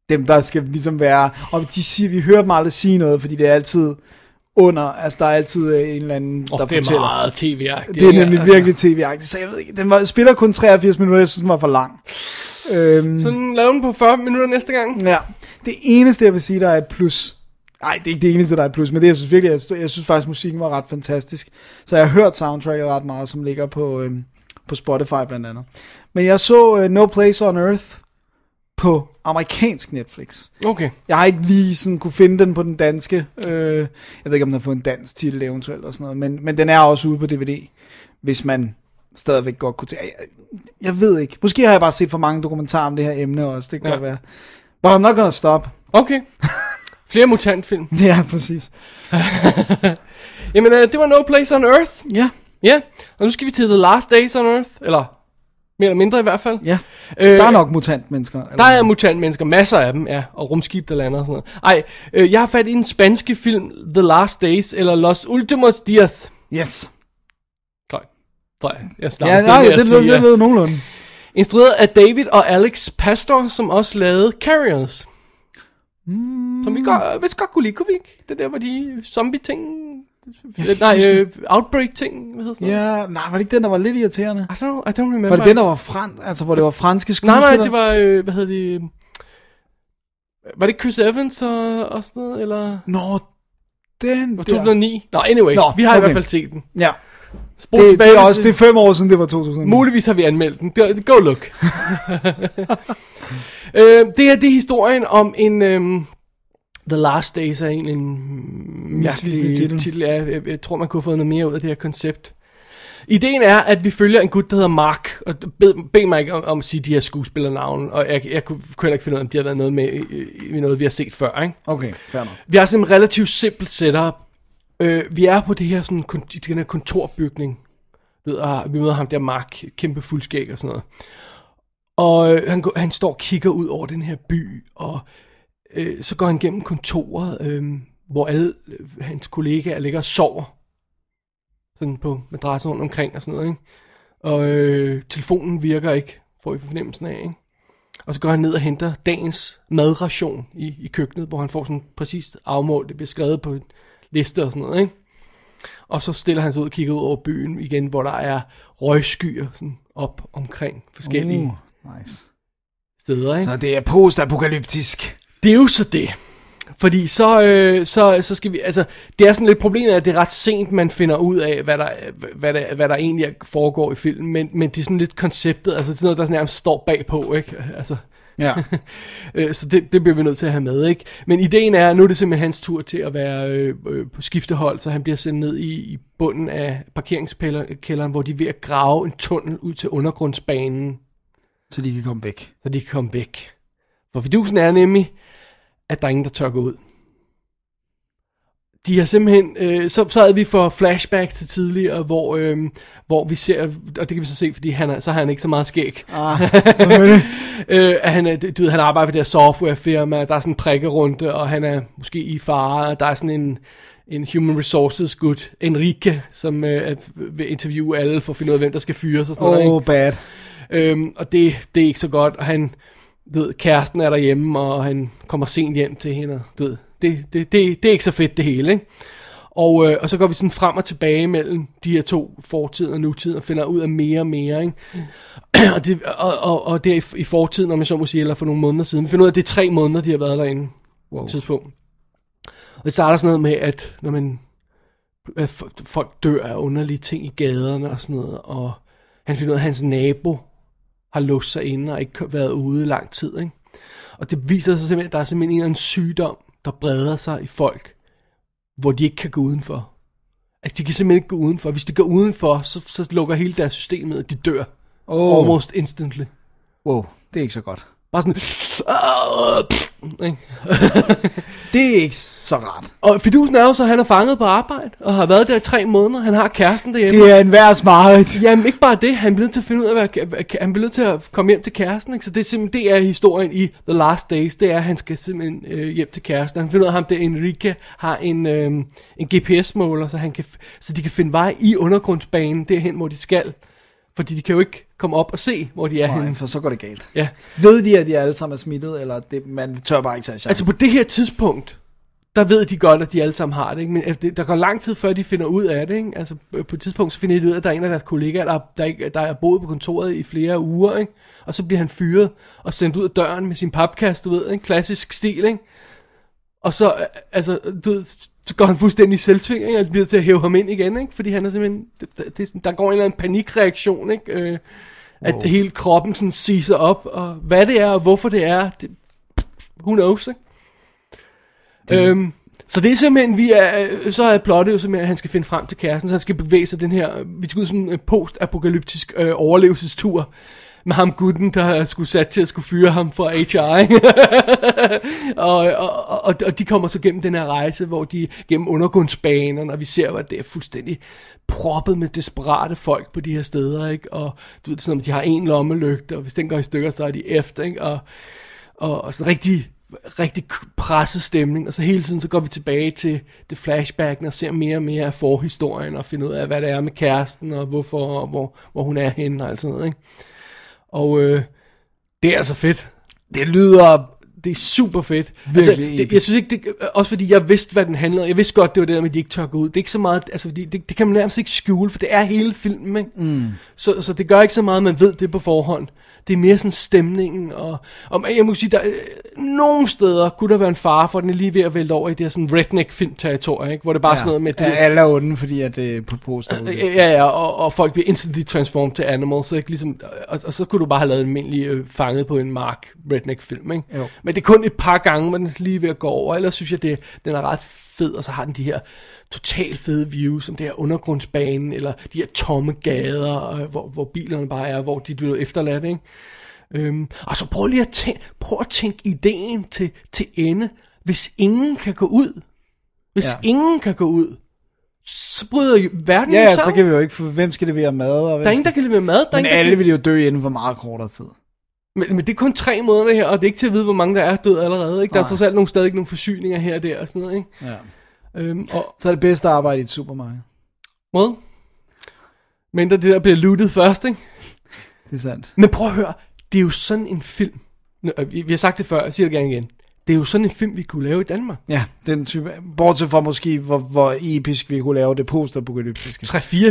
dem, der skal ligesom være, og de siger, vi hører dem aldrig sige noget, fordi det er altid under, altså der er altid en eller anden, der det er fortæller. meget tv-agtigt. Det er nemlig virkelig tv-agtigt, så jeg ved ikke, spiller kun 83 minutter, jeg synes, den var for lang. Sådan lave den på 40 minutter næste gang. Ja, det eneste, jeg vil sige, der er et plus. Nej, det er ikke det eneste, der er et plus, men det jeg synes virkelig, jeg synes faktisk, musikken var ret fantastisk. Så jeg har hørt soundtracket ret meget, som ligger på Spotify blandt andet. Men jeg så No Place on Earth på amerikansk Netflix. Okay. Jeg har ikke lige sådan kunne finde den på den danske. Jeg ved ikke, om den har fået en dansk titel eventuelt og sådan noget, men den er også ude på DVD, hvis man stadigvæk godt kunne tage. Jeg ved ikke. Måske har jeg bare set for mange dokumentarer om det her emne også. Det kan godt være. But I'm not gonna stop. Okay. Flere mutantfilm. Ja, præcis. Jamen, det var No Place on Earth. Ja. Ja, og nu skal vi til The Last Days on Earth. Eller mere eller mindre i hvert fald. Ja. Der er nok mutantmennesker. Der er mutantmennesker, masser af dem, ja. Og rumskib, der lander og sådan noget. Jeg har fat i den spanske film The Last Days, eller Los Últimos Días. Yes. Tror jeg. Det ved nogenlunde. Instrueret af David og Alex Pastor, som også lavede Carriers. Som vi godt kunne lide, kunne vi ikke? Det der var de zombie-ting. Outbreak-ting, hvad hedder sådan noget? Ja, nej, var det ikke den, der var lidt irriterende? I don't remember. Var det den, der var altså hvor det var franske skuespillere? Nej, det var, hvad hedder det? Var det Chris Evans og sådan noget, eller? Nå, den der. 2009? Nå, anyway, vi har i hvert fald set den. Ja. Det er også, det er 5 år siden, det var 2009. Muligvis har vi anmeldt den. Go look. Det er historien om en... The Last Days er egentlig en mærkelig titel. Jeg tror, man kunne have fået noget mere ud af det her koncept. Ideen er, at vi følger en gut, der hedder Mark, og bed mig ikke om at sige de her skuespillernavne, og jeg kunne heller ikke finde ud af, om de har været noget med i noget, vi har set før, ikke? Okay, fair nok. Vi har sådan en relativt simpelt setup. Vi er på det her, sådan, den her kontorbygning, og vi møder ham der Mark, kæmpe fuldskæg og sådan noget. Og han står og kigger ud over den her by, og så går han gennem kontoret, hvor alle hans kollegaer ligger og sover. Sådan på madrassen rundt omkring og sådan noget, ikke? Og telefonen virker ikke, får vi fornemmelsen af, ikke? Og så går han ned og henter dagens madration i køkkenet, hvor han får sådan præcist afmål. Det bliver skrevet på en liste og sådan noget, ikke? Og så stiller han sig ud og kigger ud over byen igen, hvor der er røgskyer sådan op omkring forskellige steder, ikke? Så det er postapokalyptisk. Det er jo så det. Fordi så skal vi, altså, det er sådan lidt problemet, at det er ret sent, man finder ud af, hvad der egentlig foregår i filmen, men det er sådan lidt konceptet, altså sådan noget, der nærmest står bagpå, ikke? Altså, ja. Så det bliver vi nødt til at have med, ikke? Men ideen er, nu er det simpelthen hans tur til at være på skiftehold, så han bliver sendt ned i bunden af parkeringskælderen, hvor de er ved at grave en tunnel ud til undergrundsbanen. Så de kan komme væk. For fidusen er nemlig, at der er ingen, der tør gå ud. De har simpelthen, så havde vi for flashbacks til tidligere, hvor vi ser, og det kan vi så se, fordi så har han ikke så meget skæg. Selvfølgelig. Han arbejder for det her softwarefirma, der er sådan en prikkerunde, og han er måske i fare, der er sådan en human resources gut, Enrique, som vil interviewe alle for at finde ud af, hvem der skal fyres og sådan noget. Oh, bad. Og det er ikke så godt, og han... kæresten er derhjemme, og han kommer sent hjem til hende. Det er ikke så fedt det hele, ikke? Og så går vi sådan frem og tilbage mellem de her to, fortiden og nutiden, og finder ud af mere og mere, ikke? og det er i fortiden, om jeg så må sige, eller for nogle måneder siden. Vi finder ud af, at det er 3 måneder, de har været derinde. Wow. Tidspunkt. Og det starter sådan noget med, at når folk dør af underlige ting i gaderne og sådan noget, og han finder ud af, at hans nabo har låst sig inde og ikke været ude i lang tid, ikke? Og det viser sig simpelthen, at der er simpelthen en eller anden sygdom, der breder sig i folk, hvor de ikke kan gå udenfor. At de kan simpelthen ikke gå udenfor. Hvis de går udenfor, så lukker hele deres system ned, og de dør. Almost instantly. Wow, det er ikke så godt. Bare sådan... Det er ikke så rart. Og fidusen er jo så, at han er fanget på arbejde, og har været der i 3 måneder. Han har kæresten derhjemme. Det er en værd smart. Jamen ikke bare det, han bliver nødt til at finde ud af, han bliver nødt til at komme hjem til kæresten, ikke? Så det er simpelthen, det er historien i The Last Days, det er, at han skal simpelthen hjem til kæresten. Han finder ud af ham, der Enrique har en GPS-måler, så de kan finde vej i undergrundsbanen, derhen hvor de skal. Fordi de kan jo ikke komme op og se, hvor de er henne. Nej, for så går det galt. Ja. Ved de, at de alle sammen er smittet, eller det, man tør bare ikke tage chance? Altså på det her tidspunkt, der ved de godt, at de alle sammen har det, ikke? Men der går lang tid før de finder ud af det, ikke? Altså på et tidspunkt så finder de ud af, at der er en af deres kollegaer, der er boet på kontoret i flere uger, ikke? Og så bliver han fyret og sendt ud af døren med sin papkasse, du ved, en klassisk stil, ikke? Og så, altså, du ved, så går han fuldstændig i selvsving, ikke? Og bliver til at hæve ham ind igen, ikke? Fordi han er simpelthen, der går en eller anden panikreaktion, ikke? At hele kroppen sådan siser op, og hvad det er, og hvorfor det er, who knows, ikke? Så det er simpelthen, så er plottet jo simpelthen, at han skal finde frem til kæresten, så han skal bevæge sig den her, vi skal ud sådan en post-apokalyptisk overlevelsestur, med ham gutten, der skulle sat til at skulle fyre ham for HR, og de kommer så gennem den her rejse, hvor de gennem undergrundsbanerne, og vi ser, at det er fuldstændig proppet med desperate folk på de her steder, ikke? Og du ved, sådan, de har en lommelygte, og hvis den går i stykker, så er de efter, ikke? Og sådan rigtig presset stemning, og så hele tiden så går vi tilbage til det flashbacken og ser mere og mere af forhistorien, og finder ud af, hvad det er med kæresten, og hvorfor, og hvor hun er henne, og alt sådan noget, ikke? Og det er altså fedt. Det er super fedt. Virkelig altså, jeg synes ikke, også fordi jeg vidste, hvad den handlede om. Jeg vidste godt, det var det der med, at de ikke tør gå ud. Det er ikke så meget, altså det kan man nærmest ikke skjule, for det er hele filmen, ikke? Så det gør ikke så meget, at man ved det på forhånd. Det er mere sådan stemningen, og jeg må sige, der nogle steder kunne der være en fare for, den er lige ved at vælte over i det her sådan redneck-film-territorie, ikke? Hvor det bare er sådan noget med... Ja, alle er onde, fordi at det er på poster. Ja, og folk bliver instantly transformed til animals, ikke? Ligesom, og så kunne du bare have lavet en almindelig fanget på en mark redneck-film, ikke? Jo. Men det er kun et par gange, hvor den er lige ved at gå over, ellers synes jeg, den er ret fed, og så har den de her totalt fede views, som det her undergrundsbanen, eller de her tomme gader, hvor bilerne bare er, hvor de bliver efterladt, ikke? Og så prøv lige at tænke ideen til ende. Hvis ingen kan gå ud, ingen kan gå ud, så bryder verden jo sammen. Så kan vi jo ikke, for hvem skal levere mad? Og der er ingen, der kan levere mad. Men alle vil jo dø inden for meget kortere tid. Men det er kun 3 måneder det her, og det er ikke til at vide, hvor mange der er død allerede, ikke? Der er så selv stadig nogle forsyninger her og der og sådan noget, ikke? Ja. Så er det bedste at arbejde i et supermarked. Hvad? Men det der bliver lootet først, ikke? Det er sandt. Men prøv at høre, det er jo sådan en film. Vi har sagt det før, jeg siger det gerne igen. Det er jo sådan en film, vi kunne lave i Danmark. Ja, den type. Bortset fra måske, hvor episk vi kunne lave det post-apokalyptiske.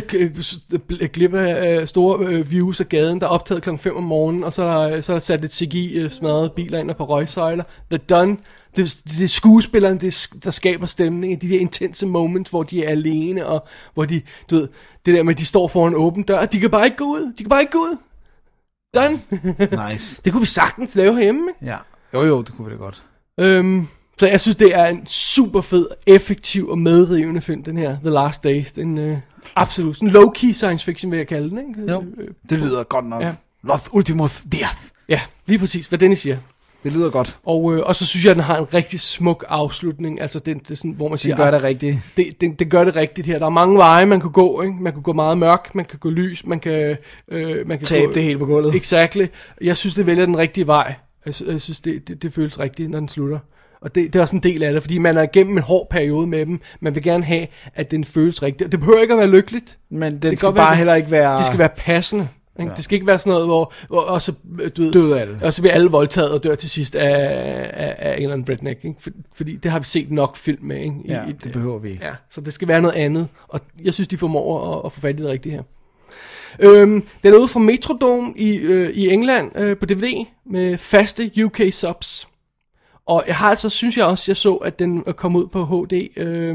3-4 glip af store views af gaden, der er optaget kl. 5 om morgenen, og så er der sat et CGI smadret biler ind på røgsøjler. The Done. Det er skuespillerne, der skaber stemning, de der intense moments, hvor de er alene, og hvor de, du ved, det der med, at de står foran en åben dør, de kan bare ikke gå ud. Done. Nice. Det kunne vi sagtens lave herhjemme, ikke? Ja. Jo, det kunne vi da godt. Så jeg synes, det er en super fed, effektiv og medrivende film, den her The Last Days. Den absolut sådan low-key science fiction, vil jeg kalde den, ikke? Jo, det lyder godt nok. Ja. Loth Ultimate Death. Ja, lige præcis, hvad Dennis siger. Det lyder godt. Og så synes jeg, at den har en rigtig smuk afslutning. Altså, det er sådan, hvor man siger... Den gør det rigtigt. Det gør det rigtigt her. Der er mange veje, man kan gå, ikke? Man kan gå meget mørk, man kan gå lys, man kan tabe det hele på gulvet. Exactly. Jeg synes, det vælger den rigtige vej. Jeg synes, det føles rigtigt, når den slutter. Og det er også en del af det, fordi man er igennem en hård periode med dem. Man vil gerne have, at den føles rigtigt. Det behøver ikke at være lykkeligt. Men det skal bare heller ikke være... Det skal være passende. Ja. Det skal ikke være sådan noget, hvor og så, døde alle. Og så bliver alle voldtaget og dør til sidst af en eller anden redneck. Ikke? Fordi det har vi set nok film med. Ikke? Ja, det behøver vi ikke. Ja, så det skal være noget andet. Og jeg synes, de formår at få fat i det rigtige her. Den er ude fra Metrodome i England på DVD med faste UK subs. Og synes jeg også, jeg så, at den kom ud på HD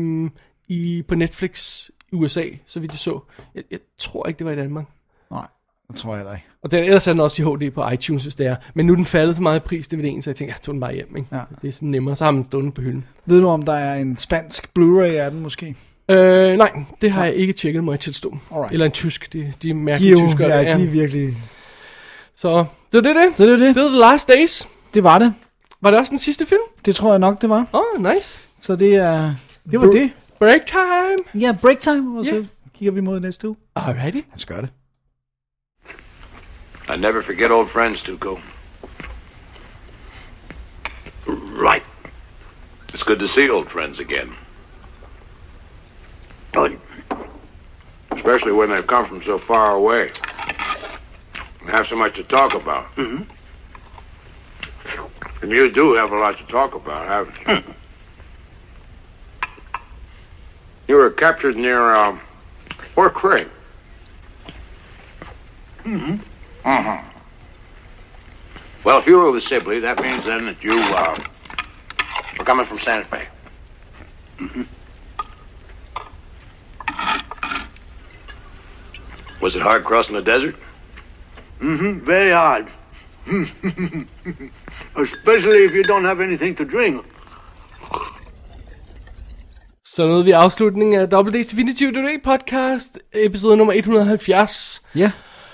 på Netflix i USA, så vidt jeg så. Jeg tror ikke, det var i Danmark. Nej, det tror jeg heller ikke. Og ellers er den også i HD på iTunes, hvis det er. Men nu er den faldet så meget i pris, DVD'en, så jeg tænker, jeg tog den bare hjem. Ikke? Ja. Det er sådan nemmere, så har man stående på hylden. Ved du, om der er en spansk Blu-ray af den måske? Nej, det har jeg ikke tjekket, må jeg tilstå. Alright. Eller en tysk, de er mærkelige tyskere. Ja, de er virkelig... Så det er det. Det var The Last Days. Det var det. Var det også den sidste film? Det tror jeg nok, det var. Nice. Så det var det. Break time. Ja, break time, og så kigger vi mod næste uge. Alrighty. Lad os gøre det. I never forget old friends, Tuco. Right. It's good to see old friends again. Good. Especially when they've come from so far away. have so much to talk about. Mm-hmm. And you do have a lot to talk about, haven't you? You were captured near, Fort Craig. Mm-hmm. Mm-hmm. Well, if you were with Sibley, that means then that you, were coming from Santa Fe. Mm-hmm. Was it hard crossing the desert? Mm-hmm, very hard. Especially if you don't have anything to drink. Så nåede vi afslutningen af WD's Definitive Today podcast, episode nummer 170. Ja.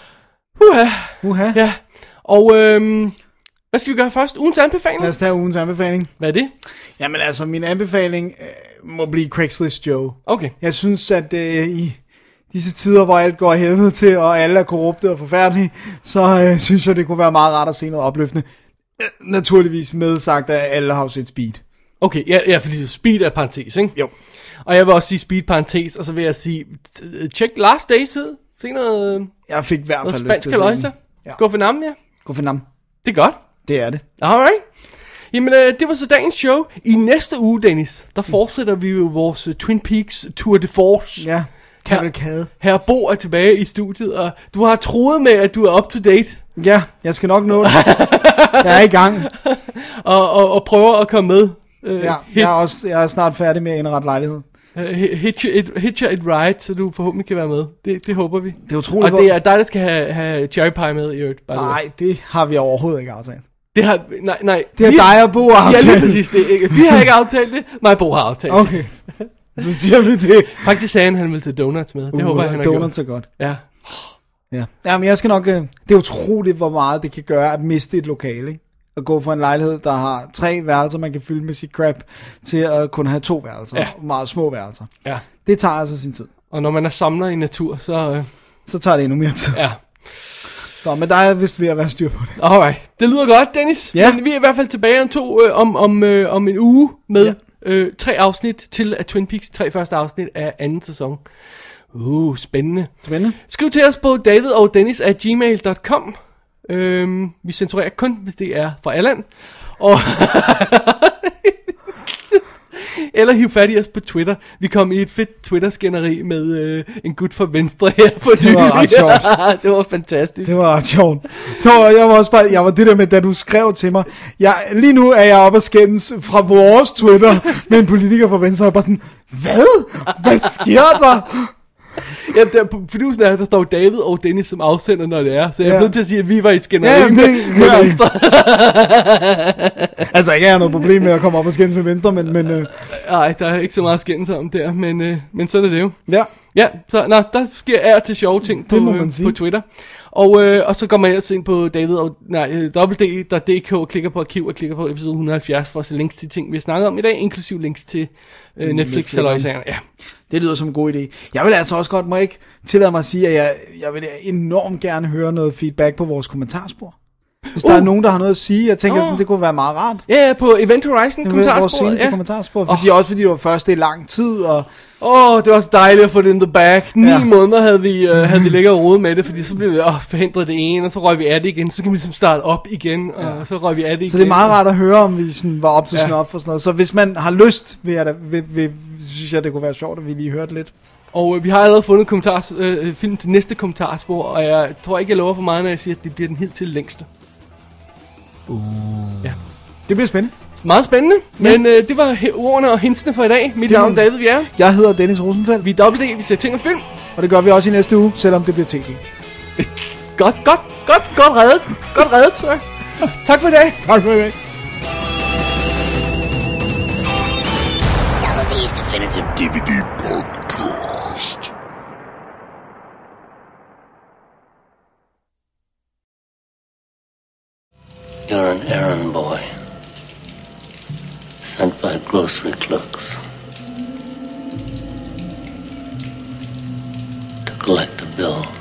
Ja. Og hvad skal vi gøre først? Ugens anbefaling? Lad os tage ugens anbefaling. Hvad er det? Jamen altså, min anbefaling må blive Craigslist Joe. Okay. Jeg synes, at i disse tider, hvor alt går af helvede til, og alle er korrupte og forfærdelige, så synes jeg, det kunne være meget rart at se noget opløftende. Naturligvis medsagt, at alle har set Speed. Okay, ja, fordi Speed er parentes, ikke? Jo. Og jeg vil også sige Speed parentes, og så vil jeg sige, check Last Days ud. Se noget... Jeg fik i hvert fald lyst til at se. Ja. Gå for navn, ja. Gå for navn. Det er godt. Det er det. Alright. Jamen, det var så dagens show. I næste uge, Dennis, der fortsætter vi jo vores Twin Peaks Tour de Force. Ja, kavalkade. Her Bo er tilbage i studiet, og du har troet med, at du er up to date. Ja, jeg skal nok nå det. Jeg er i gang. og prøver at komme med. Ja, jeg er snart færdig med at indrette lejligheden. Hitcher et ride, så du forhåbentlig kan være med. Det håber vi. Det er utroligt. Og det er dig, der skal have cherry pie med i øvrigt. Nej, det har vi overhovedet ikke aftalt. Nej. Det er dig og Bo aftalt. Ja, lige præcis. Vi har ikke aftalt det. Nej, Bo har aftalt det. Okay. Så siger vi det. Faktisk sagde han vil til donuts med. Det håber jeg, han har gjort. Donuts er godt. Ja. Ja, men jeg skal nok... det er utroligt, hvor meget det kan gøre at miste et lokale, ikke? At gå fra en lejlighed, der har 3 værelser, man kan fylde med sit crap, til at kun have 2 værelser. Ja. Meget små værelser. Ja. Det tager altså sin tid. Og når man er samler i natur, så tager det endnu mere tid. Ja. Så, men der er vist ved at være styr på det. Alright. Det lyder godt, Dennis. Ja. Men vi er i hvert fald tilbage om en uge med 3 afsnit til af Twin Peaks. 3 første afsnit af 2. sæson. Spændende. Skriv til os på davidogdennis@gmail.com. Vi censurerer kun, hvis det er fra Alland. Og eller hiv fat i os på Twitter. Vi kom i et fedt Twitter-skænderi med en gut fra Venstre her på det var ret sjovt. Det var fantastisk. Det var ret sjovt. Jeg var det der med, da du skrev til mig. Lige nu er jeg oppe at skændes fra vores Twitter med en politiker fra Venstre. Jeg bare sådan, hvad sker der? Ja, på fidusen der står David og Dennis som afsender, når det er. Så jeg er nødt til at sige, at vi var i et skænderi med Venstre. Altså, ikke er noget problem med at komme op og skændes med Venstre, men nej, der er ikke så meget skændes om der, men sådan er det jo. Ja, så der sker af til sjove ting på Twitter. Og så går man ellers ind på www.dk og klikker på arkiv og klikker på episode 170 for at se links til ting, vi har snakket om i dag, inklusive links til Netflix eller ja. Det lyder som en god idé. Jeg vil altså også godt, må ikke tillade mig at sige, at jeg vil enormt gerne høre noget feedback på vores kommentarspor. Hvis der er nogen, der har noget at sige, jeg tænker sådan, det kunne være meget rart. Ja, på Event Horizon kommentarspor. Vores seneste kommentarspor, fordi det var først i lang tid, og... det var så dejligt at få det in the back. 9 måneder havde vi ligget og rodet med det, fordi så blev vi forhindret det ene, og så røg vi af det igen, så kan vi ligesom starte op igen, og så røg vi af det igen. Så det er meget rart at høre, om vi sådan var op til sådan op for sådan noget. Så hvis man har lyst, synes jeg, det kunne være sjovt, at vi lige hørte lidt. Og vi har allerede fundet film til næste kommentarspor, og jeg tror ikke, jeg lover for meget, når jeg siger, at det bliver den hidtil længste. Ja. Det bliver spændende. Meget spændende, men det var ordene og hintsene for i dag. Mit navn er David Bjerre. Jeg hedder Dennis Rosenfeldt. Vi er WD, vi ser ting og film. Og det gør vi også i næste uge, selvom det bliver tv. Godt reddet. Godt reddet, så. Tak for i dag. Tak for i dag. WD's Definitive DVD Podcast. You're an errand boy, sent by grocery clerks to collect a bill.